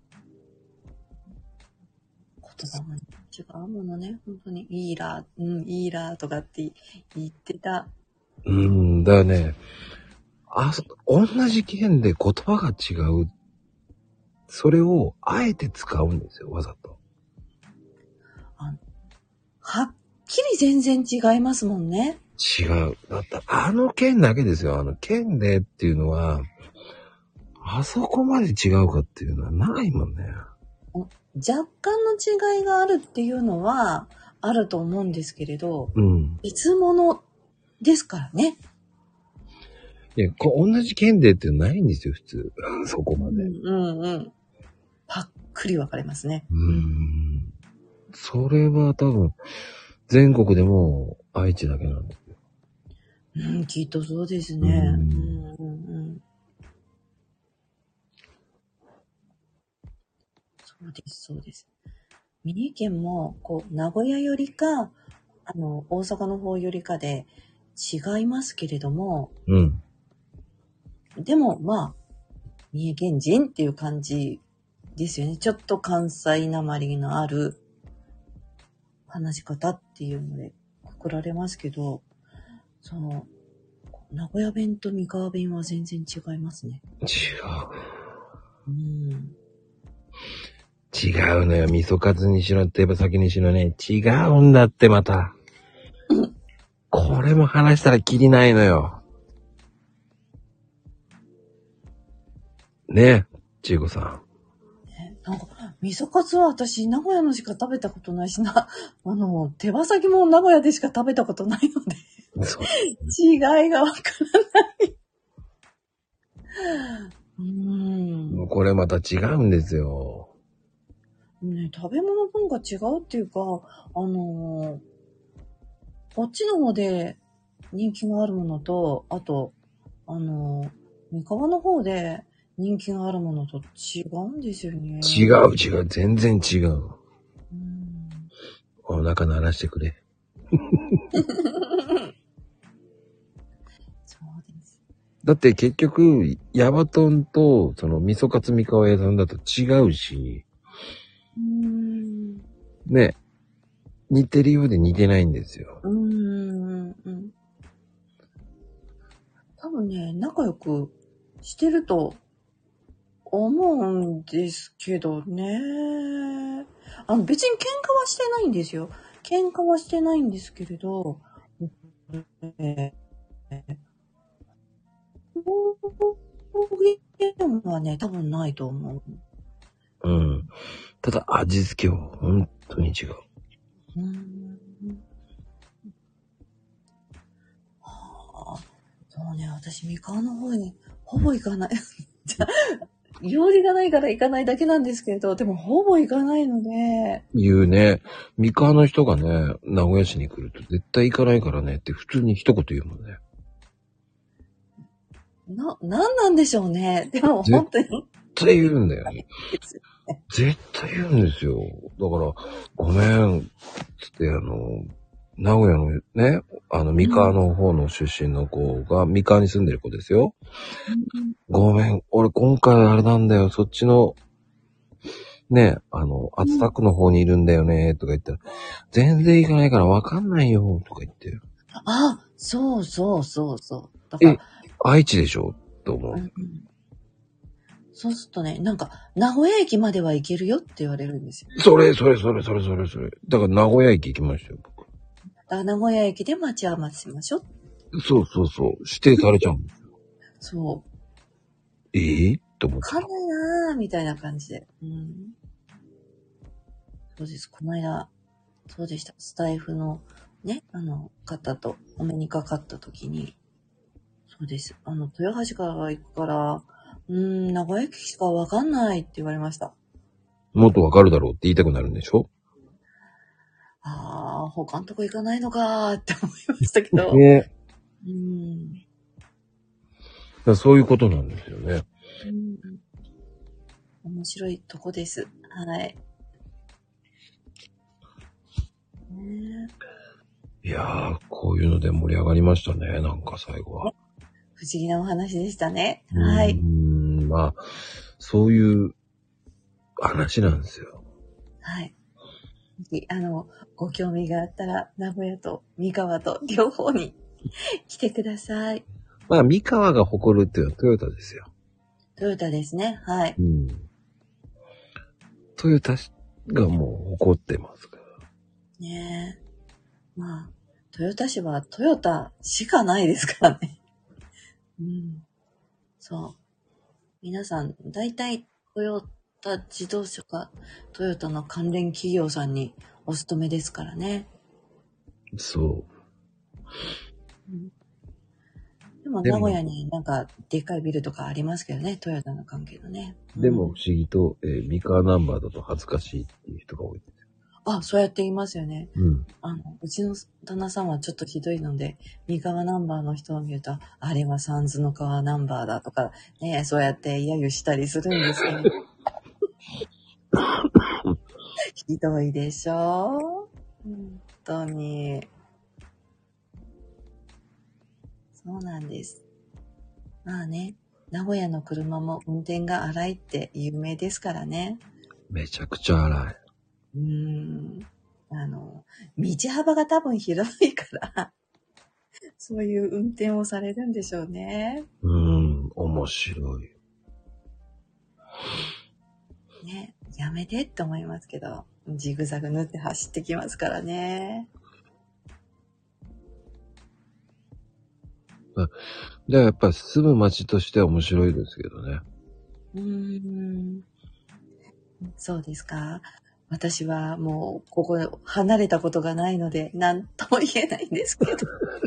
言葉が違うものね、本当に、いいら、うん、いいらとかって言ってた。 うん、だよね。あ、同じ県で言葉が違う。それをあえて使うんですよ、わざと。 あはっきり全然違いますもんね。 違う。だってあの県だけですよ。あの県でっていうのは、あそこまで違うかっていうのはないもんね。 若干の違いがあるっていうのはあると思うんですけれど、 うん。 別物ですからね。 いや、こ同じ県でってないんですよ、普通。そこまで。 うんうんうん。パックリ分かれますね。 うーん。それは多分、全国でも愛知だけなんですよ。 うん、きっとそうですね。 うんうんうんうん。そうです、そうです。三重県も、こう、名古屋よりか、あの、大阪の方よりかで違いますけれども、 うん。 でも、まあ、三重県人っていう感じですよね。ちょっと関西なまりのある話し方っていうのでくくられますけど、その、名古屋弁と三河弁は全然違いますね。 違う。うん。 う。違うのよ。味噌カツにしろ、手羽先にしろね。違うんだってまた。これも話したらキリないのよ。ねえ、ちいこさん。 なんか、味噌カツは私、名古屋のしか食べたことないしな、あの、手羽先も名古屋でしか食べたことないので、違いがわからない。うーん。 これまた違うんですよ。 ね、食べ物文化違うっていうか、あのー、こっちの方で人気があるものと、あと、あのー、三河の方で人気があるものと違うんですよね。 違う違う。全然違う。 うん、 お腹鳴らしてくれ。 そうです。 だって結局、ヤバトンと、その味噌カツ三河屋さんだと違うし、 うーん。 ね、似てるようで似てないんですよ。 うーん。うん。多分ね、仲良くしてると思うんですけどね。あの、別に喧嘩はしてないんですよ。喧嘩はしてないんですけれど、えー、方言はね、多分ないと思う。 うん。ただ味付けは本当に違う。 うーん。はあ、そうね、私、三河の方にほぼ行かない。じゃ用事がないから行かないだけなんですけど、でもほぼ行かないので。 言うね。三河の人がね、名古屋市に来ると絶対行かないからねって普通に一言言うもんね。 な、なんなんでしょうね。でも本当に。絶対言うんだよね。絶対言うんですよ。だから、ごめん、つって、あの、名古屋のね、あの、三河の方の出身の子が、三河に住んでる子ですよ。うん、ごめん、俺今回あれなんだよ、そっちの、ね、あの、厚田区の方にいるんだよね、とか言ったら、全然行かないからわかんないよ、とか言って。 あ、そうそうそうそう。だからえ、愛知でしょと思う、うん。 そうするとね、なんか、名古屋駅までは行けるよって言われるんですよ。 それ、それ、それ、それ、それ、それ。だから名古屋駅行きましたよ、僕。 だから名古屋駅で待ち合わせしましょう。 そうそうそう。指定されちゃうんですよ。 そう。 えー、と思って。 わかんないなーみたいな感じで。うん。そうです。この間、そうでした。スタイフのね、あの、方とお目にかかった時に、 そうです。あの、豊橋から行くから、うーん、名古屋駅しかわかんないって言われました。 もっとわかるだろうって言いたくなるんでしょ？ ああ、他のとこ行かないのかーって思いましたけど。 ね。 うーん。 だからそういうことなんですよね。 うん、面白いとこです。はい。ね、 いやー、こういうので盛り上がりましたね。なんか最後は。 不思議なお話でしたね。はい。 うーん、まあ、そういう話なんですよ。 はい。あの、ご興味があったら、名古屋と三河と両方に来てください。 まあ、三河が誇るっていうのはトヨタですよ。 トヨタですね。はい。 うん。トヨタがもう誇ってますから。 ねえ。まあ、豊田市はトヨタしかないですからね。うん。そう。皆さん、大体トヨタ自動車かトヨタの関連企業さんにお勤めですからね。 そう。 うん、でも名古屋になんかでっかいビルとかありますけどね、トヨタの関係のね。 でも不思議と、えー、三河ナンバーだと恥ずかしいっていう人が多いです。 あ、そうやって言いますよね。 うん。 あの、うちの旦那さんはちょっとひどいので、三河ナンバーの人を見ると、あれはサンズの川ナンバーだとか、ね、そうやって揶揄したりするんですよね。ひどいでしょ？本当に。そうなんです。まあね、名古屋の車も運転が荒いって有名ですからね。 めちゃくちゃ荒い。 うーん。あの、道幅が多分広いから、そういう運転をされるんでしょうね。 うーん、面白い。 ね、やめてって思いますけど、ジグザグ縫って走ってきますからね。 じゃあやっぱ住む街としては面白いですけどね。 うーん。そうですか。私はもうここ離れたことがないので何とも言えないんですけど。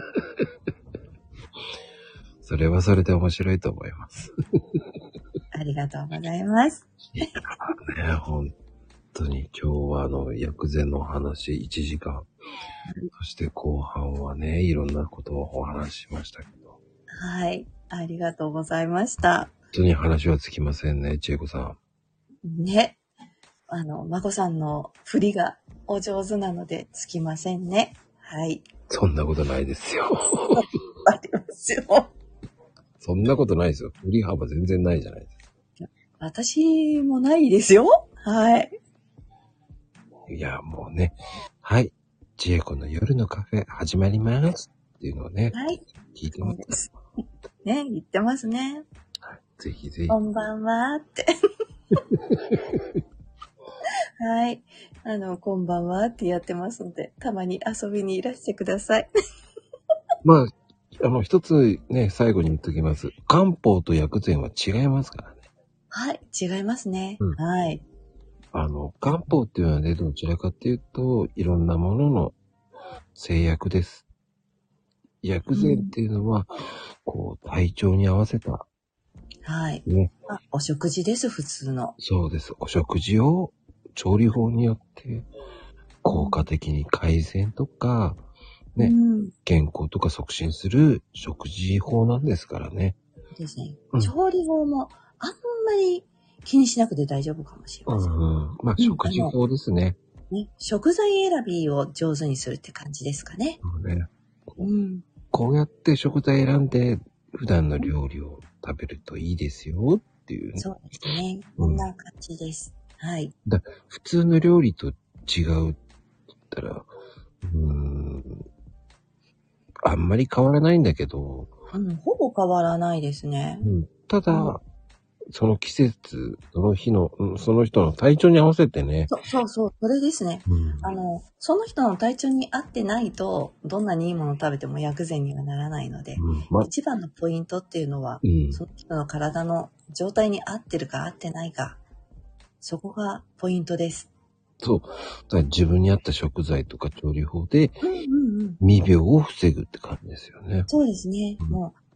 それはそれで面白いと思います。 ありがとうございます。 いやね、本当に今日はあの薬膳の話いちじかん、そして後半はね、いろんなことをお話ししましたけど。 はい、ありがとうございました。 本当に話はつきませんね、千恵子さん。 ね。あの、まこさんの振りがお上手なのでつきませんね。はい。 そんなことないですよ。 ありますよ。 そんなことないですよ。振り幅全然ないじゃないですか。 私もないですよ。はい。 いや、もうね。はい。千恵子の夜のカフェ始まりますっていうのをね、 はい。 聞いてます。 ね、言ってますね。 はい。ぜひぜひ。 こんばんはって。はい。あの、こんばんはってやってますので、たまに遊びにいらしてください。 まあ、あの、一つね、最後に言っときます。漢方と薬膳は違いますからね。 はい、違いますね。 うん、 はい。 あの、漢方っていうのはね、どちらかっていうと、いろんなものの製薬です。薬膳っていうのは、うん、こう、体調に合わせた。 はい。 ね。 あ、お食事です、普通の。 そうです。お食事を調理法によって効果的に改善とか、ね、うん、健康とか促進する食事法なんですからね。 ですね。うん、調理法もあんまり気にしなくて大丈夫かもしれません。 うんうん、まあ、食事法ですね。 ね、食材選びを上手にするって感じですかね。 そうね。 うん。 こうやって食材選んで普段の料理を食べるといいですよっていう、ね。 そうですね。こんな感じです。うん、はい。 だ普通の料理と違うって言ったら、うーん、あんまり変わらないんだけど。 うん、ほぼ変わらないですね。 うん、ただ、うん、その季節、その日の、うん、その人の体調に合わせてね。 そうそうそう、それですね。うん、あの、その人の体調に合ってないと、どんなにいいものを食べても薬膳にはならないので、うんま、一番のポイントっていうのは、うん、その人の体の状態に合ってるか合ってないか、そこがポイントです。 そう。だから自分に合った食材とか調理法で、うんうんうん、未病を防ぐって感じですよね。 そうですね。うん、もう、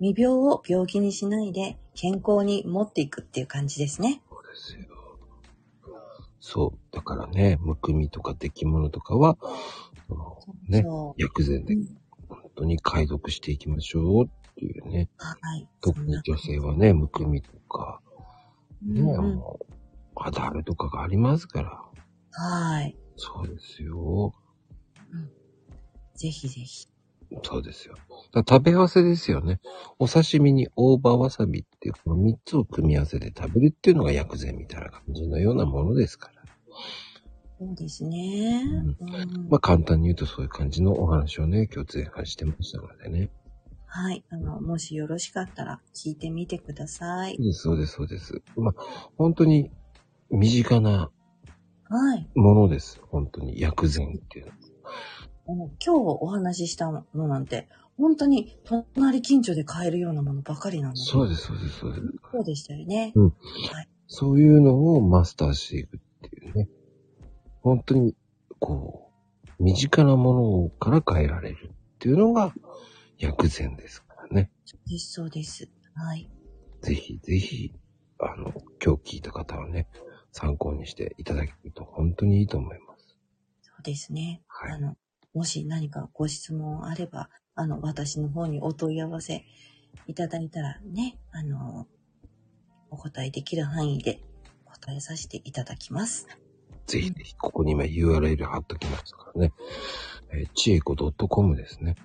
未病を病気にしないで健康に持っていくっていう感じですね。 そうですよ。そう。だからね、むくみとか出来物とかは、そのね、 そう薬膳でうん本当に解読していきましょうっていうね。 はい。 特に女性はね、むくみとか、ね、 うんうんもう、肌荒れとかがありますから。 はい。 そうですよ。 ぜひぜひ。 そうですよ。だから食べ合わせですよね。お刺身に大葉わさびっていうこのみっつを組み合わせて食べるっていうのが薬膳みたいな感じのようなものですから。 そうですね。 うんうんまあ簡単に言うとそういう感じのお話をね、今日前半してましたのでね。 はい。あの、もしよろしかったら聞いてみてください。 そうです、そうです、そうです。まあ本当に身近なはい。 ものです。本当に薬膳っていうのは。 あの今日お話ししたのなんて、本当に隣近所で買えるようなものばかりなので。 そうです、そうです、そうです。 そうでしたよね。 うん。 はい。 そういうのをマスターしていくっていうね。本当に、こう、身近なものから変えられるっていうのが薬膳ですからね。 そうです、そうです。はい。 ぜひぜひ、あの、今日聞いた方はね、参考にしていただけると本当にいいと思います。 そうですね。 はいあの、もし何かご質問あれば、あの、私の方にお問い合わせいただいたらね、あの、お答えできる範囲で答えさせていただきます。 ぜひぜひ、ここに今 ユーアールエル 貼っときましたからね。えー、ちえこ .com ですね。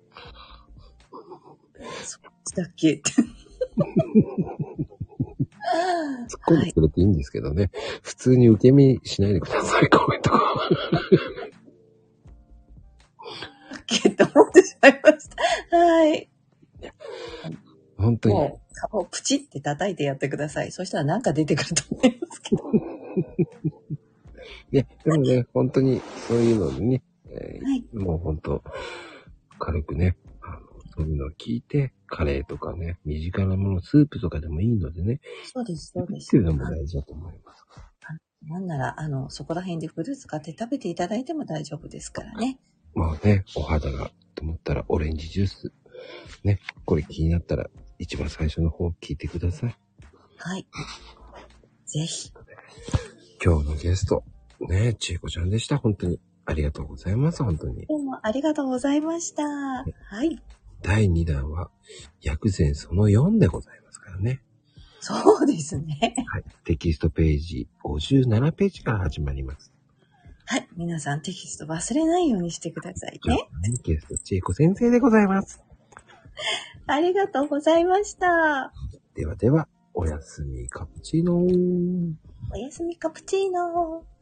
そうだっけ突っ込んでくれていいんですけどね。はい、普通に受け身しないでください、コメントが。 けって思ってしまいました。はい。 本当に。 もう、顔をプチって叩いてやってください。そしたらなんか出てくると思いますけど。 いや、でもね、本当にそういうのでね、えーはい、 もう本当、軽くね、あの、そういうのを聞いて、カレーとかね、身近なもの、スープとかでもいいのでね。 そうです、そうです。 っていうのも大事だと思います。 なんなら、あの、そこら辺でフルーツ買って食べていただいても大丈夫ですからね。 まあね、お肌がと思ったらオレンジジュース。ね、これ気になったら一番最初の方聞いてください。 はい。ぜひ。 今日のゲスト、ね、ちえこちゃんでした。本当に。ありがとうございます。本当に。 どうもありがとうございました。はい。 だいにだんは、薬膳そのよんでございますからね。 そうですね。 はい。テキストページごじゅうななページから始まります。 はい。皆さんテキスト忘れないようにしてくださいね。 ゲスト、ちえこ先生でございます。 ありがとうございました。 ではでは、おやすみカプチーノー。 おやすみカプチーノー。